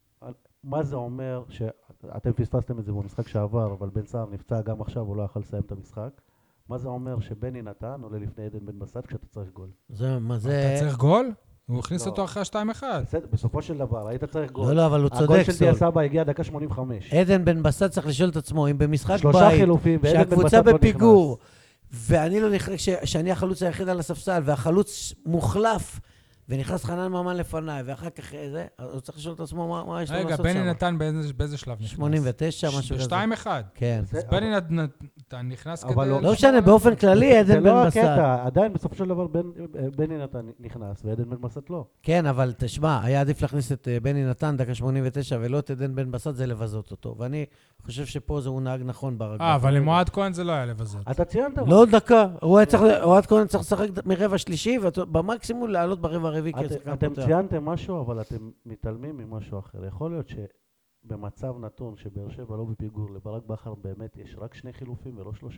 מה זה אומר שאתם פספסתם את זה במשחק שעבר, אבל בן סער נפצע גם עכשיו, הוא לא יכול לסיים את המשחק. מה זה אומר שבני נתן עולה לפני עדן בן בסט כשאתה צריך גול? אתה צריך גול? הוא הכניס לא. אותו אחרי 2-1. בסדר, בסופו של דבר, היית צריך גול. לא, אבל הוא צודק, הגול של סול. דיה סבא הגיע דקה 85. עדן בן בסט צריך לשאול את עצמו, אם במשחק 3 בית, חילופים, ועדן בן בסט שהקבוצה לא בפיגור, נכנס. ואני לא נכנס, שאני החלוץ היחיד על הספסל, והחלוץ מוחלף, ונכנס חנן ממן לפניי, ואחר כך זה, הוא צריך לשאול את עצמו מה יש לו רגע, לעשות שם. בני נתן באיזה שלב נכנס? 89, משהו כזה. ב-2-1. כן. זה- אז בני נתן נכנס אבל כדי... לא- לא משנה, באופן כללי, זה עדן לא בן בסט. הקטע, עדיין בסופו של דבר בני נתן נכנס, ועדן בן בסט לא. כן, אבל תשמע, היה עדיף להכניס את בני נתן, דקה 89, ולא את עדן בן בסט, זה לבזות אותו. ואני חושב שפה הוא נהג נכון ברגע. אבל עם אוהד כהן זה לא היה לבזות. אתה ציינת, לא דקה, אוהד כהן צריך לשחק מרבע שלישי, ובמקסימום לעלות ברבע הרביעי כשחקן אתם פותח. ציינתם משהו, אבל אתם מתעלמים ממשהו אחר. יכול להיות שבמצב נתון שבאר שבע לא בפיגור, לברק בכר באמת יש רק 2 חילופים ולא 3.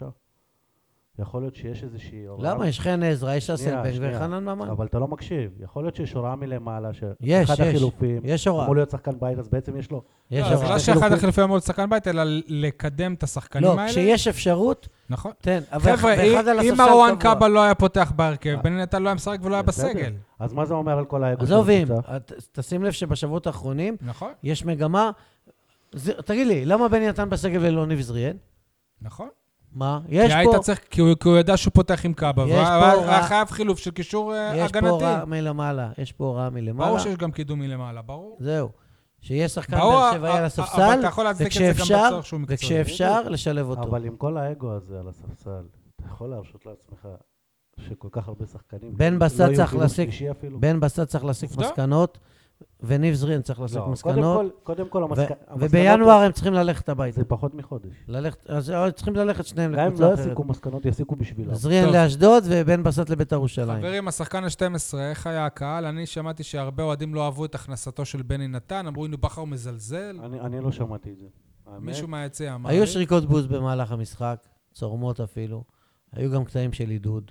יכול להיות שיש איזושהי הוראה... למה? יש חן עזרא, יש שנייה, אסלבנק שנייה. וחנן ממן. אבל אתה לא מקשיב. יכול להיות שיש הוראה מלמעלה, יש, שאחד החילופים יש הוראה. אמור להיות שחקן בית, אז בעצם יש לו... יש לא, זה הוראה. לא שאחד החילופים אמור להיות שחקן בית, אלא לקדם את השחקנים לא, האלה. כשיש אפשרות, נכון. תן. חבר'ה, אם מרואן קאבה לא היה פותח בהרכב, בני נתן לא היה משחק ולא היה בסדר. בסגל. אז מה זה אומר על כל האגו של עזוב אם, הקבוצה? תשים לב שבשבועות האחרונים נכון, יש מגמה, תגיד לי, למה בני נתן בסגל ולא ניב זריאן? נכון. מה? יש כי היית פה... צריך, כי הוא ידע שהוא פותח עם קאבה, יש והוא פה היה הוראה- חייב חילוף של קישור יש פה הגנתי. הוראה מלמעלה, יש פה הוראה מלמעלה. ברור שיש גם קידום מלמעלה, ברור. זהו. שיש שחקן ברור, באר שבעי על אבל הספסל, אתה יכול להצדיק את זה גם וכשאפשר, בצורך שהוא מקצועי. וכשאפשר, לשלב אותו. אבל עם כל האגו הזה על הספסל, אתה יכול להרשות לעצמך שכל כך הרבה שחקנים... בן בסט לא יהיו צריך חילוף להסיק- שלישי אפילו? בן בסט צריך להסיק עובדה. מסקנות, וניב זריאן צריך להסיק לא, מסקנות, קודם כל ובינואר הם צריכים ללכת הביתה. זה פחות מחודש. אז צריכים ללכת שניהם גם אם לא לקבוצה אחרת. יסיקו מסקנות, יסיקו בשבילם. זריאן טוב. לאשדוד ובן בסט לבית"ר ירושלים. חברים, השחקן ה-12, איך היה הקהל? אני שמעתי שהרבה אוהדים לא אהבו את הכנסתו של בני נתן, אמרו, הנה בכר מזלזל. אני לא שמעתי את זה. האמת, מישהו מהיציע אמר היו לי. שריקות בוז במהלך המשחק, צורמות אפילו. היו גם קטעים של עידוד.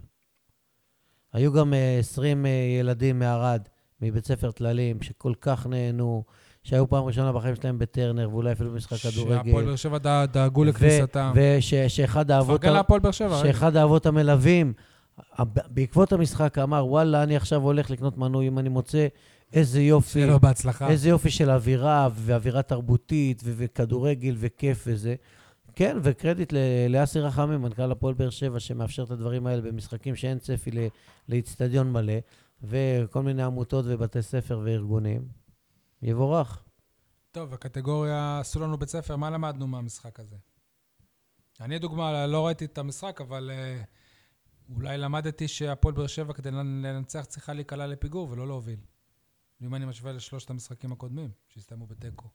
היו גם 20 ילדים מערד, מבית ספר טללים, שכל כך נהנו, שהיו פעם ראשונה בחיים שלהם בטרנר, ואולי אפילו במשחק שהפועל כדורגל. באר שבע דאגו לכניסתם. ושאחד האבות... פרגן להפועל באר שבע, רגע. שאחד האבות המלווים, בעקבות המשחק אמר, וואלה, אני עכשיו הולך לקנות מנוי, אם אני מוצא איזה יופי, שיהיה לו בהצלחה. איזה יופי של אווירה, ואווירה תרבותית, וכדורגל, וכיף וזה. כן, וקרדיט לאסי רחמים, מנכ"ל הפועל באר שבע, שמאפשר את הדברים האלה במשחקים שאין צפי לאצטדיון מלא, וכל מיני עמותות ובתי ספר וארגונים. יבורך. טוב, הקטגוריה, עשו לנו בית ספר, מה למדנו מהמשחק הזה? אני דוגמה, לא ראיתי את המשחק, אבל אולי למדתי שהפועל באר שבע כדי לנצח צריכה להיקלע לפיגור ולא להוביל. אם אני משווה לשלושת המשחקים הקודמים, שהסתיימו בתיקו.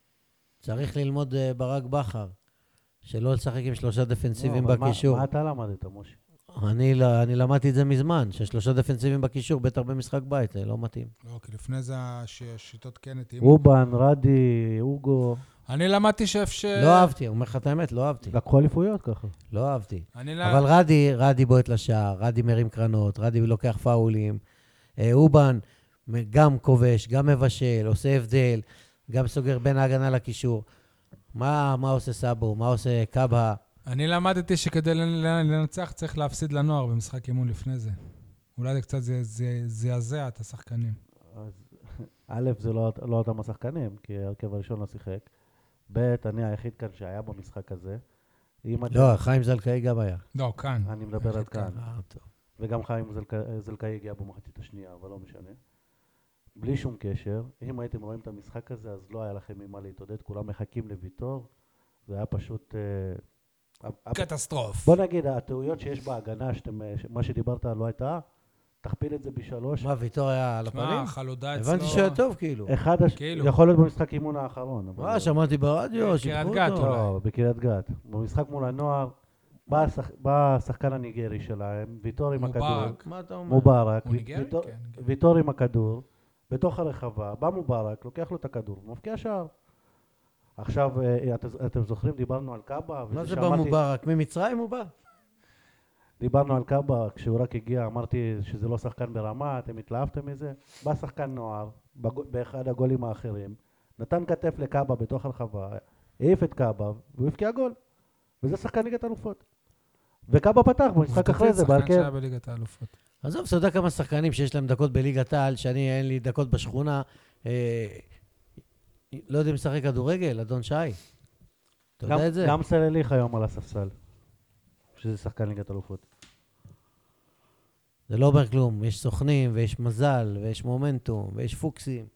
צריך ללמוד ברק בכר, שלא לשחק עם 3 דפנסיבים לא, אבל בקישור. מה אתה למדת, משה? אני למדתי את זה מזמן, ש3 דפנסיבים בקישור, בטח במשחק בית, זה לא מתאים. לא, כי לפני זה השיטות כן התאימו. אובן, רדי, אוגו, אני למדתי לא אהבתי, אומר לך את האמת, לא אהבתי. לקחו אליפויות ככה. לא אהבתי. אני אבל רדי בועט לשער, רדי מרים קרנות, רדי לוקח פאולים, אובן גם כובש, גם מבשל, עושה הבדל, גם סוגר בין ההגנה לקישור. מה עושה סאבו? מה עושה קאבה? אני למדתי שכדי לנצח צריך להפסיד לנוער במשחק אימון לפני זה. אולי זה קצת זעזע את השחקנים. אז א', זה לא אותם השחקנים, כי ההרכב הראשון לא שיחק. ב', אני היחיד כאן שהיה במשחק הזה. לא, חיים זלקאי גם היה. לא, כאן. אני מדבר על כאן. טוב. וגם חיים זלקאי הגיע במחצית השנייה, אבל לא משנה. בלי שום קשר, אם הייתם רואים את המשחק הזה, אז לא היה לכם ממה להתעודד, כולם מחכים לויטור, זה היה פשוט... קטסטרוף. בוא נגיד, הטעויות שיש בהגנה, מה שדיברת לא הייתה, תכפיל את זה ב3. מה, ויטור היה על הפנים? מה, חלודה אצלו... הבנתי שהיה טוב, כאילו. כאילו. יכול להיות במשחק אימון האחרון. אבל שמעתי ברדיו, בקריית שיתפו גת אותו. אולי. לא, בקריית גת. במשחק מול הנוער, בא השחקן הניגרי שלהם, ויטור עם הכדור. מובארק. מה אתה אומר? מובארק. הוא ניגרי? כן. ויטור עם הכדור, בתוך הרחבה, בא מובארק, לוקח לו את הכדור, מבקיע שער. עכשיו, אתם זוכרים, דיברנו על קאבה, מה זה במובארק? ממצרים הוא בא? דיברנו על קאבה, כשהוא רק הגיע, אמרתי שזה לא שחקן ברמה, אתם התלהבתם מזה. בא שחקן נוער, באחד הגולים האחרים, נתן כתף לקאבה בתוך הרחבה, העיף את קאבה, והוא הבקיע גול. וזה שחקן ליגת האלופות. וקאבה פתח במשחק אחרי זה, שחקן בהרכב. שהיה בליגת האלופות. עזוב, אתה יודע כמה שחקנים שיש להם דקות בליגת העל, שאני אין לי דקות בשכונה, לא יודעים לשחק כדורגל, אדון שי. אתה יודע את זה? גם סלליך היום על הספסל, שזה שחקן ליגת האלופות. זה לא אומר כלום, יש סוכנים ויש מזל ויש מומנטום ויש פוקסים.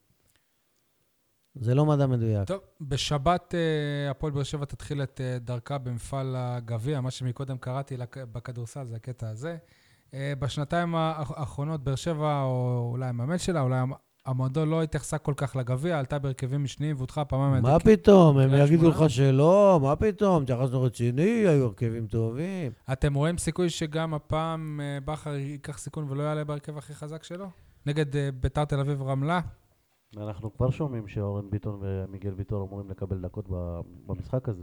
זה לא מדע מדויק. טוב, בשבת הפועל באר שבע תתחיל את דרכה במפעל הגביע, מה שמקודם קראתי בכדורסל, זה הקטע הזה. בשנתיים האחרונות באר שבע, או אולי המאמן שלה, אולי המועדון לא התייחסה כל כך לגביע, עלתה בהרכבים משניים והודחה פעמיים. מה פתאום? הם יגידו לך שלא, מה פתאום? תייחסנו רציני, היו הרכבים טובים. אתם רואים סיכוי שגם הפעם בכר ייקח סיכון ולא יעלה בהרכב הכי חזק שלו? נגד ביתר תל אביב רמלה? אנחנו כבר שומעים שאורן ביטון ומיגל ויטור אמורים לקבל דקות במשחק הזה.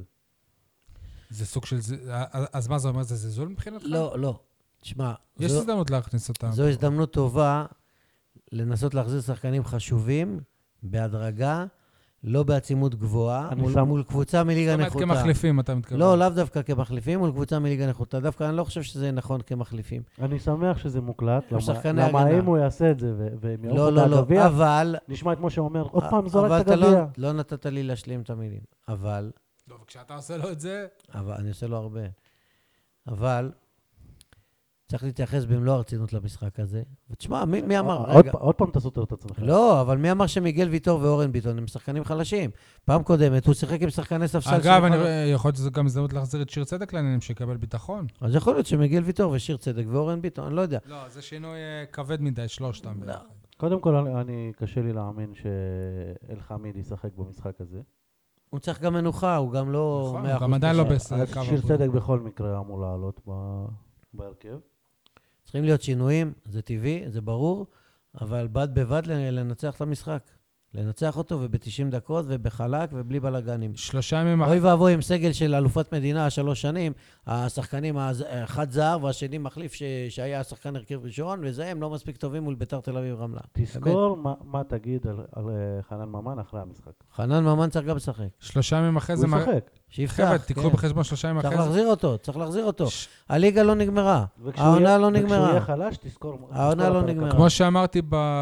זה סוג של... אז מה זה אומר? זה זלזול מבחינתך? לא. תשמע, יש הזדמנות להכניס אותם. זו הזדמנות טובה לנסות להחזיר שחקנים חשובים, בהדרגה, לא בעצימות גבוהה, מול קבוצה מליגה נחותה. זאת אומרת כמחליפים, אתה מתכוון. לא, לאו דווקא כמחליפים, מול קבוצה מליגה נחותה. דווקא אני לא חושב שזה נכון כמחליפים. אני שמח שזה מוקלט, שחקני למה הגנה. אם הוא יעשה את זה והם יערכו את לא, הגביע, אבל... נשמע את משה אומר, עוד פעם זורק אבל את הגביע. לא נתת לי להשלים את המילים. אבל... לא, וכשאתה עושה לו את זה... אני עושה לו הרבה. אבל... צריך להתייחס במלוא הרצינות למשחק הזה. ותשמע, מי אמר? רגע. עוד פעם אתה סותר את עצמך. לא, אבל מי אמר שמיגל ויטור ואורן ביטון הם שחקנים חלשים? פעם קודמת הוא שיחק עם שחקני ספסל. אגב, יכול להיות שזו גם הזדמנות להחזיר את שיר צדק לעניינים שיקבל ביטחון. אז יכול להיות שמיגל ויטור ושיר צדק ואורן ביטון, אני לא יודע. לא, זה שינוי כבד מדי, שלושתם. קודם כל, קשה לי להאמין שאל חמיד ישחק במשחק הזה. הוא צריך גם מנוחה, הוא גם לא... נכון, הוא גם עדיין לא אז בקו. שיר צדק בכל מקרה אמור לעלות בהרכב. צריכים להיות שינויים, זה טבעי, זה ברור, אבל בד בבד לנצח את המשחק. לנצח אותו וב-90 דקות ובחלק ובלי בלגנים. 3 ימים... אוי ואבוי עם סגל של אלופת מדינה 3 שנים, השחקנים, אחד זר והשני מחליף שהיה השחקן הרכב ראשון, וזה הם לא מספיק טובים מול ביתר תל אביב רמלה. תזכור מה תגיד על חנן ממן אחרי המשחק. חנן ממן צריך גם לשחק. 3 ימים אחרי זה... הוא ישחק. שיפתח, חבר'ה, תיקחו בחשבון 3 ימים אחרי זה. צריך להחזיר אותו. הליגה לא נגמרה. העונה לא נגמרה. וכשהוא יהיה חלש, תזכור. העונה לא נגמרה. כמו שאמרתי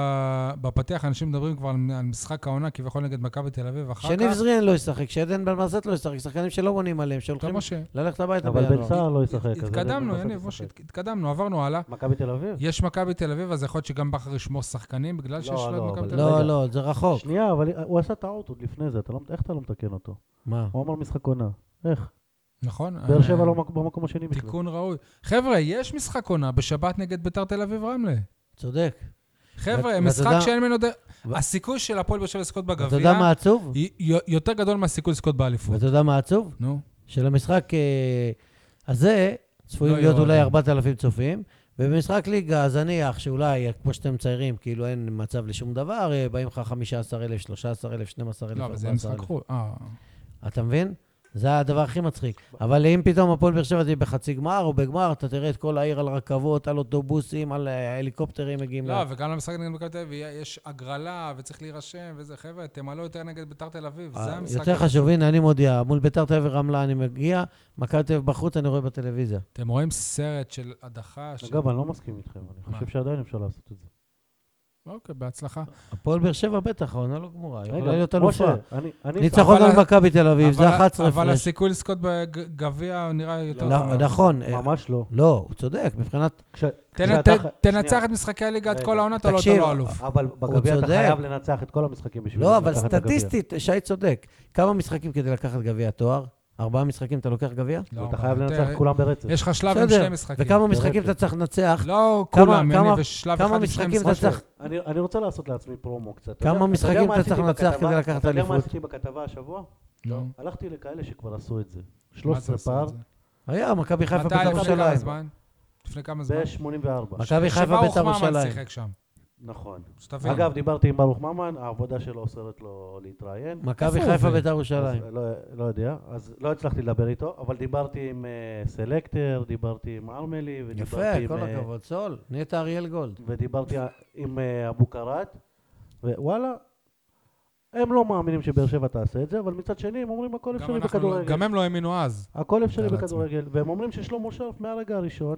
בפתיח, אנשים מדברים כבר על משחק העונה, כביכול נגד מכבי תל אביב, אחר כך... שניב זריאן לא ישחק, שעדן בלמרזט לא ישחק, שחקנים שלא בונים עליהם, שהולכים ללכת הביתה אבל בינואר. בן סער לא ישחק. התקדמנו, יניב, התקדמנו, עברנו הלאה. מכבי תל אביב? יש מכבי תל אביב, אז יכול להיות שגם בכר ישמור שחקנים, בגלל שיש לו את מכבי תל אביב. לא, זה רחוק. שנייה, אבל הוא עשה טעות עוד לפני זה, איך אתה לא מתקן אותו? מה? הוא אמר משחק עונה. איך? נכון. באר שבע לא במקום השני בכלל. תיקון ראוי. חבר'ה, יש משחק עונה בשבת נגד ביתר תל אביב רמלה. צודק. חבר'ה, משחק שאין ממנו... הסיכוי של הפועל באר שבע לזכות בגביע... אתה יודע מה עצוב? יותר גדול מהסיכוי לזכות באליפות. ואתה יודע מה עצוב? נו. של המשחק הזה צפויים להיות אולי 4,000 צופים, ובמשחק ליגה, אז נניח שאולי, כמו שאתם מציירים, כאילו אין מצב לשום דבר, באים לך 15,000, 13,000, 12,000, לא, אבל זה משחק חול. אתה מבין? זה הדבר הכי מצחיק. אבל אם פתאום הפועל באר שבע תהיה בחצי גמר או בגמר, אתה תראה את כל העיר על רכבות, על אוטובוסים, על הליקופטרים מגיעים. לא, וגם למשחק נגד מכבי תל אביב יש הגרלה וצריך להירשם וזה, חבר'ה, תמלאו יותר נגד ביתר תל אביב, זה המשחק. יותר חשוב, הנה, אני מודיע, מול ביתר תל אביב רמלה אני מגיע, מכבי תל אביב בחוץ אני רואה בטלוויזיה. אתם רואים סרט של הדחה? אגב, אני לא מסכים איתכם, אני חושב שעדיין אפשר לעשות את זה. אוקיי, בהצלחה. הפועל באר שבע בטח, העונה לא גמורה. רגע, להיות משה, ניצחון על מכבי תל אביב, זה 11 הפרש. אבל הסיכוי לזכות בגביע נראה יותר... נכון. ממש לא. לא, הוא צודק, מבחינת... תנצח את משחקי הליגה עד כל העונה, אתה לא אלוף. אבל בגביע אתה חייב לנצח את כל המשחקים בשביל לא, אבל סטטיסטית, שי צודק. כמה משחקים כדי לקחת גביע תואר? 4 משחקים אתה לוקח גביע? אתה חייב לנצח את כולם ברצף. יש לך שלב עם 2 משחקים. וכמה משחקים אתה צריך לנצח? לא כולם, אני ושלב אחד עם 2 משחקים. אני רוצה לעשות לעצמי פרומו קצת. כמה משחקים אתה צריך לנצח כדי לקחת אליפות? אתה יודע מה אליפות? עשיתי בכתבה השבוע? לא. הלכתי לכאלה שכבר עשו את זה. 13 פער. היה, מכבי חיפה מתי בית"ר לפני כמה ירושלים. זמן? לפני כמה זמן? ב-84. מכבי חיפה בית"ר ירושלים. שיחק שם. נכון. שתבין. אגב, דיברתי עם ברוך ממן, העבודה שלו אוסרת לו להתראיין. מכבי איפה הוא חיפה עובד? בית"ר ירושלים. אז לא יודע, אז לא הצלחתי לדבר איתו, אבל דיברתי עם סלקטר, דיברתי עם ארמלי, יפה, ודיברתי כל הכבוד. סול, נהיית אריאל גולד. ודיברתי עם אבו קראט, ווואלה, הם לא מאמינים שבאר שבע תעשה את זה, אבל מצד שני הם אומרים הכל אפשרי בכדורגל. גם הם לא האמינו אז. הכל אפשרי לעצמי. בכדורגל, והם אומרים ששלמה שרף מהרגע הראשון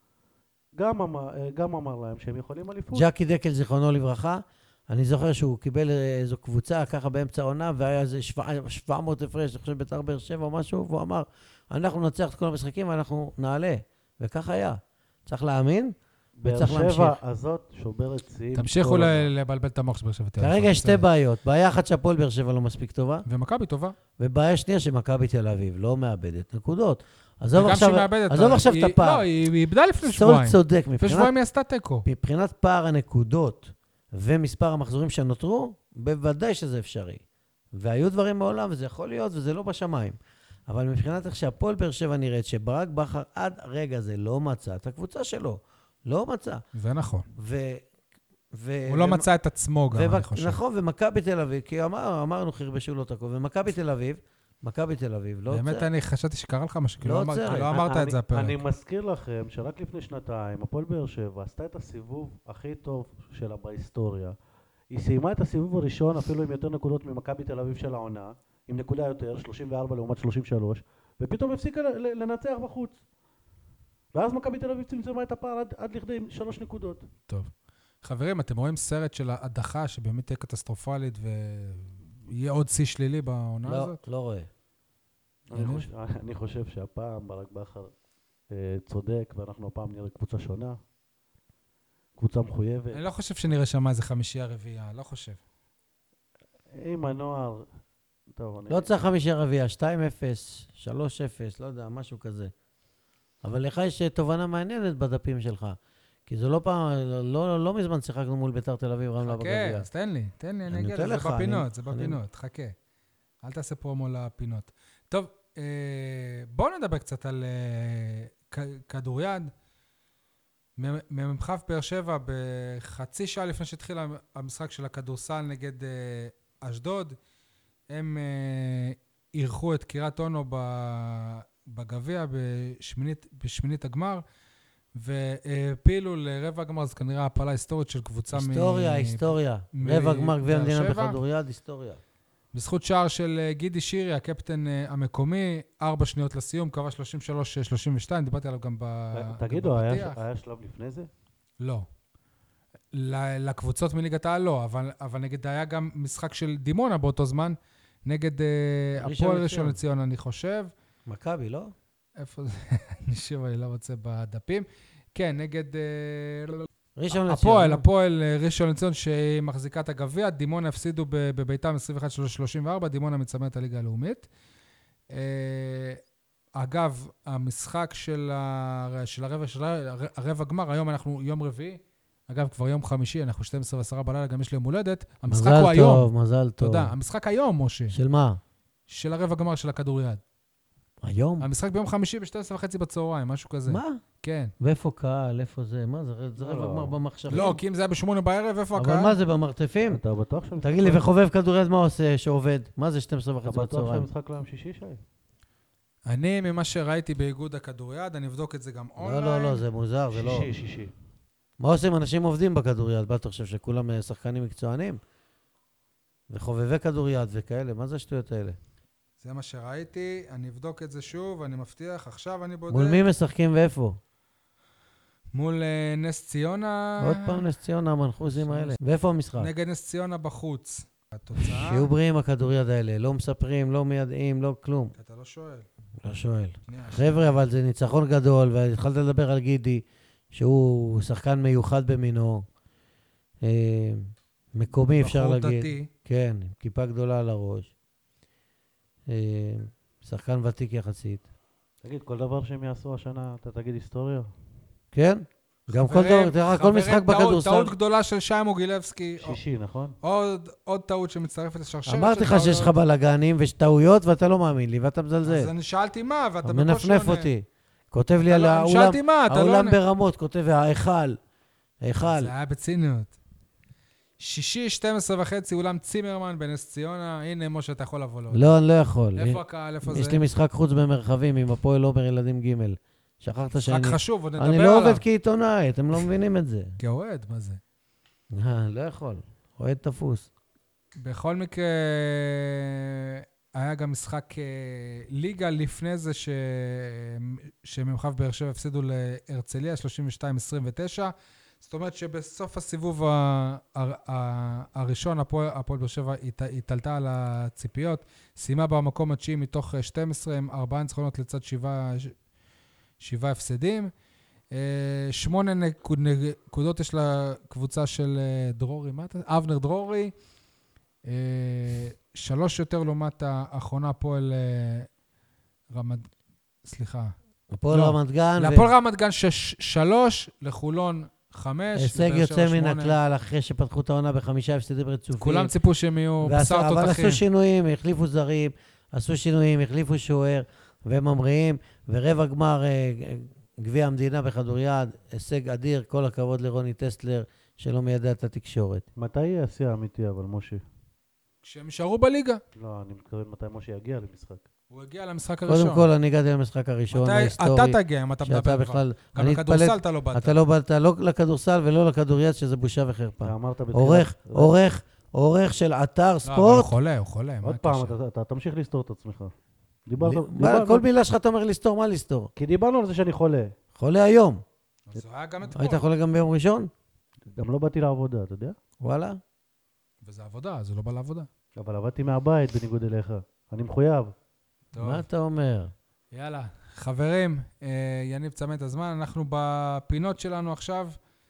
גם אמר להם שהם יכולים אליפות. ג'קי דקל, זיכרונו לברכה, אני זוכר שהוא קיבל איזו קבוצה ככה באמצע העונה, והיה איזה 700 הפרש, אני חושב בית"ר באר שבע או משהו, והוא אמר, אנחנו נצח את כל המשחקים ואנחנו נעלה. וכך היה. צריך להאמין, באר וצריך להמשיך. שבע הזאת שוברת שיאים. תמשיכו כל הזמן. לבלבל את המוח של באר שבע. תל אביב. כרגע יש שתי בעיות. בעיה אחת שהפועל באר שבע לא מספיק טובה, ומכבי טובה. ובעיה שנייה שמכבי תל אביב לא מאבדת נקודות. עזוב וגם עכשיו, שהיא מאבדת. עזוב עכשיו את הפער. לא, היא איבדה לפני סול שבועיים. צודק, לפני שבועיים היא עשתה תיקו. מבחינת פער הנקודות ומספר המחזורים שנותרו, בוודאי שזה אפשרי. והיו דברים מעולם, וזה יכול להיות, וזה לא בשמיים. אבל מבחינת איך שהפועל באר שבע נראית, שברק בכר עד רגע זה לא מצא את הקבוצה שלו. לא מצא. זה נכון. הוא לא מצא את עצמו גם, אני חושב. נכון, ומכבי תל אביב, כי אמרנו חרבשו לו את הכל, ומכבי תל אביב לא באמת עוצר. אני חשבתי שקרה לך משהו, כי לא לא עוצרת. אמרת את זה הפרק. אני מזכיר לכם שרק לפני שנתיים, הפועל באר שבע עשתה את הסיבוב הכי טוב שלה בהיסטוריה. היא סיימה את הסיבוב הראשון אפילו עם יותר נקודות ממכבי תל אביב של העונה, עם נקודה יותר, 34 לעומת 33, ופתאום הפסיקה לנצח בחוץ. ואז מכבי תל אביב צמצמה את הפער עד לכדי 3 נקודות. טוב. חברים, אתם רואים סרט של ההדחה שבאמת תהיה קטסטרופלית ויהיה עוד שיא שלילי בעונה הזאת? לא רואה. אני חושב שהפעם ברק בכר צודק, ואנחנו הפעם נראה קבוצה שונה, קבוצה מחויבת. אני לא חושב שנראה שם איזה חמישייה רביעייה, לא חושב. עם הנוער, טוב, לא צריך חמישה רביעייה, 2-0, 3-0, לא יודע, משהו כזה. אבל לך יש תובנה מעניינת בדפים שלך. כי זו לא פעם, לא מזמן שיחקנו מול בית"ר תל אביב, רמלה בגביע. חכה, אז תן לי, אני אגיע נותן לזה, לך, זה בפינות, זה בפינות, חכה. אל תעשה פרומו לפינות. טוב, בואו נדבר קצת על כדוריד. ממחף באר שבע, בחצי שעה לפני שהתחיל המשחק של הכדורסל נגד אשדוד, הם אירחו את קריית אונו בגביע בשמינית הגמר, והפילו לרבע הגמר, אז כנראה הפעלה היסטורית של קבוצה היסטוריה. רבע גמר גביע המדינה בכדוריד, היסטוריה. בזכות שער של גידי שירי, הקפטן המקומי, 4 שניות לסיום, קבע 33-32, דיברתי עליו גם בפתיח. תגידו, היה שלב לפני זה? לא. לקבוצות מליגת העל לא, אבל נגד היה גם משחק של דימונה באותו זמן, נגד הפועל ראשון לציון, אני חושב. מכבי, לא? איפה זה? נשאר, אני לא רוצה בדפים. כן, נגד ראשון לציון. הפועל ראשון לציון שהיא מחזיקה את הגביע, דימונה הפסידו בביתם 21-34, דימונה מצמרת הליגה הלאומית. אגב, המשחק של הרבע גמר, היום אנחנו יום רביעי, אגב, כבר יום חמישי, אנחנו 12:10 בלילה, גם יש לי יום הולדת. המשחק הוא היום. מזל טוב. תודה. המשחק היום, משה. של מה? של הרבע גמר של הכדוריד. היום? המשחק ביום חמישי ב-12:30 בצהריים, משהו כזה. מה? כן. ואיפה קהל? איפה זה? מה זה? זה רבע גמר במחשבים? לא, כי אם זה היה ב8 בערב, איפה הקהל? אבל מה זה, במרתפים? אתה בטוח שהמשחק... תגיד לי, וחובב כדוריד מה עושה שעובד? מה זה 12:30 אתה בטוח בצהריים? שהמשחק לא יום שישי, שי? אני, ממה שראיתי באיגוד הכדוריד, אני אבדוק את זה גם אונליין. לא, זה מוזר, זה לא... שישי. מה עושים אנשים עובדים בכדוריד? מה אתה חושב שכולם שחקנים מקצוענים? וחובבי כדוריד וכאלה, מה זה השטויות האלה? זה מה שראיתי, אני אבדוק את זה שוב, אני מבטיח, עכשיו אני בודק. מול מי משחקים ואיפה? מול נס ציונה. עוד פעם נס ציונה, המנחוזים האלה. ואיפה המשחק? נגד נס ציונה בחוץ. התוצאה... שיהיו בריאים הכדוריד האלה, לא מספרים, לא מיידעים, לא כלום. אתה לא שואל. לא שואל. חבר'ה, אבל זה ניצחון גדול, והתחלת לדבר על גידי, שהוא שחקן מיוחד במינו, מקומי אפשר להגיד. בחור דתי. כן, עם כיפה גדולה על הראש. שחקן ותיק יחסית. תגיד, כל דבר שהם יעשו השנה, אתה תגיד היסטוריה? כן? גם כל דבר, כל משחק בכדורסל. טעות גדולה של שי מוגילבסקי. שישי, נכון? עוד טעות שמצטרפת לשרשרת. אמרתי לך שיש לך בלגנים ויש טעויות ואתה לא מאמין לי ואתה מזלזל. אז אני שאלתי מה, ואתה בקושי מנפנף אותי. כותב לי על האולם ברמות, כותב ההיכל. זה היה בציניות. שישי, 12:30, אולם צימרמן בנס ציונה. הנה, משה, אתה יכול לבוא לו. לא, אני לא יכול. איפה הקהל? איפה זה? יש לי משחק חוץ במרחבים עם הפועל עומר ילדים ג'. שכחת שאני... רק חשוב, עוד נדבר אני עליו. לא עובד כעיתונאי, אתם לא מבינים את זה. כאוהד, מה זה? לא יכול. אוהד תפוס. בכל מקרה, היה גם משחק ליגה לפני זה שממחב באר שבע הפסידו להרצליה, 32-29. זאת אומרת שבסוף הסיבוב הראשון, הפועל באר שבע התעלתה על הציפיות, סיימה במקום התשיעי מתוך 12, עם 4 ניצחונות לצד 7 הפסדים. 8 נקודות יש לקבוצה של דרורי, אבנר דרורי. 3 יותר לעומת האחרונה הפועל הפועל רמת גן. להפועל רמת גן 3, לחולון 5. הישג יוצא מן הכלל אחרי שפתחו את העונה ב5 הפסדים רצופים. כולם ציפו שהם יהיו בשר תותחים. אבל עשו שינויים, החליפו זרים, החליפו שוער, והם ממריאים, ורבע גמר גביע המדינה בכדוריד, הישג אדיר, כל הכבוד לרוני טסלר, שלא מיידע את התקשורת. מתי יהיה השיא האמיתי, אבל משה? כשהם יישארו בליגה. לא, אני מתכוון מתי משה יגיע למשחק. הוא הגיע למשחק הראשון. קודם כל, אני הגעתי למשחק הראשון, ההיסטורי. אתה תגיע, אם אתה מדבר כבר. גם לכדורסל אתה לא באת. אתה לא באת, לא לכדורסל ולא לכדוריד, שזה בושה וחרפה. אמרת בתחילת... עורך של אתר לא, ספורט. אבל הוא חולה. עוד פעם, אתה תמשיך לסתור את עצמך. כל מילה שלך אתה אומר לסתור, מה לסתור? כי דיברנו על זה שאני חולה. חולה היום. אז הוא היה גם אתמול. היית חולה גם ביום ראשון? גם לא באתי לעבודה, אתה יודע? וואלה. וזה עבודה, אז הוא לא בא לעבודה. אבל עבדתי מהבית בניגוד אליך. אני מחויב. מה אתה אומר? יאללה, חברים, יניב צמא את הזמן, אנחנו בפינות שלנו עכשיו,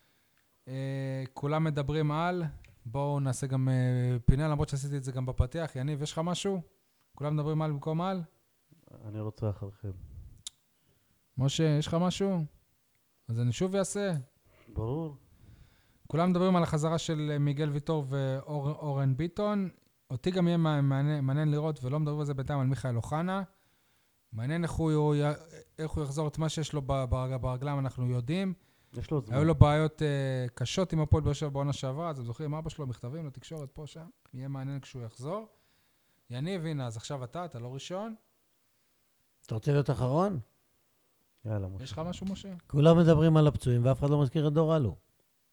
כולם מדברים על, בואו נעשה גם פינה, למרות שעשיתי את זה גם בפתיח. יניב, יש לך משהו? כולם מדברים על במקום על? אני רוצה אחריכם. משה, יש לך משהו? אז אני שוב אעשה. ברור. כולם מדברים על החזרה של מיגל ויטור ואורן ביטון. אותי גם יהיה מעניין לראות, ולא מדברים על זה בינתיים על מיכאל אוחנה. מעניין איך הוא יחזור את מה שיש לו ברגליים, אנחנו יודעים. יש לו זמן. היו לו בעיות קשות עם הפועל באר שבע בעונה שעברה, אז הם זוכרים, אבא שלו מכתבים לתקשורת פה שם. יהיה מעניין כשהוא יחזור. יניב, הנה, אז עכשיו אתה לא ראשון. אתה רוצה להיות אחרון? יאללה, משה. יש לך משהו, משה? כולם מדברים על הפצועים, ואף אחד לא מזכיר את דור אלו.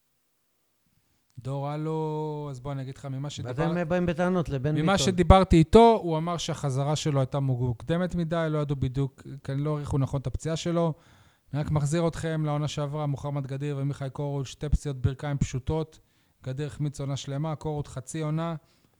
דור אלו, אז בוא אני אגיד לך, ואתם באים בטענות לבן ביטון. ממה שדיברתי איתו, הוא אמר שהחזרה שלו הייתה מוקדמת מדי, לא ידעו בדיוק, כאן לא העריכו נכון את הפציעה שלו. אני רק מחזיר אתכם לעונה שעברה, מוחמד גדיר ומיכאי קורות, 2 פציעות ברכיים פשוטות. גדיר החמיץ עונה שלמה, קורות חצי עונה.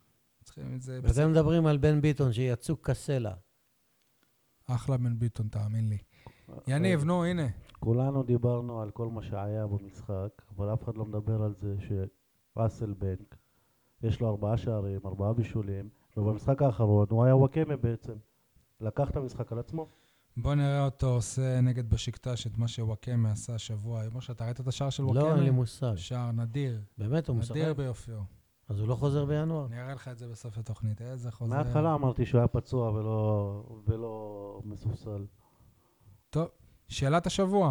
ואתם מדברים על בן ביטון שיצוק כסלע. אחלה בן ביטון, תאמין לי. יניב, נו, הנה. כולנו דיברנו על כל מה שהיה במשחק, אבל אף אחד לא מדבר על זה שראסלבנק, יש לו 4 שערים, 4 בישולים, ובמשחק האחרון הוא היה וואקמה בעצם. לקח את המשחק על עצמו. בוא נראה אותו עושה נגד בשקטש את מה שוואקמה עשה השבוע. משה, אתה ראית את השער של וואקמה? לא, אין לי מושג. שער נדיר. באמת, הוא משחק? נדיר ביופיו. אז הוא לא חוזר בינואר? אני אראה לך את זה בסוף התוכנית. איזה חוזר. מההתחלה אמרתי שהוא היה פצוע ולא מסופסל. טוב, שאלת השבוע.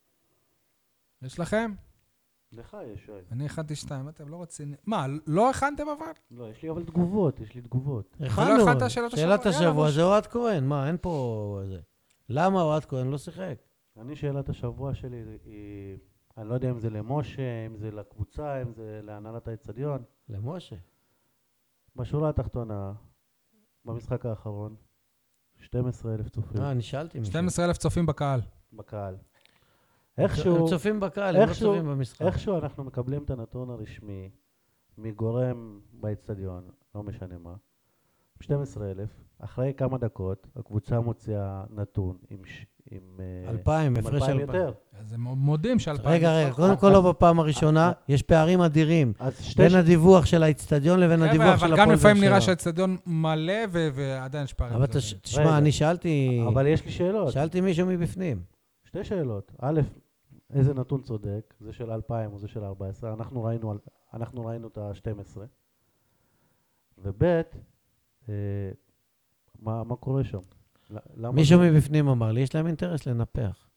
יש לכם? לך יש, שי. אני הכנתי 2, אתם לא רציני. מה, לא הכנתם אבל? לא, יש לי אבל תגובות, הכנו, הכנת שאלת השבוע? שאלת השבוע יאללה, זה אוהד כהן, מה, אין פה זה. למה אוהד כהן לא שיחק? אני שאלת השבוע שלי היא, אני לא יודע אם זה למשה, אם זה לקבוצה, אם זה להנהלת האצטדיון. למשה. בשורה התחתונה, במשחק האחרון, 12,000 צופים. אני שאלתי מישהו. 12,000 צופים בקהל. בקהל. הם צופים בקהל, הם לא צופים במשחק. איכשהו אנחנו מקבלים את הנתון הרשמי מגורם באצטדיון, לא משנה מה, 12,000, אחרי כמה דקות הקבוצה מוציאה נתון עם 2,000, הפרש 2,000 יותר. אז הם מודים ש2,000. רגע, קודם כל לא בפעם הראשונה, יש פערים אדירים בין הדיווח של האצטדיון לבין הדיווח של הפועל באר שבע. אבל גם לפעמים נראה שהאצטדיון מלא ועדיין יש פערים. אבל תשמע, אני שאלתי... אבל יש לי שאלות. שאלתי מישהו מבפנים. 2 שאלות. א', איזה נתון צודק? זה של 2,000 או זה של 14? אנחנו ראינו את ה-12. וב', מה קורה שם? מישהו מבפנים אמר לי, יש להם אינטרס לנפח.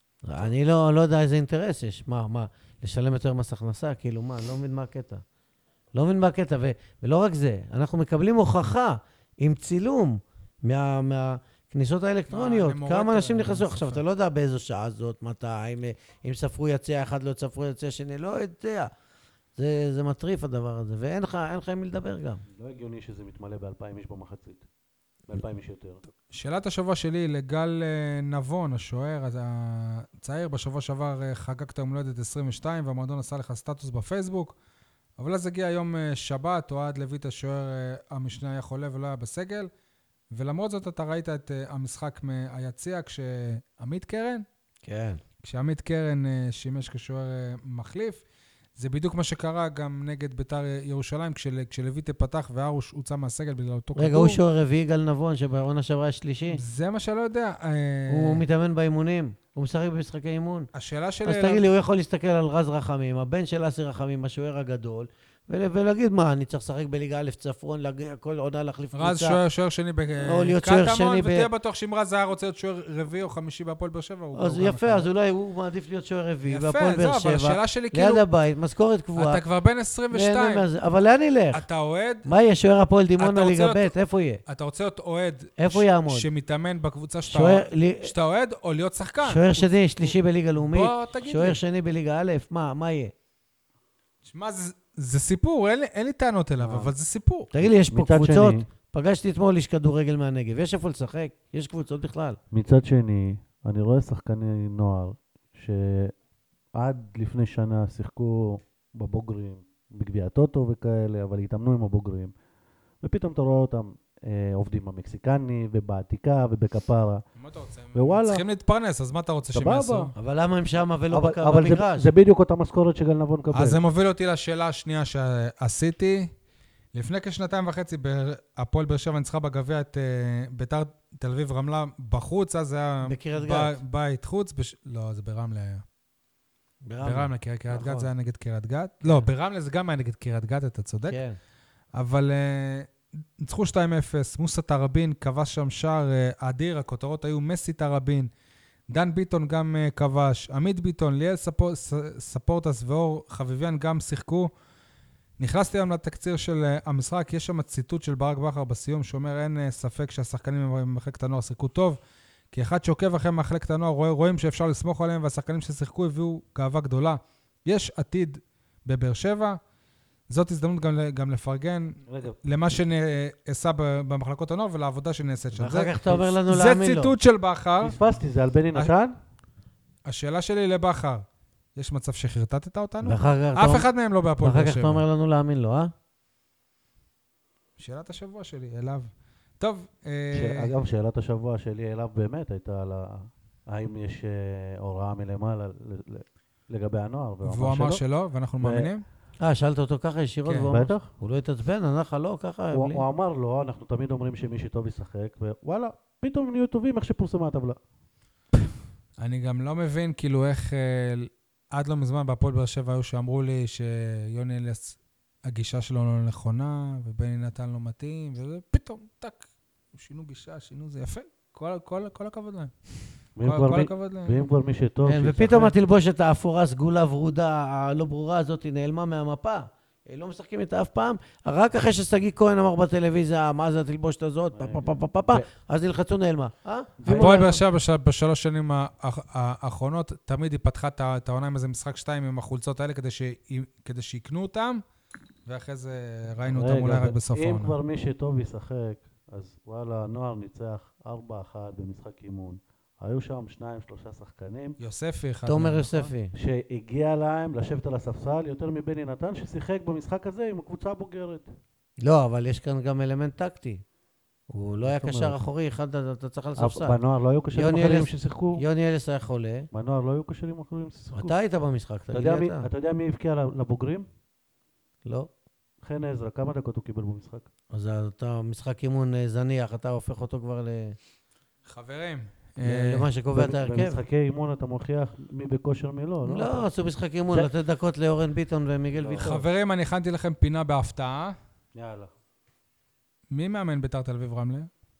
אני לא יודע איזה אינטרס יש. מה, לשלם יותר מס הכנסה? כאילו מה, אני לא מבין מה הקטע. לא מבין מה הקטע, ולא רק זה, אנחנו מקבלים הוכחה עם צילום מהכניסות האלקטרוניות. מהנמורות, כמה אנשים נכנסו. ספר. עכשיו, אתה לא יודע באיזו שעה זאת, מתי, אם ספרו יציאה אחד, לא ספרו יציאה שני, לא יודע. זה מטריף הדבר הזה, ואין לך עם מי לדבר גם. לא הגיוני שזה מתמלא ב2,000 איש במחצית. ב2,000 איש יותר. שאלת השבוע שלי לגל נבון, השוער הצעיר, בשבוע שעבר חגג את היום הולדת 22, והמועדון עשה לך סטטוס בפייסבוק, אבל אז הגיע יום שבת, אוהד לויט השוער המשנה היה חולה ולא היה בסגל, ולמרות זאת אתה ראית את המשחק מהיציע כשעמית קרן, כן. כשעמית קרן שימש כשוער מחליף, זה בדיוק מה שקרה גם נגד ביתר ירושלים, כשלויטה פתח והרוש הוצא מהסגל בגלל אותו כדור. רגע, הוא שוער רביעי, גל נבון, שבעונה שעברה השלישי. זה מה שלא יודע. הוא מתאמן באימונים, הוא משחק במשחקי אימון. השאלה שלי... אז תגיד לי, הוא יכול להסתכל על רז רחמים, הבן של אסי רחמים, השוער הגדול, ולהגיד מה, אני צריך לשחק בליגה א' צפרון, כל עונה להחליף קבוצה. רז שוער שני להיות שוער בקטמון, שני ותהיה בטוח שאם רז היה רוצה להיות שוער רביעי או חמישי בהפועל באר שבע, אז יפה, אז אולי הוא מעדיף להיות שוער רביעי, יפה, והפועל באר זהו, אבל שבע, השאלה שלי ליד כאילו, הבית, משכורת קבועה. אתה כבר בן 22, אבל לאן ילך? אתה אוהד, מה יהיה, שוער הפועל דימונה אתה רוצה ליגה להיות- ב', איפה יהיה? אתה רוצה להיות אוהד איפה יעמוד? שמתאמן בקבוצה שאתה אוהד, או להיות שחקן? שוער שני, שלישי בליגה לאומית, בוא תגיד שוער לי. שני בליגה א', מה יהיה? שמע, זה סיפור, אין לי טענות אליו, אבל זה סיפור. תגיד לי, יש פה מצד קבוצות? שני- פגשתי אתמול איש כדורגל מהנגב, יש איפה לשחק? יש קבוצות בכלל. מצד שני, אני רואה שחקני נוער שעד לפני שנה שיחקו בבוגרים, בגביע הטוטו וכאלה, אבל התאמנו עם הבוגרים. ופתאום אתה רואה אותם עובדים במקסיקני ובעתיקה ובכפרה. מה אתה רוצה? ווואלה. צריכים להתפרנס, אז מה אתה רוצה שהם סבבה. יעשו? אבל למה הם שמה ולא אבל במגרש? זה בדיוק אותה משכורת שגל נבון מקבל. אז זה מוביל אותי לשאלה השנייה שעשיתי. לפני כשנתיים וחצי, הפועל באר שבע ניצחה בגביע את ביתר תל אביב רמלה בחוץ, אז זה היה בקריית גת. בית חוץ, לא, זה ברמלה היה. ברמלה, קריית נכון. גת זה היה נגד קריית גת. לא, ברמלה זה גם היה נגד קריית גת, אתה צודק. כן. אבל ניצחו 2-0, מוסא תראבין כבש שם שער אדיר, הכותרות היו מסי תראבין, דן ביטון גם כבש, עמית ביטון, ליאל ספורטס ואור חביביאן גם שיחקו. נכנסתי היום לתקציר של המשחק, יש שם ציטוט של ברק בכר בסיום, שאומר אין ספק שהשחקנים במחלקת הנוער שיחקו טוב, כי אחד שעוקב אחרי מחלקת הנוער רואים שאפשר לסמוך עליהם, והשחקנים ששיחקו הביאו גאווה גדולה. יש עתיד בבאר שבע, זאת הזדמנות גם לפרגן רגע, למה שנעשה במחלקות הנוער ולעבודה שנעשית שם. ואחר כך אתה אומר לנו זה להאמין לו. ציטוט של בכר. פספסתי, זה על בני נתן? השאלה שלי לבכר, יש מצב שחרטטת אותנו? ואחר כך אף אתה- אחד מהם לא בהפועל ואחר באר כך אתה שבע. אומר לנו להאמין לו, אה? שאלת השבוע שלי, אליו. טוב, אגב, שאלת השבוע שלי אליו באמת הייתה על האם יש הוראה מלמעלה לגבי הנוער. והוא אמר שלא, ואנחנו מאמינים? שאלת אותו ככה ישירות, כן. והוא אמר, בטח. הוא לא התעצבן, ענה לך לא, ככה. בלי- הוא אמר לו, אנחנו תמיד אומרים שמי שטוב ישחק, ווואלה, פתאום נהיו טובים איך שפורסמה הטבלה. אני גם לא מבין, כאילו, איך עד לא מזמן בהפועל באר שבע היו שאמרו לי שיוני אליאס, הגישה שלו לא נכונה, ובני נתן לא מתאים, ופתאום, טק, שינו גישה, שינו זה יפה. כל הכבוד להם. כל הכבוד להם. ואם כבר מי שטוב, כן, שישחק. ופתאום התלבושת האפורה, סגולה, ורודה, הלא ברורה הזאת, היא נעלמה מהמפה. לא משחקים איתה אף פעם, רק אחרי שסגי כהן אמר בטלוויזיה, מה זה התלבושת הזאת, פפפפפפ, אז נלחצו נעלמה. הפועל באר שבע בשלוש שנים האחרונות, תמיד היא פתחה את העונה עם איזה משחק 2 עם החולצות האלה, כדי שיקנו אותם, ואחרי זה ראינו אותם אולי רק בסוף אם העונה. כבר מי שטוב ישחק, אז וואלה, הנוער ניצח 4-1 במשחק אימון. היו שם 2-3 שחקנים, יוספי אחד. תומר מהם, יוספי. שהגיע להם לשבת על הספסל יותר מבני נתן, ששיחק במשחק הזה עם הקבוצה הבוגרת. לא, אבל יש כאן גם אלמנט טקטי. הוא לא היה זאת קשר אומרת? אחורי, אחד אתה צריך על הספסל. בנוער לא היו קשרים יוני אחרים אלס- ששיחקו? יוני אלס היה חולה. בנוער לא היו קשרים אחרים ששיחקו? אתה היית במשחק, אתה תגיד יודע לי מי- אתה. אתה יודע מי הבקיע לבוגרים? לא. חן עזרא, כמה דקות הוא קיבל במשחק? אז אתה משחק אימון זניח, אתה הופך אותו כבר חברים. למה שקובע את ההרכב. במשחקי אימון אתה מוכיח מי בכושר מי לא, לא? לא, עשו משחק אימון, זה- לתת דקות לאורן ביטון ומיגל ויטור. חברים, אני הכנתי לכם פינה בהפתעה. יאללה. מי מאמן ביתר תל אביב רמלה?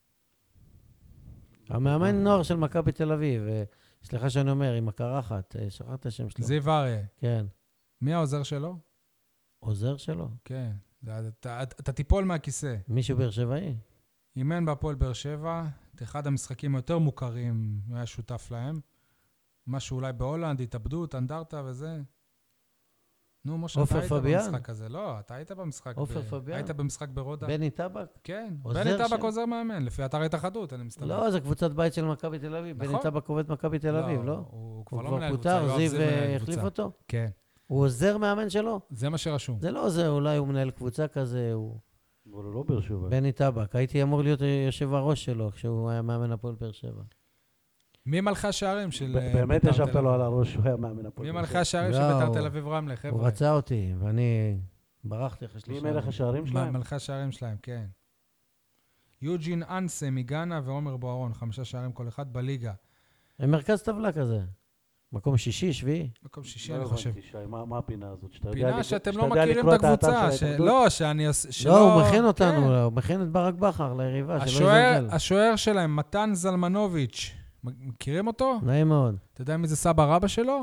המאמן נוער של מכבי תל אביב, סליחה שאני אומר, עם הקרחת, שכחת את השם שלו. זיו אריה. כן. מי העוזר שלו? עוזר שלו? כן. אתה תיפול מהכיסא. מישהו באר שבעי? אימן בהפועל באר שבע, את אחד המשחקים היותר מוכרים, הוא היה שותף להם. משהו אולי בהולנד, התאבדות, אנדרטה וזה. נו, משה, אתה עופר היית פביאן? במשחק הזה. לא, אתה היית במשחק. עופר פביאן? היית במשחק ברודה. בני טבק? כן, עוזר בני טבק שם? עוזר מאמן, לפי אתר התאחדות, אני מסתכל. לא, זה קבוצת בית של מכבי תל אביב. נכון. בני טבק עובד מכבי תל אביב, לא? הוא כבר הוא לא כבר מנהל פוטר, יואב זיו מנהל החליף קבוצה. אותו? כן, הוא עוזר מאמן שלו? זה מה שרשום. זה לא עוזר, אולי הוא מנהל קבוצה כזה, הוא... אבל הוא לא באר שבע. בני טבק. הייתי אמור להיות יושב הראש שלו כשהוא היה מאמן הפועל באר שבע. מי מלכי השערים של באמת בית"ר ישבת תל לו אביב? על הראש, הוא היה מאמן הפועל. מי באר מלכי שבע. השערים של לא, בית"ר הוא- תל אביב רמלה, הוא חבר'ה? רצה אותי, ואני ברחתי אחרי מי 3 מלך השערים שלהם? מלכי השערים שלהם, כן. יוג'ין אנסה מגאנה ועומר בוארון, 5 שערים כל אחד בליגה. הם מרכז טבלה כזה. מקום שישי, שביעי. מקום שישי, לא אני חושב. הבנתי, שי, מה הפינה הזאת? שאתה יודע פינה לקרוא- שאתם שאתה לא יודע מכירים לקרוא את הקבוצה. האתר של ההתאחדות? לא, שאני... לא, הוא מכין אותנו, כן. הוא מכין את ברק בכר ליריבה, שלא השוער- יזלזל. השוער שלהם, מתן זלמנוביץ', מכירים אותו? נעים מאוד. אתה יודע מי זה סבא רבא שלו?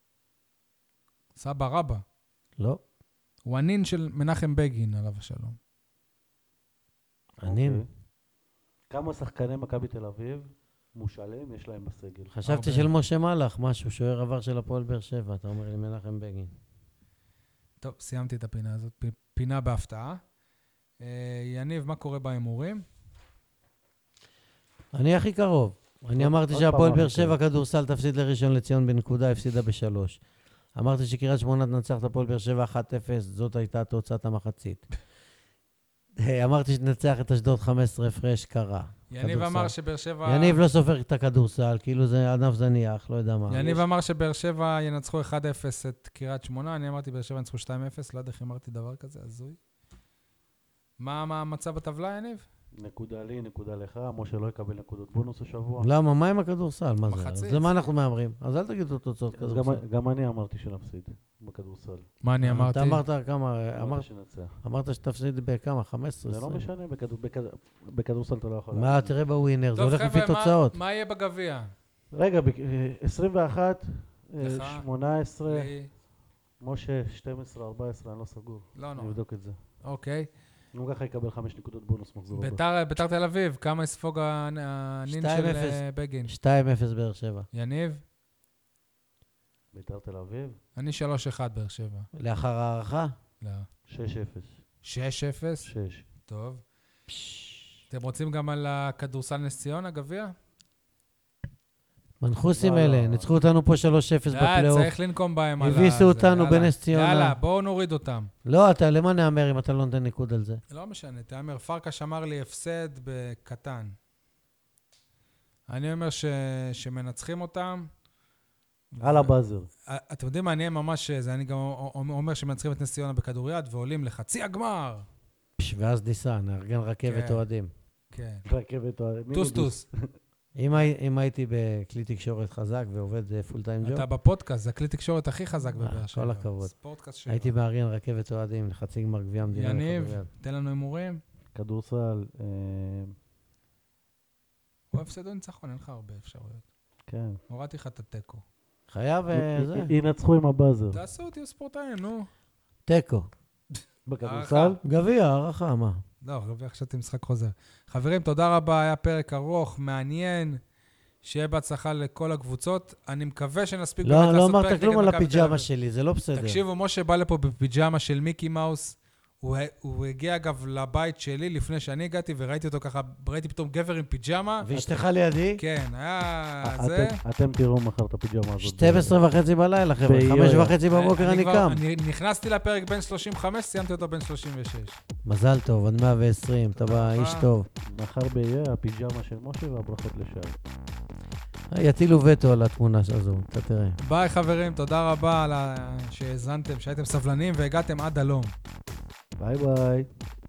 סבא רבא. לא, הוא הנין של מנחם בגין, עליו השלום. אני... אוקיי. כמה שחקני מכבי תל אביב מושאלים יש להם בסגל? חשבתי הרבה. של משה מלאך, משהו, שוער עבר של הפועל באר שבע, אתה אומר לי מנחם בגין. טוב, סיימתי את הפינה הזאת. פינה בהפתעה. יניב, מה קורה בהימורים? אני הכי קרוב. אני עוד אמרתי פעם שהפועל הכי באר קרוב. שבע כדורסל תפסיד לראשון לציון בנקודה, הפסידה ב3. אמרתי שקריית שמונה תנצח את הפועל באר שבע 1-0, זאת הייתה תוצאת המחצית. אמרתי שנצח את אשדוד 15 הפרש, קרה. יניב כדורסל. אמר שבאר שבע... יניב לא סופר את הכדורסל, כאילו זה ענף זניח, לא יודע מה. יניב אמר שבאר שבע ינצחו 1-0 את קריית שמונה, אני אמרתי באר שבע ינצחו 2-0, לא יודע איך אמרתי דבר כזה, הזוי. מה המצב בטבלה, יניב? נקודה לי, נקודה לך, משה לא יקבל נקודות בונוס השבוע. למה? מה עם הכדורסל? מה זה? מחצית. אז למה אנחנו מהמרים? אז אל תגידו תוצאות אז כדורסל. גם אני אמרתי שנפסיד בכדורסל. מה אני אמרתי? אתה אמרת כמה? אמרתי שנצח. אמרת שתפסיד בכמה? 15? זה לא 20? משנה, בכדורסל אתה לא יכול... מה, תראה בווינר, זה טוב, הולך לפי חבר'ה, תוצאות. מה יהיה בגביע? רגע, 21, לך? 18, לי? משה 12, 14, אני לא סגור. לא אני נורא. אבדוק את זה. אוקיי. גם ככה יקבל 5 נקודות בונוס מחזור הבא. ביתר תל אביב, כמה יספוג הנין של 2-0. בגין? 2-0 באר שבע. יניב? ביתר תל אביב, אני 3-1 באר שבע. לאחר הערכה? לא. 6-0. 6-0? 6. טוב. אתם רוצים גם על הכדורסל נס ציונה, גביע? מנחוסים לא, אלה, לא. ניצחו אותנו פה 3-0 בפלייאוף. צריך לנקום בהם על הביסו זה, אותנו יאללה. בנס ציונה. יאללה, בואו נוריד אותם. לא, אתה למה נאמר אם אתה לא נותן ניקוד על זה? לא משנה, תאמר, פרקש אמר לי הפסד בקטן. אני אומר שמנצחים אותם. על הבאזר. אתם יודעים מה, אני ממש, אני גם אומר שמנצחים את נס ציונה בכדוריד ועולים לחצי הגמר. ואז ניסה, נארגן רכבת כן. אוהדים. כן. רכבת או... טוס. אם הייתי בכלי תקשורת חזק ועובד פול טיים ג'וב, אתה בפודקאסט, זה הכלי תקשורת הכי חזק בבאר שבע. כל הכבוד. ספורטקאסט שבע. הייתי מארגן רכבת אוהדים לחצי גמר גביע המדינה. יניב, בכדוריד. תן לנו הימורים. כדורסל, הוא הפסד או ניצחון, אין לך הרבה אפשרויות. כן. הורדתי לך את התיקו. חייב זה. ינצחו עם הבאזר. תעשו, תהיו ספורטאים, נו. תיקו. בכדורסל? גביע, הערכה, מה? לא, רבי חשבתי משחק חוזר. חברים, תודה רבה, היה פרק ארוך, מעניין, שיהיה בהצלחה לכל הקבוצות. אני מקווה שנספיק באמת לא לעשות אמרת פרק כלום נגד על מכבי תל הפיג'מה אביב. שלי, זה לא בסדר. תקשיבו, משה בא לפה בפיג'מה של מיקי מאוס. הוא הגיע אגב לבית שלי לפני שאני הגעתי, וראיתי אותו ככה, ראיתי פתאום גבר עם פיג'מה. ואשתך לידי? כן, היה זה. אתם תראו מחר את הפיג'מה הזאת. 12:30 בלילה, חבר'ה. ביואיה. 5:30 בבוקר אני קם. אני נכנסתי לפרק בין 35, סיימתי אותו בין 36. מזל טוב, עד 120, אתה בא איש טוב. מחר ביהיה הפיג'מה של משה והברכות לשי. יטילו וטו על התמונה הזו, אתה תראה. ביי חברים, תודה רבה שהאזנתם, שהייתם סבלנים והגעתם עד הלום. ביי ביי.